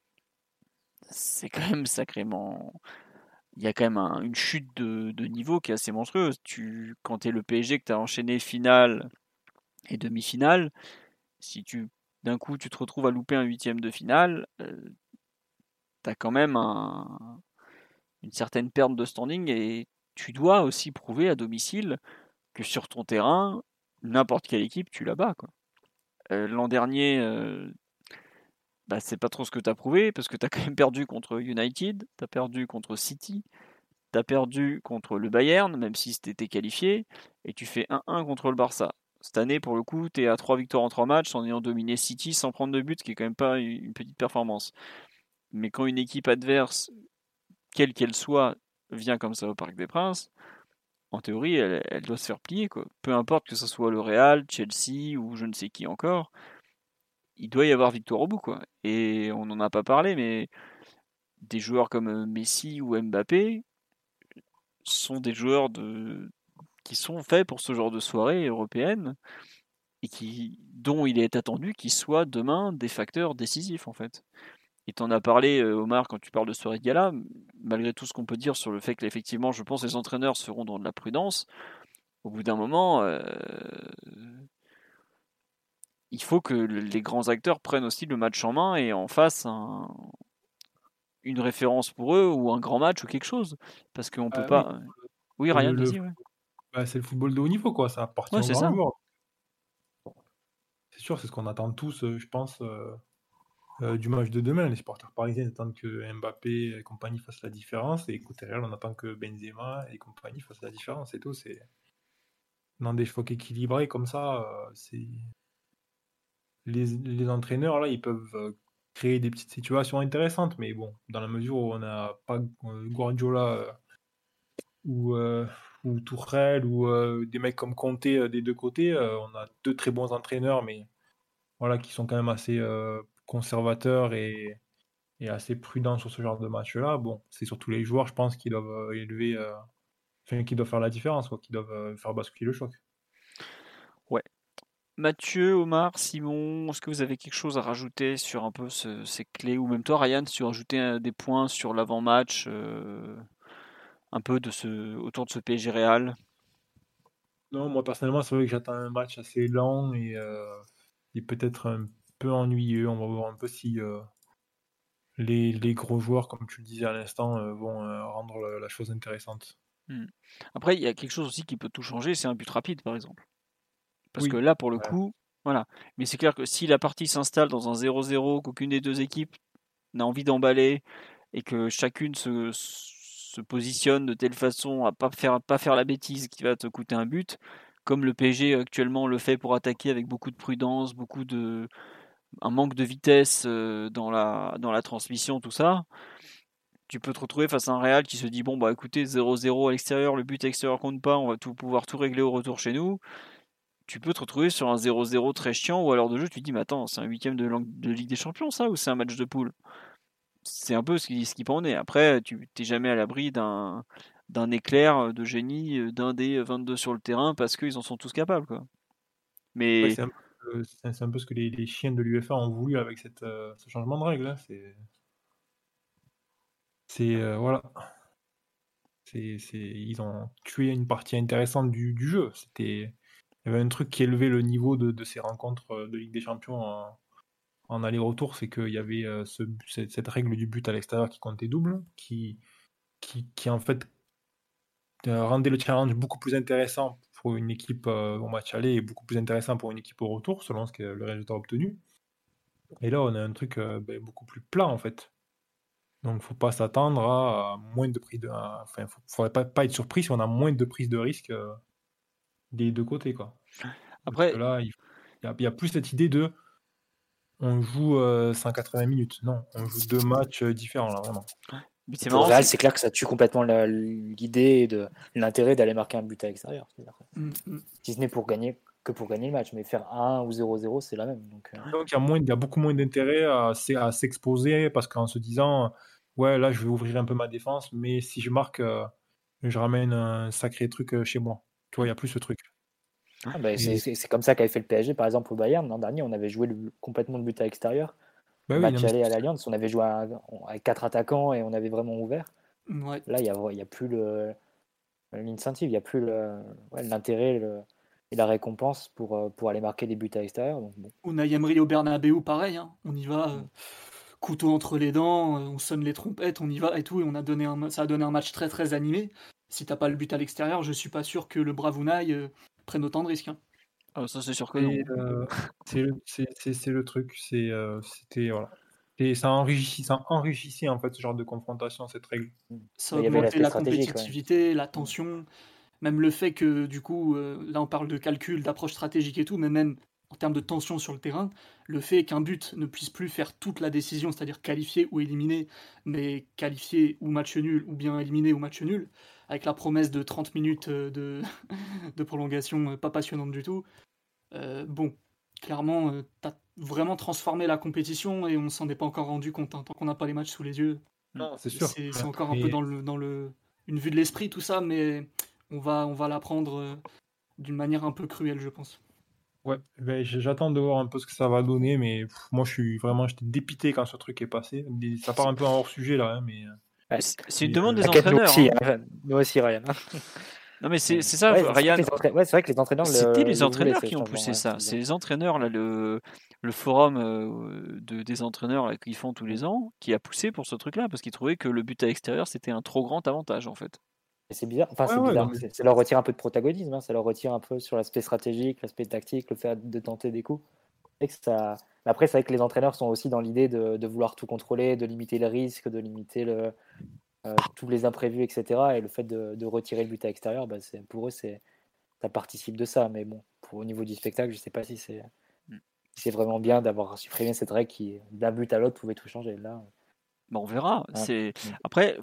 Speaker 3: c'est quand même sacrément. Il y a quand même une chute de niveau qui est assez monstrueuse. Quand tu es le PSG, que tu as enchaîné finale et demi-finale, si d'un coup tu te retrouves à louper un huitième de finale, tu as quand même une certaine perte de standing et tu dois aussi prouver à domicile que sur ton terrain, n'importe quelle équipe, tu la bats, quoi. L'an dernier, bah, c'est pas trop ce que tu as prouvé parce que tu as quand même perdu contre United, tu as perdu contre City, tu as perdu contre le Bayern, même si c'était qualifié, et tu fais 1-1 contre le Barça. Cette année, pour le coup, tu es à 3 victoires en 3 matchs en ayant dominé City sans prendre de but, ce qui est quand même pas une petite performance. Mais quand une équipe adverse, quelle qu'elle soit, vient comme ça au Parc des Princes, en théorie, elle doit se faire plier, quoi. Peu importe que ce soit le Real, Chelsea ou je ne sais qui encore, il doit y avoir victoire au bout, quoi. Et on n'en a pas parlé, mais des joueurs comme Messi ou Mbappé sont des joueurs qui sont faits pour ce genre de soirée européenne et dont il est attendu qu'ils soient demain des facteurs décisifs, en fait. Et t'en as parlé, Omar, quand tu parles de soirée de gala, malgré tout ce qu'on peut dire sur le fait qu'effectivement, je pense, les entraîneurs seront dans de la prudence. Au bout d'un moment, il faut que les grands acteurs prennent aussi le match en main et en fassent une référence pour eux ou un grand match ou quelque chose. Parce qu'on peut
Speaker 7: Oui,
Speaker 3: pas. Oui,
Speaker 7: pour
Speaker 3: Ryan, vas-y, ouais.
Speaker 7: C'est le football de haut niveau, quoi. Ça appartient
Speaker 3: Ouais,
Speaker 7: aux
Speaker 3: c'est
Speaker 7: grands
Speaker 3: ça.
Speaker 7: joueurs. C'est sûr, c'est ce qu'on attend tous, je pense, du match de demain. Les supporters parisiens attendent que Mbappé et compagnie fassent la différence. Et côté Real, on attend que Benzema et compagnie fassent la différence. C'est tout. C'est dans des chocs équilibrés comme ça. Les entraîneurs, là, ils peuvent créer des petites situations intéressantes. Mais bon, dans la mesure où on n'a pas Guardiola ou, euh, ou Tourelle ou des mecs comme Conte des deux côtés, on a deux très bons entraîneurs, mais voilà, qui sont quand même assez conservateurs et assez prudents sur ce genre de match-là. Bon, c'est surtout les joueurs, je pense, qui doivent qui doivent faire la différence, quoi, qui doivent faire basculer le choc.
Speaker 3: Ouais. Mathieu, Omar, Simon, est-ce que vous avez quelque chose à rajouter sur un peu ces clés ou même toi, Ryan, si tu rajouter des points sur l'avant-match, un peu autour de ce PSG Real?
Speaker 7: Non, moi personnellement, c'est vrai que j'attends un match assez lent et peut-être un peu ennuyeux. On va voir un peu si les gros joueurs, comme tu le disais à l'instant, vont rendre la chose intéressante.
Speaker 3: Hmm. Après, il y a quelque chose aussi qui peut tout changer, c'est un but rapide, par exemple. Parce que
Speaker 7: Oui.
Speaker 3: là, pour le
Speaker 7: Ouais.
Speaker 3: coup, voilà. Mais c'est clair que si la partie s'installe dans un 0-0, qu'aucune des deux équipes n'a envie d'emballer et que chacune se positionne de telle façon à pas faire la bêtise qui va te coûter un but, comme le PSG actuellement le fait pour attaquer avec beaucoup de prudence, un manque de vitesse dans la transmission, tout ça, tu peux te retrouver face à un Real qui se dit bon bah écoutez 0-0 à l'extérieur, le but extérieur compte pas, on va pouvoir tout régler au retour chez nous. Tu peux te retrouver sur un 0-0 très chiant ou alors de jeu tu te dis mais attends c'est un huitième de Ligue des Champions ça ou c'est un match de poule. C'est un peu ce qui peut en est. Après tu t'es jamais à l'abri d'un éclair de génie d'un des 22 sur le terrain parce qu'ils en sont tous capables quoi.
Speaker 7: Ouais,
Speaker 3: Mais
Speaker 7: c'est un peu ce que les chiens de l'UEFA ont voulu avec ce changement de règle, hein. Voilà. Ils ont tué une partie intéressante du jeu. Il y avait un truc qui élevait le niveau de ces rencontres de Ligue des Champions en aller-retour, c'est qu'il y avait cette règle du but à l'extérieur qui comptait double, qui en fait rendait le challenge beaucoup plus intéressant pour une équipe au match aller et beaucoup plus intéressant pour une équipe au retour, selon le résultat obtenu. Et là, on a un truc beaucoup plus plat, en fait. Donc, faut pas s'attendre à moins de prises de... Enfin, faudrait pas être surpris si on a moins de prises de risque des deux côtés, quoi.
Speaker 3: Après,
Speaker 7: parce que là, il y a plus cette idée de on joue 180 minutes. Non, on joue 2 matchs différents, là, vraiment.
Speaker 3: mais c'est
Speaker 4: Pour
Speaker 3: marrant,
Speaker 4: le Real, c'est clair que ça tue complètement l'idée de l'intérêt d'aller marquer un but à l'extérieur. Si ce n'est pour gagner le match, mais faire 1 ou 0-0, c'est la même. Donc
Speaker 7: il y a beaucoup moins d'intérêt à s'exposer parce qu'en se disant ouais, là, je vais ouvrir un peu ma défense, mais si je marque, je ramène un sacré truc chez moi. Tu vois, il n'y a plus ce truc.
Speaker 4: C'est comme ça qu'avait fait le PSG, par exemple, au Bayern. L'an dernier, on avait joué complètement le but à l'extérieur. Match aller à l'Allianz, on avait joué avec 4 attaquants et on avait vraiment ouvert.
Speaker 6: Ouais.
Speaker 4: Là, il n'y a plus l'incentive, il n'y a plus l'intérêt et la récompense pour aller marquer des buts à l'extérieur. Donc, bon.
Speaker 6: Unai Emery au Bernabeu, pareil. Hein. On y va, couteau entre les dents, on sonne les trompettes, on y va et tout. Et ça a donné un match très très animé. Si t'as pas le but à l'extérieur, je suis pas sûr que le brave Unai prenne autant de risques. Hein.
Speaker 3: Ah, ça c'est sûr que non.
Speaker 7: C'est le truc. C'était voilà. Et ça enrichissait en fait ce genre de confrontation, cette règle.
Speaker 6: Ça a augmenté la compétitivité, la tension, même le fait que du coup, là on parle de calcul, d'approche stratégique et tout, mais même en termes de tension sur le terrain, le fait qu'un but ne puisse plus faire toute la décision, c'est-à-dire qualifier ou éliminer, mais qualifier ou match nul, ou bien éliminer ou match nul, avec la promesse de 30 minutes de prolongation pas passionnante du tout, bon, clairement, t'as vraiment transformé la compétition et on s'en est pas encore rendu compte. Hein. Tant qu'on n'a pas les matchs sous les yeux,
Speaker 7: non, c'est sûr.
Speaker 6: C'est encore un peu dans une vue de l'esprit tout ça, mais on va l'apprendre d'une manière un peu cruelle, je pense.
Speaker 7: Ouais, j'attends de voir un peu ce que ça va donner, mais moi j'étais dépité quand ce truc est passé. Ça part un peu en hors sujet là, hein, mais.
Speaker 3: C'est une demande des entraîneurs.
Speaker 4: Nous aussi, Ryan.
Speaker 3: Non mais c'est ça, Ryan.
Speaker 4: C'est vrai que les entraîneurs.
Speaker 3: C'était les entraîneurs qui ont poussé ça. C'est les entraîneurs là, le forum des entraîneurs là, qu'ils font tous les ans, qui a poussé pour ce truc-là parce qu'ils trouvaient que le but à l'extérieur c'était un trop grand avantage en fait.
Speaker 4: Et c'est bizarre. Enfin, c'est bizarre. Ça leur retire un peu de protagonisme. Hein. Ça leur retire un peu sur l'aspect stratégique, l'aspect tactique, le fait de tenter des coups. Et que ça. Après, c'est vrai que les entraîneurs sont aussi dans l'idée de vouloir tout contrôler, de limiter le risque, de limiter tous les imprévus, etc. Et le fait de retirer le but à l'extérieur, pour eux, ça participe de ça. Mais bon, au niveau du spectacle, je ne sais pas si c'est vraiment bien d'avoir supprimé cette règle qui, d'un but à l'autre, pouvait tout changer. Là,
Speaker 3: on verra. Après,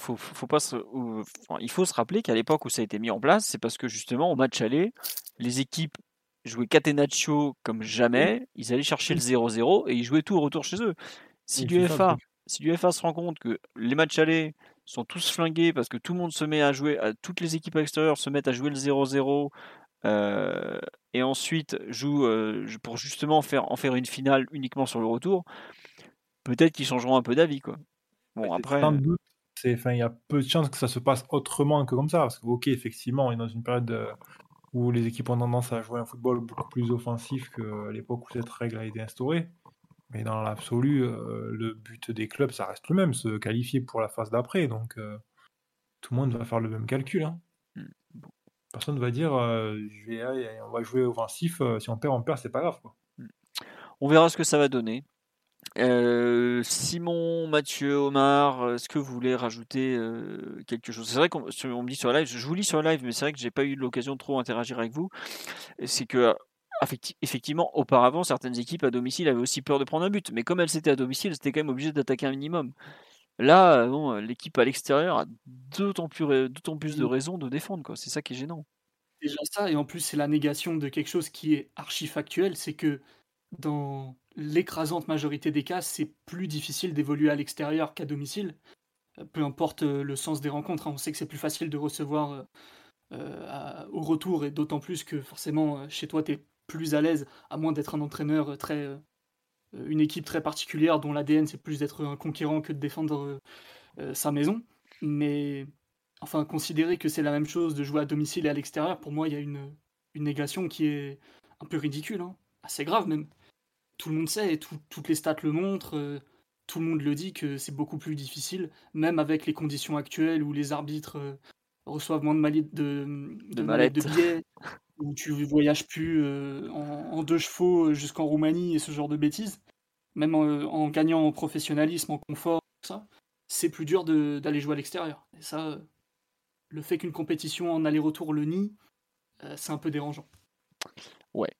Speaker 3: il faut se rappeler qu'à l'époque où ça a été mis en place, c'est parce que justement, au match aller, les équipes jouaient catenaccio comme jamais. Ils allaient chercher le 0-0 et ils jouaient tout au retour chez eux. Si l'UEFA se rend compte que les matchs allés sont tous flingués parce que tout le monde se met à jouer, toutes les équipes extérieures se mettent à jouer le 0-0 et ensuite joue pour justement en faire une finale uniquement sur le retour, peut-être qu'ils changeront un peu d'avis, quoi. Bon, après.
Speaker 7: Sans doute, il y a peu de chances que ça se passe autrement que comme ça. Parce que, ok, effectivement, on est dans une période où les équipes ont tendance à jouer un football beaucoup plus offensif qu'à l'époque où cette règle a été instaurée. Mais dans l'absolu, le but des clubs, ça reste le même, se qualifier pour la phase d'après. Donc, tout le monde va faire le même calcul. Hein. Personne ne va dire on va jouer offensif, si on perd, c'est pas grave. Quoi.
Speaker 3: On verra ce que ça va donner. Simon, Mathieu, Omar, est-ce que vous voulez rajouter quelque chose? C'est vrai qu'on me dit sur live, je vous lis sur live, mais c'est vrai que j'ai pas eu l'occasion de trop interagir avec vous. C'est que effectivement, auparavant, certaines équipes à domicile avaient aussi peur de prendre un but, mais comme elles étaient à domicile, elles étaient quand même obligées d'attaquer un minimum. Là, l'équipe à l'extérieur a d'autant plus de raisons de défendre, quoi. C'est ça qui est gênant.
Speaker 6: Déjà ça, et en plus c'est la négation de quelque chose qui est archi factuel, c'est que dans l'écrasante majorité des cas, c'est plus difficile d'évoluer à l'extérieur qu'à domicile. Peu importe le sens des rencontres, hein. On sait que c'est plus facile de recevoir au retour, et d'autant plus que forcément chez toi tu es plus à l'aise, à moins d'être un entraîneur une équipe très particulière dont l'ADN c'est plus d'être un conquérant que de défendre sa maison. Mais enfin, considérer que c'est la même chose de jouer à domicile et à l'extérieur, pour moi, il y a une négation qui est un peu ridicule, hein. Assez grave même. Tout le monde sait, et toutes les stats le montrent, tout le monde le dit que c'est beaucoup plus difficile, même avec les conditions actuelles où les arbitres reçoivent moins de mallettes de billets, où tu voyages plus en 2 chevaux jusqu'en Roumanie et ce genre de bêtises. Même en gagnant en professionnalisme, en confort, tout ça, c'est plus dur d'aller jouer à l'extérieur. Et ça, le fait qu'une compétition en aller-retour le nie, c'est un peu dérangeant.
Speaker 3: Ouais.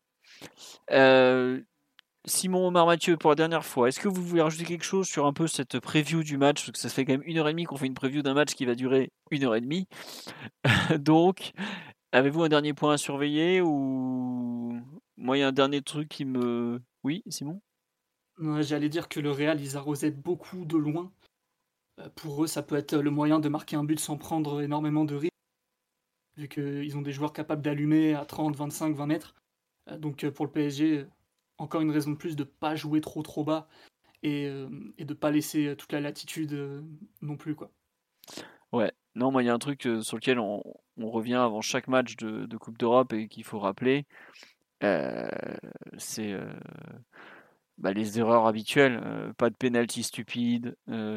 Speaker 3: Simon Omar Mathieu, pour la dernière fois, est-ce que vous voulez rajouter quelque chose sur un peu cette preview du match? Parce que ça fait quand même 1h30 qu'on fait une preview d'un match qui va durer 1h30. Donc, avez-vous un dernier point à surveiller ou moi il y a un dernier truc qui me... Oui, Simon?
Speaker 6: Ouais, j'allais dire que le Real, ils arrosaient beaucoup de loin. Pour eux, ça peut être le moyen de marquer un but sans prendre énormément de risques, vu qu'ils ont des joueurs capables d'allumer à 30, 25, 20 mètres. Donc pour le PSG, encore une raison de plus de ne pas jouer trop bas et de ne pas laisser toute la latitude non plus, quoi.
Speaker 3: Ouais, non, moi il y a un truc sur lequel on revient avant chaque match de Coupe d'Europe et qu'il faut rappeler, c'est les erreurs habituelles. Pas de pénalty stupide,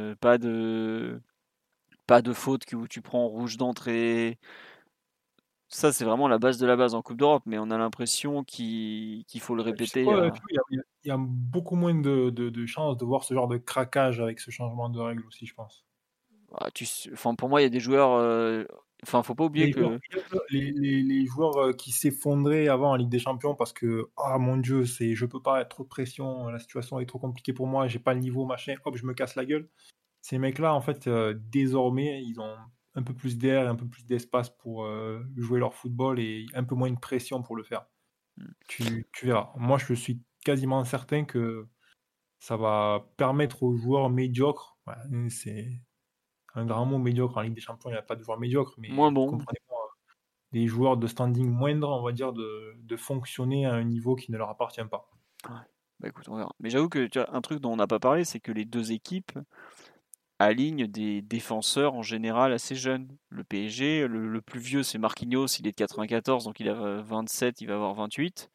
Speaker 3: pas de faute où tu prends rouge d'entrée. Ça, c'est vraiment la base de la base en Coupe d'Europe, mais on a l'impression qu'il faut le
Speaker 7: Tu sais
Speaker 3: répéter.
Speaker 7: quoi, il y a beaucoup moins de chances de voir ce genre de craquage avec ce changement de règle aussi, je pense.
Speaker 3: Enfin, pour moi, il y a des joueurs. Enfin, faut pas oublier que.
Speaker 7: Les joueurs qui s'effondraient avant en Ligue des Champions parce que, ah mon Dieu, je peux pas, être trop de pression, la situation est trop compliquée pour moi, j'ai pas le niveau, machin, hop, je me casse la gueule. Ces mecs-là, en fait, désormais, ils ont un peu plus d'air, un peu plus d'espace pour jouer leur football et un peu moins de pression pour le faire. Tu verras. Moi, je suis quasiment certain que ça va permettre aux joueurs médiocres, c'est un grand mot médiocre en Ligue des Champions, il n'y a pas de joueurs médiocres, mais
Speaker 3: Moins bon.
Speaker 7: comprenez-moi, des joueurs de standing moindre, on va dire, de fonctionner à un niveau qui ne leur appartient pas.
Speaker 3: Bah écoute, on verra. Mais j'avoue que tu vois, un truc dont on n'a pas parlé, c'est que les deux équipes alignent des défenseurs en général assez jeunes. Le PSG, le plus vieux, c'est Marquinhos, il est de 94, donc il a 27, il va avoir 28.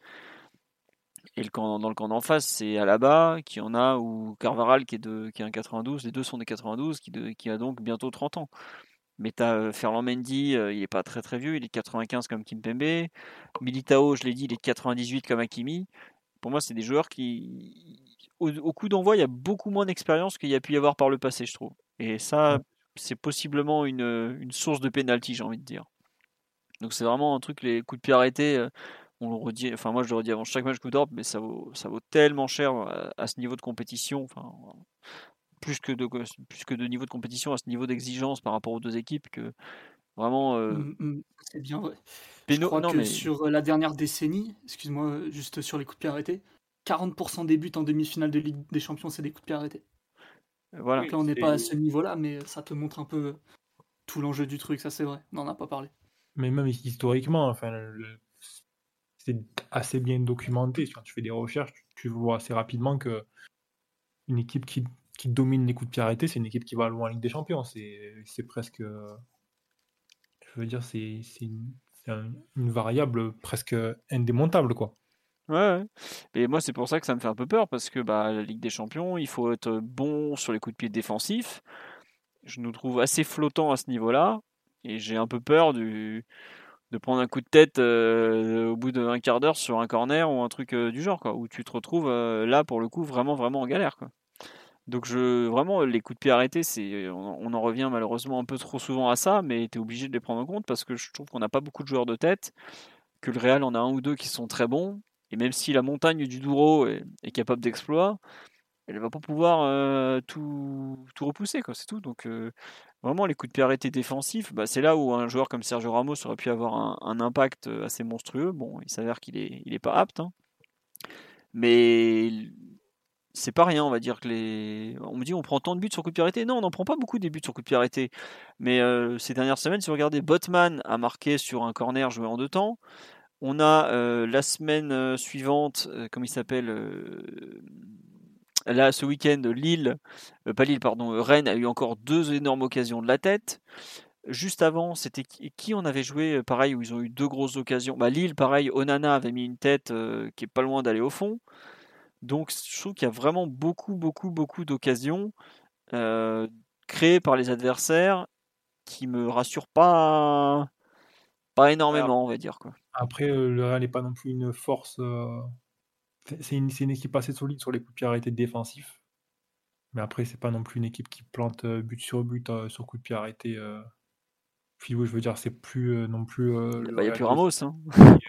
Speaker 3: Et dans le camp d'en face, c'est Alaba qui en a, ou Carvajal qui est un 92, les deux sont des 92, qui a donc bientôt 30 ans. Mais tu as Ferland Mendy, il est pas très très vieux, il est de 95 comme Kimpembe. Militao, je l'ai dit, il est de 98 comme Hakimi. Pour moi, c'est des joueurs qui, au coup d'envoi, il y a beaucoup moins d'expérience qu'il y a pu y avoir par le passé, je trouve. Et ça, c'est possiblement une source de pénalty, j'ai envie de dire. Donc c'est vraiment un truc, les coups de pied arrêtés, on le redit, enfin moi je le redis avant chaque match Coupe d'Europe, mais ça vaut tellement cher à ce niveau de compétition, enfin plus que de niveau de compétition, à ce niveau d'exigence par rapport aux deux équipes, que vraiment
Speaker 6: C'est bien vrai. Je crois
Speaker 3: non,
Speaker 6: que
Speaker 3: mais
Speaker 6: sur la dernière décennie, excuse-moi, juste sur les coups de pied arrêtés, 40% des buts en demi-finale de Ligue des Champions, c'est des coups de pied arrêtés.
Speaker 3: voilà.
Speaker 6: Donc là, on n'est pas à ce niveau-là, mais ça te montre un peu tout l'enjeu du truc, ça c'est vrai. On n'en a pas parlé.
Speaker 7: Mais même historiquement, enfin, c'est assez bien documenté. Quand tu fais des recherches, tu vois assez rapidement que une équipe qui domine les coups de pied arrêtés, c'est une équipe qui va loin en Ligue des Champions. C'est presque, je veux dire, c'est une variable presque indémontable, quoi.
Speaker 3: Ouais. Et moi, c'est pour ça que ça me fait un peu peur, parce que la Ligue des Champions, il faut être bon sur les coups de pied défensifs. Je nous trouve assez flottant à ce niveau-là, et j'ai un peu peur de prendre un coup de tête au bout d'un quart d'heure sur un corner ou un truc du genre, quoi, où tu te retrouves là, pour le coup, vraiment, vraiment en galère, quoi. Donc vraiment, les coups de pied arrêtés, on en revient malheureusement un peu trop souvent à ça, mais tu es obligé de les prendre en compte parce que je trouve qu'on n'a pas beaucoup de joueurs de tête, que le Real en a un ou deux qui sont très bons, et même si la montagne du Douro est capable d'exploits, elle va pas pouvoir tout repousser, quoi, c'est tout. Donc vraiment, les coups de pied arrêtés défensifs, c'est là où un joueur comme Sergio Ramos aurait pu avoir un impact assez monstrueux. Bon, il s'avère qu'il est pas apte, hein. Mais c'est pas rien, on va dire que on me dit on prend tant de buts sur coup de pied arrêté. Non, on n'en prend pas beaucoup des buts sur coup de pied arrêté. Mais ces dernières semaines, si vous regardez, Botman a marqué sur un corner joué en deux temps. On a la semaine suivante, comment il s'appelle, Là, ce week-end, Rennes a eu encore 2 énormes occasions de la tête. Juste avant, c'était qui on avait joué, pareil, où ils ont eu 2 grosses occasions. Lille, pareil, Onana avait mis une tête qui est pas loin d'aller au fond. Donc, je trouve qu'il y a vraiment beaucoup, beaucoup, beaucoup d'occasions créées par les adversaires qui me rassurent pas énormément, on va dire, quoi.
Speaker 7: Après, le Real n'est pas non plus une force. C'est une équipe assez solide sur les coups de pied arrêtés défensifs. Mais après, c'est pas non plus une équipe qui plante but sur but sur coup de pied arrêté. Philo, je veux dire, c'est plus non plus
Speaker 3: Il n'y a plus Ramos. Hein.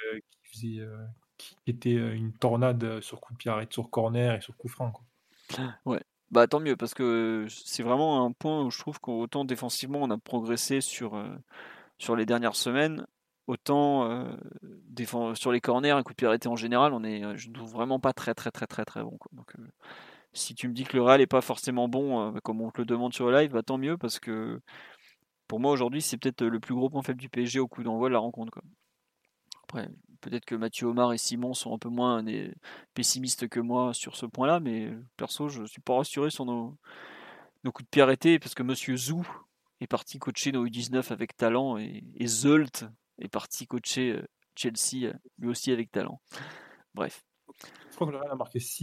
Speaker 7: Qui était une tornade sur coup de pied arrêté, sur corner et sur coup franc. Quoi.
Speaker 3: Ouais. Tant mieux, parce que c'est vraiment un point où je trouve qu'autant défensivement on a progressé sur les dernières semaines, autant sur les corners et coup de pied arrêté en général, je ne trouve vraiment pas très très très très très bon. Quoi. Donc si tu me dis que le Real n'est pas forcément bon, comme on te le demande sur le live, tant mieux, parce que pour moi aujourd'hui c'est peut-être le plus gros point faible du PSG au coup d'envoi de la rencontre. Quoi. Après, peut-être que Mathieu Omar et Simon sont un peu moins pessimistes que moi sur ce point-là, mais perso, je ne suis pas rassuré sur nos coups de pied arrêtés, parce que Monsieur Zou est parti coacher nos U19 avec talent, et Zult est parti coacher Chelsea lui aussi avec talent. Bref.
Speaker 7: Je crois que le Real a marqué 6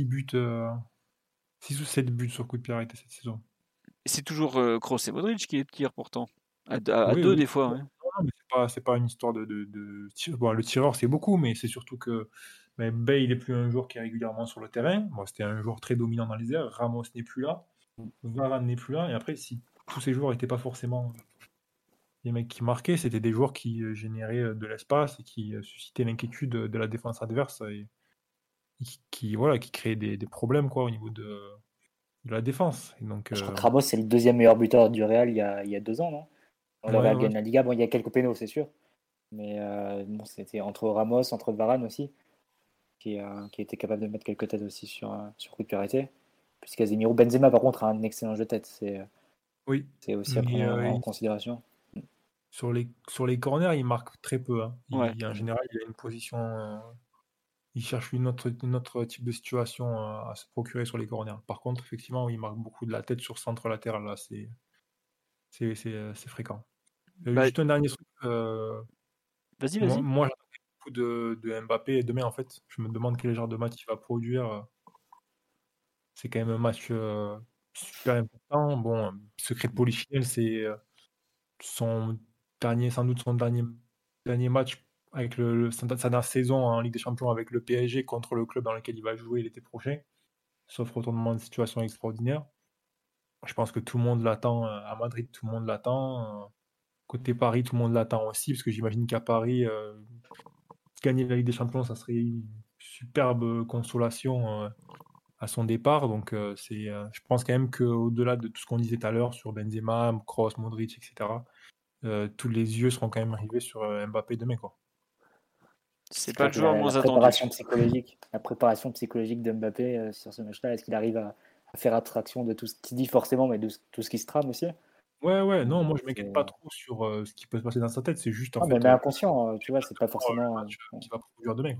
Speaker 7: ou 7 buts sur coup de pied arrêté cette saison.
Speaker 3: Et c'est toujours Kroos et Modric qui les tirent pourtant. À deux des fois. Ouais.
Speaker 7: Non, mais c'est pas une histoire de tir. Bon, le tireur c'est beaucoup, mais c'est surtout que Bale n'est plus un joueur qui est régulièrement sur le terrain. Bon, c'était un joueur très dominant dans les airs. Ramos n'est plus là. Varane n'est plus là. Et après, si tous ces joueurs n'étaient pas forcément les mecs qui marquaient, c'était des joueurs qui généraient de l'espace et qui suscitaient l'inquiétude de la défense adverse et qui créaient des problèmes quoi, au niveau de la défense. Et donc,
Speaker 4: je crois que Ramos, c'est le 2e meilleur buteur du Real il y a 2 ans, non? Le Real gagne la Liga. Bon, il y a quelques pénaux, c'est sûr. Mais c'était entre Ramos, entre Varane aussi, qui était capable de mettre quelques têtes aussi sur coup de pied arrêté. Puis Casemiro. Benzema, par contre, a un excellent jeu de tête. C'est aussi à prendre en considération.
Speaker 7: Sur les corners, il marque très peu. Hein.
Speaker 3: En
Speaker 7: général, il a une position... il cherche une autre type de situation à se procurer sur les corners. Par contre, effectivement, il marque beaucoup de la tête sur centre latéral. Là, c'est fréquent. Juste un dernier truc.
Speaker 3: Vas-y.
Speaker 7: Moi, j'attends beaucoup de Mbappé. Demain, en fait, je me demande quel genre de match il va produire. C'est quand même un match super important. Bon, secret de Polichinelle, c'est sans doute son dernier match avec sa dernière saison en Ligue des Champions avec le PSG contre le club dans lequel il va jouer l'été prochain. Sauf retournement de situation extraordinaire. Je pense que tout le monde l'attend à Madrid, tout le monde l'attend. Côté Paris, tout le monde l'attend aussi, parce que j'imagine qu'à Paris, gagner la Ligue des Champions, ça serait une superbe consolation à son départ. Donc, je pense quand même qu'au-delà de tout ce qu'on disait tout à l'heure sur Benzema, Kroos, Modric, etc., tous les yeux seront quand même rivés sur Mbappé demain, quoi.
Speaker 3: C'est pas le joueur moins attendu.
Speaker 4: La préparation psychologique de Mbappé sur ce match-là, est-ce qu'il arrive à faire abstraction de tout ce qu'il dit forcément, mais de tout ce qui se trame aussi?
Speaker 7: Ouais, non, moi je m'inquiète pas trop sur ce qui peut se passer dans sa tête, c'est juste en fait.
Speaker 4: Mais inconscient, tu vois, c'est pas forcément.
Speaker 7: Qui va produire demain.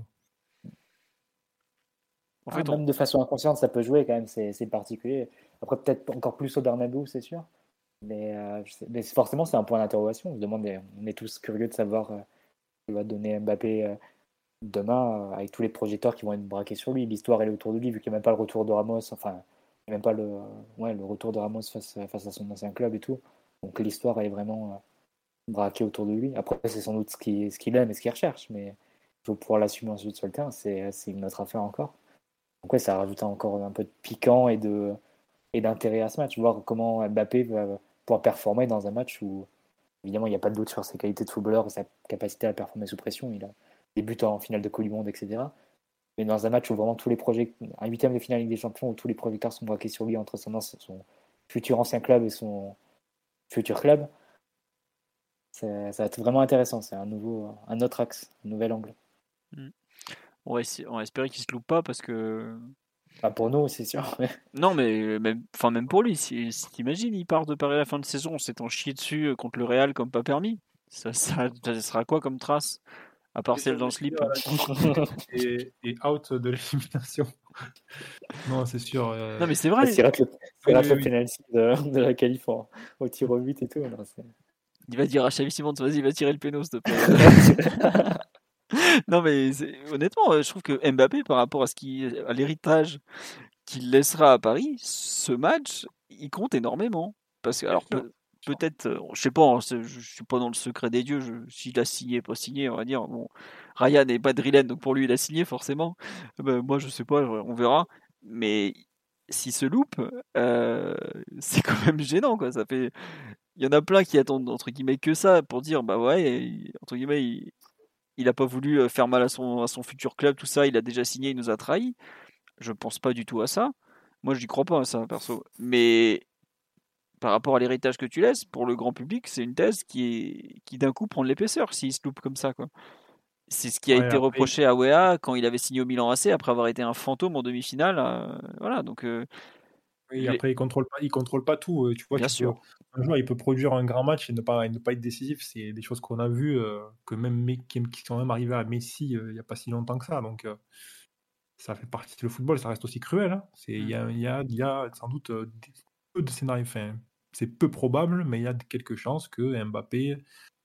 Speaker 4: En fait, même de façon inconsciente, ça peut jouer quand même, c'est particulier. Après, peut-être encore plus au Bernabéu, c'est sûr. Mais forcément, c'est un point d'interrogation. On est tous curieux de savoir ce que va donner Mbappé demain, avec tous les projecteurs qui vont être braqués sur lui. L'histoire elle est autour de lui, vu qu'il n'y a même pas le retour de Ramos, enfin, il n'y a même pas le retour de Ramos face à son ancien club et tout. Donc l'histoire elle est vraiment braquée autour de lui. Après, c'est sans doute ce qu'il aime et ce qu'il recherche, mais il faut pouvoir l'assumer ensuite sur le terrain, c'est une autre affaire encore. Donc ouais, ça rajoute encore un peu de piquant et d'intérêt à ce match, voir comment Mbappé va pouvoir performer dans un match où, évidemment, il n'y a pas de doute sur ses qualités de footballeur et sa capacité à performer sous pression. Il a des buts en finale de Coupe du Monde, etc. Mais dans un match où vraiment tous les un 8e de finale Ligue des Champions, où tous les projecteurs sont braqués sur lui entre son futur ancien club et son futur club, ça va être vraiment intéressant. C'est un autre axe, un nouvel angle.
Speaker 3: On va espérer qu'il se loupe pas, parce que...
Speaker 4: pour nous, c'est sûr.
Speaker 3: Non, mais même pour lui, si t'imagines, il part de Paris à la fin de saison, on s'est chié dessus contre le Real comme pas permis. Ça sera quoi comme trace À part celle dans le slip.
Speaker 7: Et out de l'élimination. Non, c'est sûr.
Speaker 3: Non, mais c'est vrai.
Speaker 4: C'est rate le penalty de la qualif au tir au but et tout. Non,
Speaker 3: il va dire à Xavi Simons, vas-y, va tirer le péno, s'il te plaît. Non, mais honnêtement, je trouve que Mbappé, par rapport à l'héritage qu'il laissera à Paris, ce match, il compte énormément. Parce que, alors, peut-être, je sais pas, hein, je suis pas dans le secret des dieux, s'il a signé, pas signé, on va dire. Bon, Ryan n'est pas Drillen, donc pour lui, il a signé, forcément. Moi, je sais pas, on verra. Mais s'il se loupe, c'est quand même gênant, quoi. Ça fait. Il y en a plein qui attendent, entre guillemets, que ça pour dire, bah ouais, entre guillemets, il a pas voulu faire mal à son futur club, tout ça, il a déjà signé, il nous a trahis. Je pense pas du tout à ça. Moi, je n'y crois pas à ça, perso. Mais par rapport à l'héritage que tu laisses, pour le grand public, c'est une thèse qui d'un coup prend de l'épaisseur s'il se loupe comme ça, quoi. C'est ce qui a été reproché à Wea quand il avait signé au Milan AC après avoir été un fantôme en demi-finale. Voilà, donc.
Speaker 7: Oui, après, il contrôle pas tout. Tu vois,
Speaker 3: Bien sûr.
Speaker 7: Un joueur, il peut produire un grand match et ne pas être décisif. C'est des choses qu'on a vues, que qui sont même arrivées à Messi il n'y a pas si longtemps que ça. Donc, ça fait partie de le football, ça reste aussi cruel. Hein. Il y a sans doute peu de scénarios. Enfin, c'est peu probable, mais il y a quelques chances que Mbappé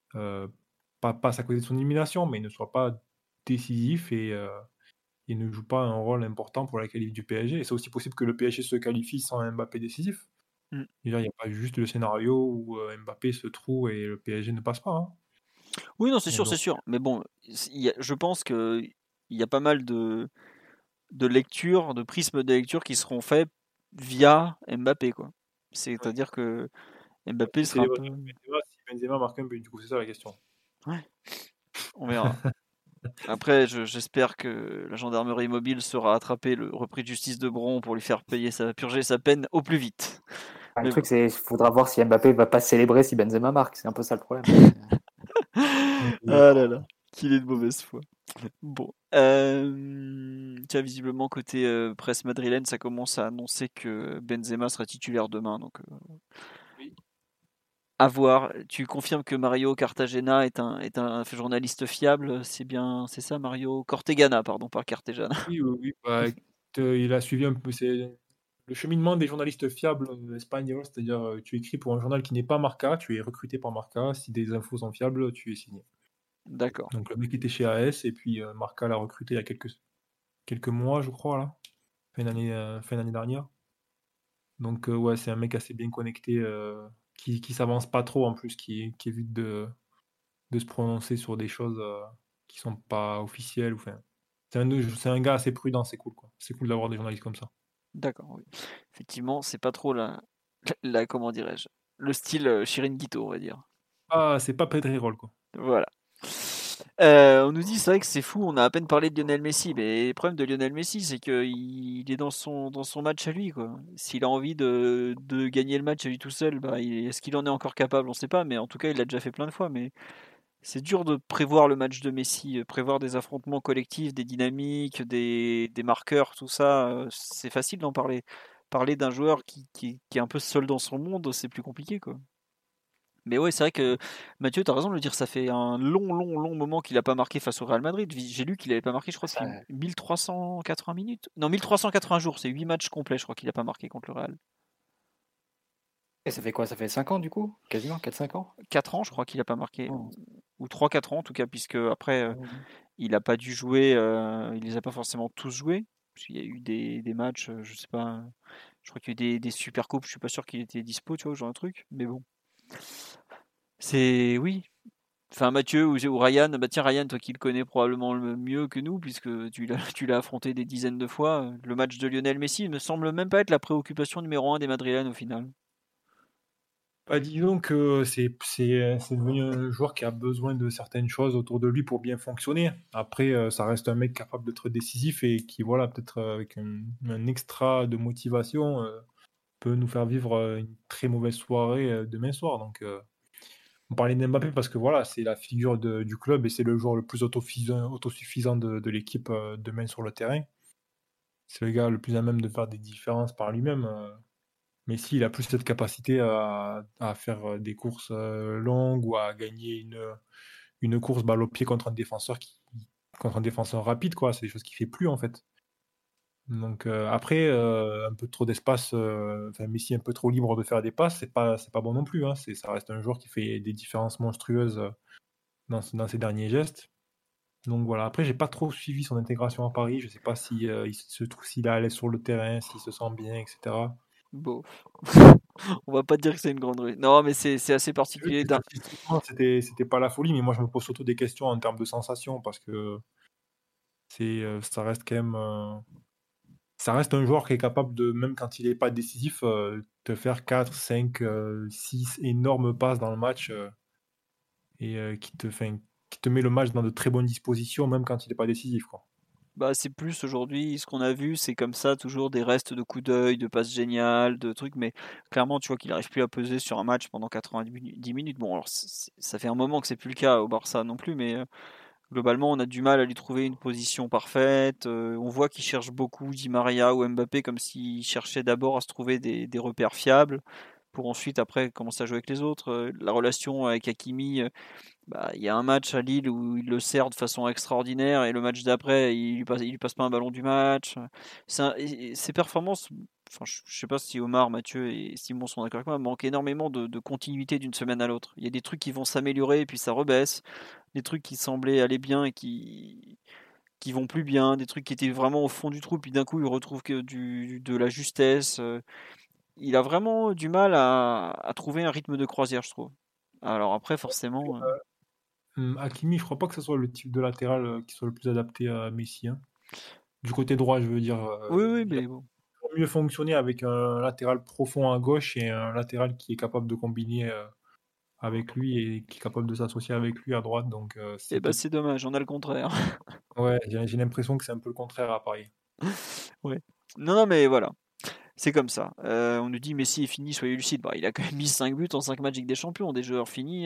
Speaker 7: passe à côté de son élimination, mais il ne soit pas décisif et il ne joue pas un rôle important pour la qualif du PSG. Et c'est aussi possible que le PSG se qualifie sans un Mbappé décisif. Il n'y a pas juste le scénario où Mbappé se trouve et le PSG ne passe pas. Hein.
Speaker 3: Oui, non, c'est sûr. Mais bon, je pense qu'il y a pas mal de lectures, de prismes de lecture qui seront faits via Mbappé, quoi. C'est-à-dire que Mbappé sera un peu...
Speaker 7: Si Benzema marque un but, du coup, c'est ça la question.
Speaker 3: Ouais, on verra. Après, j'espère que la gendarmerie mobile saura attraper le repris de justice de Bron pour lui faire purger sa peine au plus vite.
Speaker 4: Le truc, c'est qu'il faudra voir si Mbappé va pas célébrer si Benzema marque. C'est un peu ça le problème.
Speaker 3: Ah là là, qu'il est de mauvaise foi. Bon. Tiens, visiblement, côté presse madrilène, ça commence à annoncer que Benzema sera titulaire demain. Donc,
Speaker 7: oui.
Speaker 3: À voir. Tu confirmes que Mario Cartagena est un journaliste fiable? C'est ça, Mario Cortegana, pardon, pas Cartagena.
Speaker 7: Oui. Il a suivi un peu le cheminement des journalistes fiables espagnols, c'est-à-dire tu écris pour un journal qui n'est pas Marca, tu es recruté par Marca, si des infos sont fiables, tu es signé.
Speaker 3: D'accord.
Speaker 7: Donc le mec était chez AS et puis Marca l'a recruté il y a quelques mois, je crois, là, fin d'année dernière. Donc ouais, c'est un mec assez bien connecté, qui s'avance pas trop en plus, qui évite de se prononcer sur des choses qui sont pas officielles. C'est un gars assez prudent, c'est cool, quoi. C'est cool d'avoir des journalistes comme ça.
Speaker 3: D'accord, oui. Effectivement, c'est pas trop comment dirais-je, le style Chiringuito, on va dire.
Speaker 7: Ah, c'est pas Pedrerol, quoi.
Speaker 3: Voilà. On nous dit, c'est vrai que c'est fou, on a à peine parlé de Lionel Messi, mais le problème de Lionel Messi, c'est qu'il est dans son match à lui, quoi. S'il a envie de gagner le match à lui tout seul, est-ce qu'il en est encore capable? On sait pas, mais en tout cas, il l'a déjà fait plein de fois. Mais c'est dur de prévoir le match de Messi, prévoir des affrontements collectifs, des dynamiques, des marqueurs, tout ça, c'est facile d'en parler. Parler d'un joueur qui est un peu seul dans son monde, c'est plus compliqué, quoi. Mais ouais, c'est vrai que Mathieu, tu as raison de le dire, ça fait un long moment qu'il n'a pas marqué face au Real Madrid. J'ai lu qu'il n'avait pas marqué, je crois, c'est 1380 minutes. Non, 1380 jours, c'est 8 matchs complets, je crois qu'il n'a pas marqué contre le Real.
Speaker 4: Et ça fait quoi? Ça fait 5 ans du coup? Quasiment 4-5 ans?
Speaker 3: 4 ans, je crois qu'il n'a pas marqué. Ou 3-4 ans en tout cas, puisque après, il n'a pas dû jouer, il les a pas forcément tous joués. Parce qu'il y a eu des matchs, je sais pas, je crois qu'il y a eu des super coupes, je suis pas sûr qu'il était dispo, tu vois, genre un truc, mais bon. Oui. Enfin, Mathieu ou Ryan, tiens, Ryan, toi qui le connais probablement le mieux que nous, puisque tu l'as affronté des dizaines de fois, le match de Lionel Messi ne semble même pas être la préoccupation numéro 1 des Madrilènes au final.
Speaker 7: Disons que c'est devenu un joueur qui a besoin de certaines choses autour de lui pour bien fonctionner. Après, ça reste un mec capable d'être décisif et qui, voilà, peut-être avec un extra de motivation, peut nous faire vivre une très mauvaise soirée demain soir. Donc, on parlait d'Mbappé parce que voilà, c'est la figure du club et c'est le joueur le plus autosuffisant de l'équipe demain sur le terrain. C'est le gars le plus à même de faire des différences par lui-même. Messi, il a plus cette capacité à faire des courses longues ou à gagner une course balle au pied contre un défenseur rapide, quoi. C'est des choses qu'il fait plus, en fait. Donc après, un peu trop d'espace, Messi un peu trop libre de faire des passes, c'est pas bon non plus, hein. Ça reste un joueur qui fait des différences monstrueuses dans ses derniers gestes. Donc voilà. Après, j'ai pas trop suivi son intégration à Paris. Je sais pas si s'il est à l'aise sur le terrain, s'il se sent bien, etc.
Speaker 3: Bon, on va pas dire que c'est une grande rue. Non, mais c'est assez
Speaker 7: J'ai vu
Speaker 3: particulier.
Speaker 7: que statistiquement, c'était pas la folie, mais moi je me pose surtout des questions en termes de sensations parce que ça reste quand même. Ça reste un joueur qui est capable de, même quand il n'est pas décisif, te faire 4, 5, 6 énormes passes dans le match et qui te met le match dans de très bonnes dispositions, même quand il n'est pas décisif, quoi.
Speaker 3: Bah, c'est plus aujourd'hui, ce qu'on a vu, c'est comme ça, toujours des restes de coups d'œil, de passes géniales, de trucs, mais clairement, tu vois qu'il n'arrive plus à peser sur un match pendant 90 minutes. Bon, alors ça fait un moment que c'est plus le cas au Barça non plus, mais globalement, on a du mal à lui trouver une position parfaite. On voit qu'il cherche beaucoup Di Maria ou Mbappé, comme s'il cherchait d'abord à se trouver des repères fiables, pour ensuite, après, commencer à jouer avec les autres. La relation avec Hakimi, bah, il y a un match à Lille où il le sert de façon extraordinaire et le match d'après, il lui passe pas un ballon du match. Ses performances, enfin, je sais pas si Omar, Mathieu et Simon sont d'accord avec moi, manquent énormément de continuité d'une semaine à l'autre. Il y a des trucs qui vont s'améliorer et puis ça rebaisse, des trucs qui semblaient aller bien et qui vont plus bien, des trucs qui étaient vraiment au fond du trou, puis d'un coup il retrouve que de la justesse. Il a vraiment du mal à trouver un rythme de croisière, je trouve. Alors après, forcément.
Speaker 7: Hakimi, je crois pas que ce soit le type de latéral qui soit le plus adapté à Messi, hein. Du côté droit, je veux dire,
Speaker 3: Oui, oui,
Speaker 7: il a
Speaker 3: mais bon.
Speaker 7: mieux fonctionné avec un latéral profond à gauche et un latéral qui est capable de combiner avec lui et qui est capable de s'associer avec lui à droite. Donc
Speaker 3: Eh
Speaker 7: c'est
Speaker 3: ben,
Speaker 7: peut-être.
Speaker 3: c'est dommage, on a le contraire.
Speaker 7: Ouais, j'ai l'impression que c'est un peu le contraire à Paris.
Speaker 3: Ouais. Non, non, mais voilà, c'est comme ça. On nous dit Messi est fini, soyez lucide. Bah, il a quand même mis 5 buts en 5 matchs Ligue des Champions, des joueurs finis.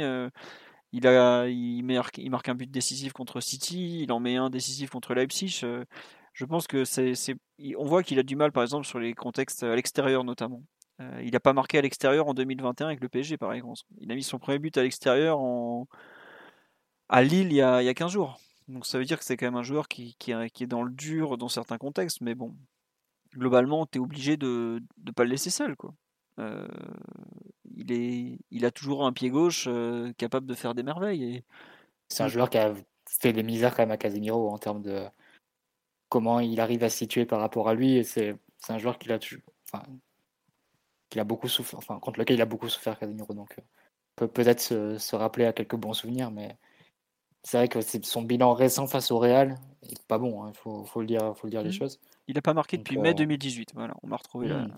Speaker 3: Il marque un but décisif contre City, il en met un décisif contre Leipzig. Je pense que on voit qu'il a du mal, par exemple, sur les contextes à l'extérieur notamment. Il n'a pas marqué à l'extérieur en 2021 avec le PSG, par exemple. Il a mis son premier but à l'extérieur à Lille il y a 15 jours. Donc ça veut dire que c'est quand même un joueur qui est dans le dur dans certains contextes, mais bon, globalement, tu es obligé de ne pas le laisser seul, quoi. Euh, il a toujours un pied gauche capable de faire des merveilles.
Speaker 4: C'est un joueur qui a fait des misères quand même à Casemiro en termes de comment il arrive à se situer par rapport à lui. Et c'est un joueur qu'il a beaucoup souffert, enfin, contre lequel il a beaucoup souffert Casemiro. Donc peut-être se rappeler à quelques bons souvenirs, mais c'est vrai que son bilan récent face au Real est pas bon, hein, faut le dire les choses.
Speaker 3: Il n'a pas marqué
Speaker 4: Donc,
Speaker 3: depuis mai 2018. Voilà, on m'a retrouvé là.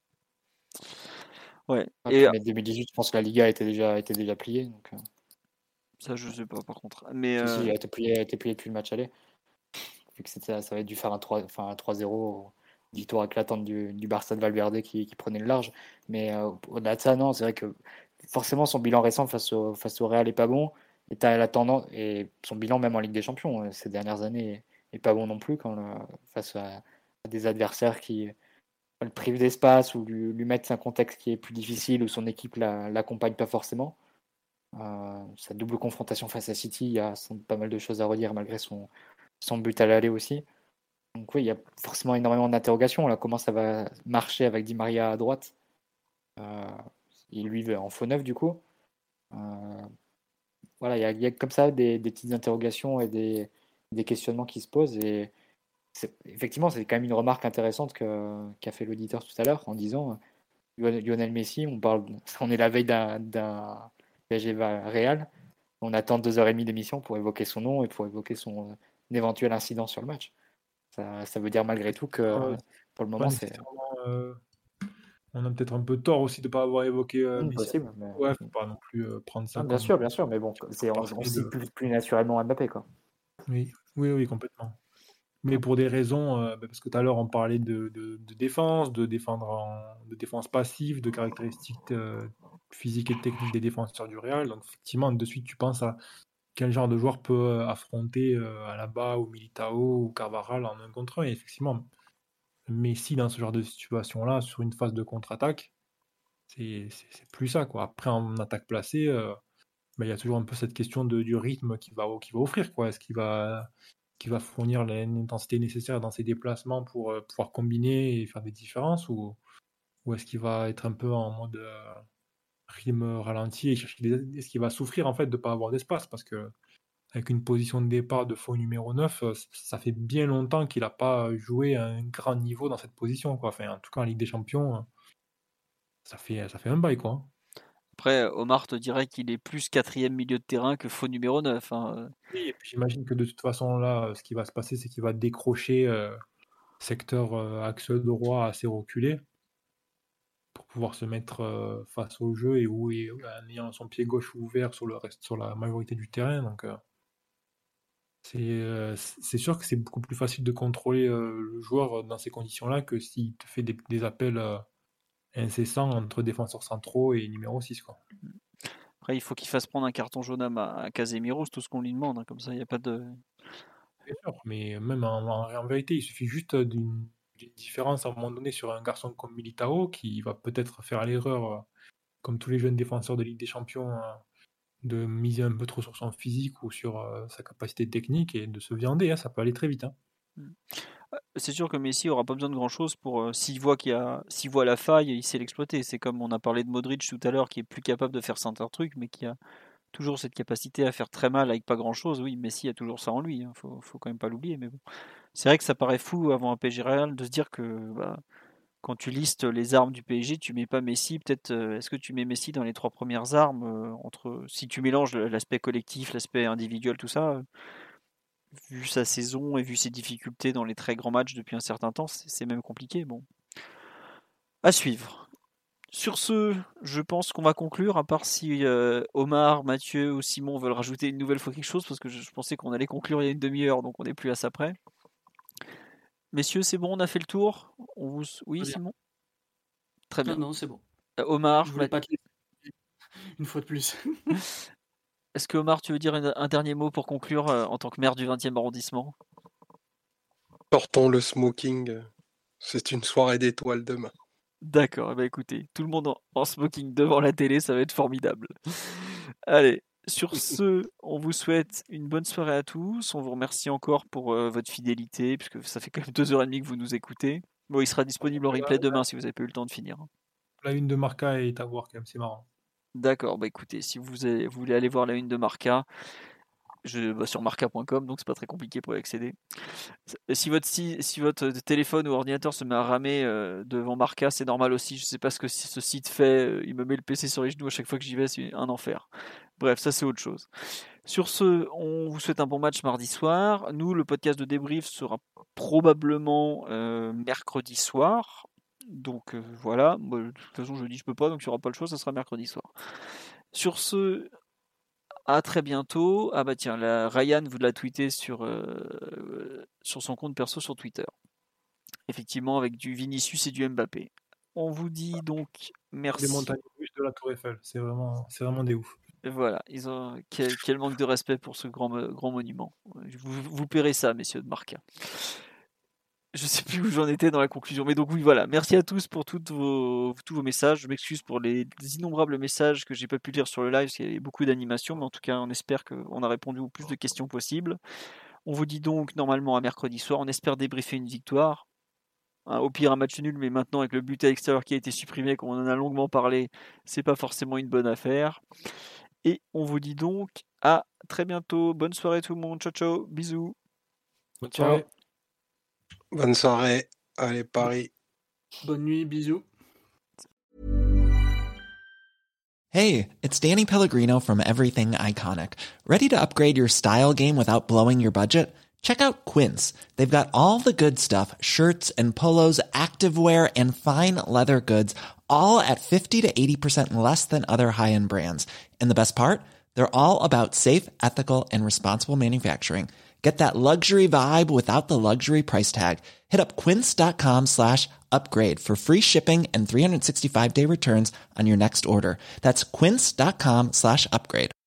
Speaker 3: Ouais. Et
Speaker 4: Après mai 2018, je pense que la Liga était déjà pliée. Donc,
Speaker 3: ça, je sais pas par contre. Mais
Speaker 4: si, elle était pliée depuis le match aller. Vu que ça avait dû faire un 3-0, victoire éclatante du Barça de Valverde qui prenait le large. Mais au-delà de ça, non, c'est vrai que forcément son bilan récent face au Real est pas bon. Et t'as la tendance, et son bilan même en Ligue des Champions ces dernières années est pas bon non plus face à des adversaires qui le privent d'espace ou lui mettent un contexte qui est plus difficile ou son équipe l'accompagne pas forcément. Sa double confrontation face à City, il y a pas mal de choses à redire malgré son but à l'aller aussi. Donc oui, il y a forcément énormément d'interrogations. Là, comment ça va marcher avec Di Maria à droite et lui en faux neuf du coup. Voilà, il y a comme ça des petites interrogations et des questionnements qui se posent. Et effectivement, c'est quand même une remarque intéressante qu'a fait l'auditeur tout à l'heure en disant Lionel Messi, on est la veille d'un PSG Real. On attend 2h30 d'émission pour évoquer son nom et pour évoquer son éventuel incident sur le match. Ça veut dire malgré tout que pour le moment, c'est.
Speaker 7: On a peut-être un peu tort aussi de ne pas avoir évoqué Messi.
Speaker 4: Possible. Mais...
Speaker 7: Ouais, faut pas non plus prendre ça
Speaker 4: bien
Speaker 7: comme.
Speaker 4: sûr, mais bon, on cite plus naturellement Mbappé, quoi.
Speaker 7: Oui, complètement. Mais pour des raisons, parce que tout à l'heure on parlait de défense, de défense passive, de caractéristiques physiques et techniques des défenseurs du Real. Donc effectivement, de suite tu penses à quel genre de joueur peut affronter Alaba ou Militao ou Carvajal en 1 contre 1. Et effectivement, Messi dans ce genre de situation-là, sur une phase de contre-attaque, c'est plus ça, quoi. Après en attaque placée, il y a des joueurs qui sont capables de faire des choses. Et Messi, dans ce genre de situation-là, sur une phase de contre-attaque, c'est plus ça, quoi. Après en attaque placée, il y a des joueurs qui sont capables de faire des choses. Et Messi, dans ce genre de situation-là, sur une phase de contre-attaque, c'est plus ça, quoi. Après en attaque placée, il y a toujours un peu cette question du rythme qu'il va offrir, quoi. Est-ce qu'il va fournir l'intensité nécessaire dans ses déplacements pour pouvoir combiner et faire des différences, ou est-ce qu'il va être un peu en mode rythme ralenti et est-ce qu'il va souffrir en fait de ne pas avoir d'espace, parce que avec une position de départ de faux numéro 9, ça fait bien longtemps qu'il n'a pas joué à un grand niveau dans cette position, quoi. Enfin, en tout cas en Ligue des Champions, ça fait un bail, quoi.
Speaker 3: Après, Omar te dirait qu'il est plus 4e milieu de terrain que faux numéro 9. Hein.
Speaker 7: Oui, et puis j'imagine que de toute façon, là, ce qui va se passer, c'est qu'il va décrocher secteur axe droit assez reculé pour pouvoir se mettre face au jeu et en ayant son pied gauche ouvert sur la majorité du terrain. Donc, c'est sûr que c'est beaucoup plus facile de contrôler le joueur dans ces conditions-là que s'il te fait des appels incessants entre défenseurs centraux et numéro 6, quoi.
Speaker 3: Après, il faut qu'il fasse prendre un carton jaune à Casemiro, c'est tout ce qu'on lui demande. Hein. Comme ça, il n'y a pas de...
Speaker 7: Bien sûr, mais même en vérité, il suffit juste d'une différence à un moment donné sur un garçon comme Militao qui va peut-être faire l'erreur, comme tous les jeunes défenseurs de Ligue des Champions, de miser un peu trop sur son physique ou sur sa capacité technique et de se viander. Hein, ça peut aller très vite. Hein.
Speaker 3: C'est sûr que Messi aura pas besoin de grand chose pour s'il voit la faille, il sait l'exploiter. C'est comme on a parlé de Modric tout à l'heure, qui est plus capable de faire certains trucs, mais qui a toujours cette capacité à faire très mal avec pas grand chose. Oui, Messi a toujours ça en lui. Hein. Faut quand même pas l'oublier. Mais bon, c'est vrai que ça paraît fou avant un PSG Real de se dire que quand tu listes les armes du PSG, tu mets pas Messi. Peut-être est-ce que tu mets Messi dans les 3 premières armes si tu mélanges l'aspect collectif, l'aspect individuel, tout ça. Vu sa saison et vu ses difficultés dans les très grands matchs depuis un certain temps, c'est même compliqué. Bon, à suivre. Sur ce, je pense qu'on va conclure, à part si Omar, Mathieu ou Simon veulent rajouter une nouvelle fois quelque chose, parce que je pensais qu'on allait conclure il y a une demi-heure, donc on n'est plus à ça près. Messieurs, c'est bon, on a fait le tour. Oui, Simon ? Très bien.
Speaker 6: Non, c'est bon.
Speaker 3: Omar,
Speaker 6: je voulais pas te laisser une fois de plus.
Speaker 3: Est-ce que Omar, tu veux dire un dernier mot pour conclure en tant que maire du 20e arrondissement ?
Speaker 5: Sortons le smoking. C'est une soirée d'étoiles demain.
Speaker 3: D'accord, bah écoutez, tout le monde en smoking devant la télé, ça va être formidable. Allez, sur ce, on vous souhaite une bonne soirée à tous. On vous remercie encore pour votre fidélité, puisque ça fait quand même 2h30 que vous nous écoutez. Bon, il sera disponible en replay demain si vous n'avez pas eu le temps de finir.
Speaker 7: La une de Marca est à voir quand même, c'est marrant.
Speaker 3: D'accord, bah écoutez, si vous voulez aller voir la une de Marca, sur marca.com, donc c'est pas très compliqué pour y accéder. Si votre téléphone ou ordinateur se met à ramer devant Marca, c'est normal aussi. Je sais pas ce que ce site fait. Il me met le PC sur les genoux à chaque fois que j'y vais, c'est un enfer. Bref, ça c'est autre chose. Sur ce, on vous souhaite un bon match mardi soir. Nous, le podcast de débrief sera probablement mercredi soir. Donc voilà, moi, de toute façon je dis je peux pas, donc il n'y aura pas le choix, ça sera mercredi soir. Sur ce, à très bientôt. Ah bah tiens, Ryan vous l'a tweeté sur son compte perso sur Twitter. Effectivement, avec du Vinicius et du Mbappé. On vous dit donc merci.
Speaker 7: Les montagnes russes de la Tour Eiffel, c'est vraiment des oufs.
Speaker 3: Et voilà, quel manque de respect pour ce grand monument. Vous paierez ça, messieurs de Marca. Je sais plus où j'en étais dans la conclusion, mais donc oui, voilà. Merci à tous pour tous vos messages. Je m'excuse pour les innombrables messages que j'ai pas pu lire sur le live, parce qu'il y avait beaucoup d'animations, mais en tout cas, on espère qu'on a répondu au plus de questions possibles. On vous dit donc normalement à mercredi soir. On espère débriefer une victoire. Au pire, un match nul, mais maintenant avec le but à l'extérieur qui a été supprimé, comme on en a longuement parlé, c'est pas forcément une bonne affaire. Et on vous dit donc à très bientôt. Bonne soirée tout le monde. Ciao, ciao. Bisous.
Speaker 7: Bonne soirée.
Speaker 5: Bonne soirée. Allez, Paris.
Speaker 6: Bonne nuit. Bisous.
Speaker 8: Hey, it's Danny Pellegrino from Everything Iconic. Ready to upgrade your style game without blowing your budget? Check out Quince. They've got all the good stuff, shirts and polos, activewear, and fine leather goods, all at 50 to 80% less than other high-end brands. And the best part? They're all about safe, ethical, and responsible manufacturing. Get that luxury vibe without the luxury price tag. Hit up quince.com/upgrade for free shipping and 365-day returns on your next order. That's quince.com/upgrade.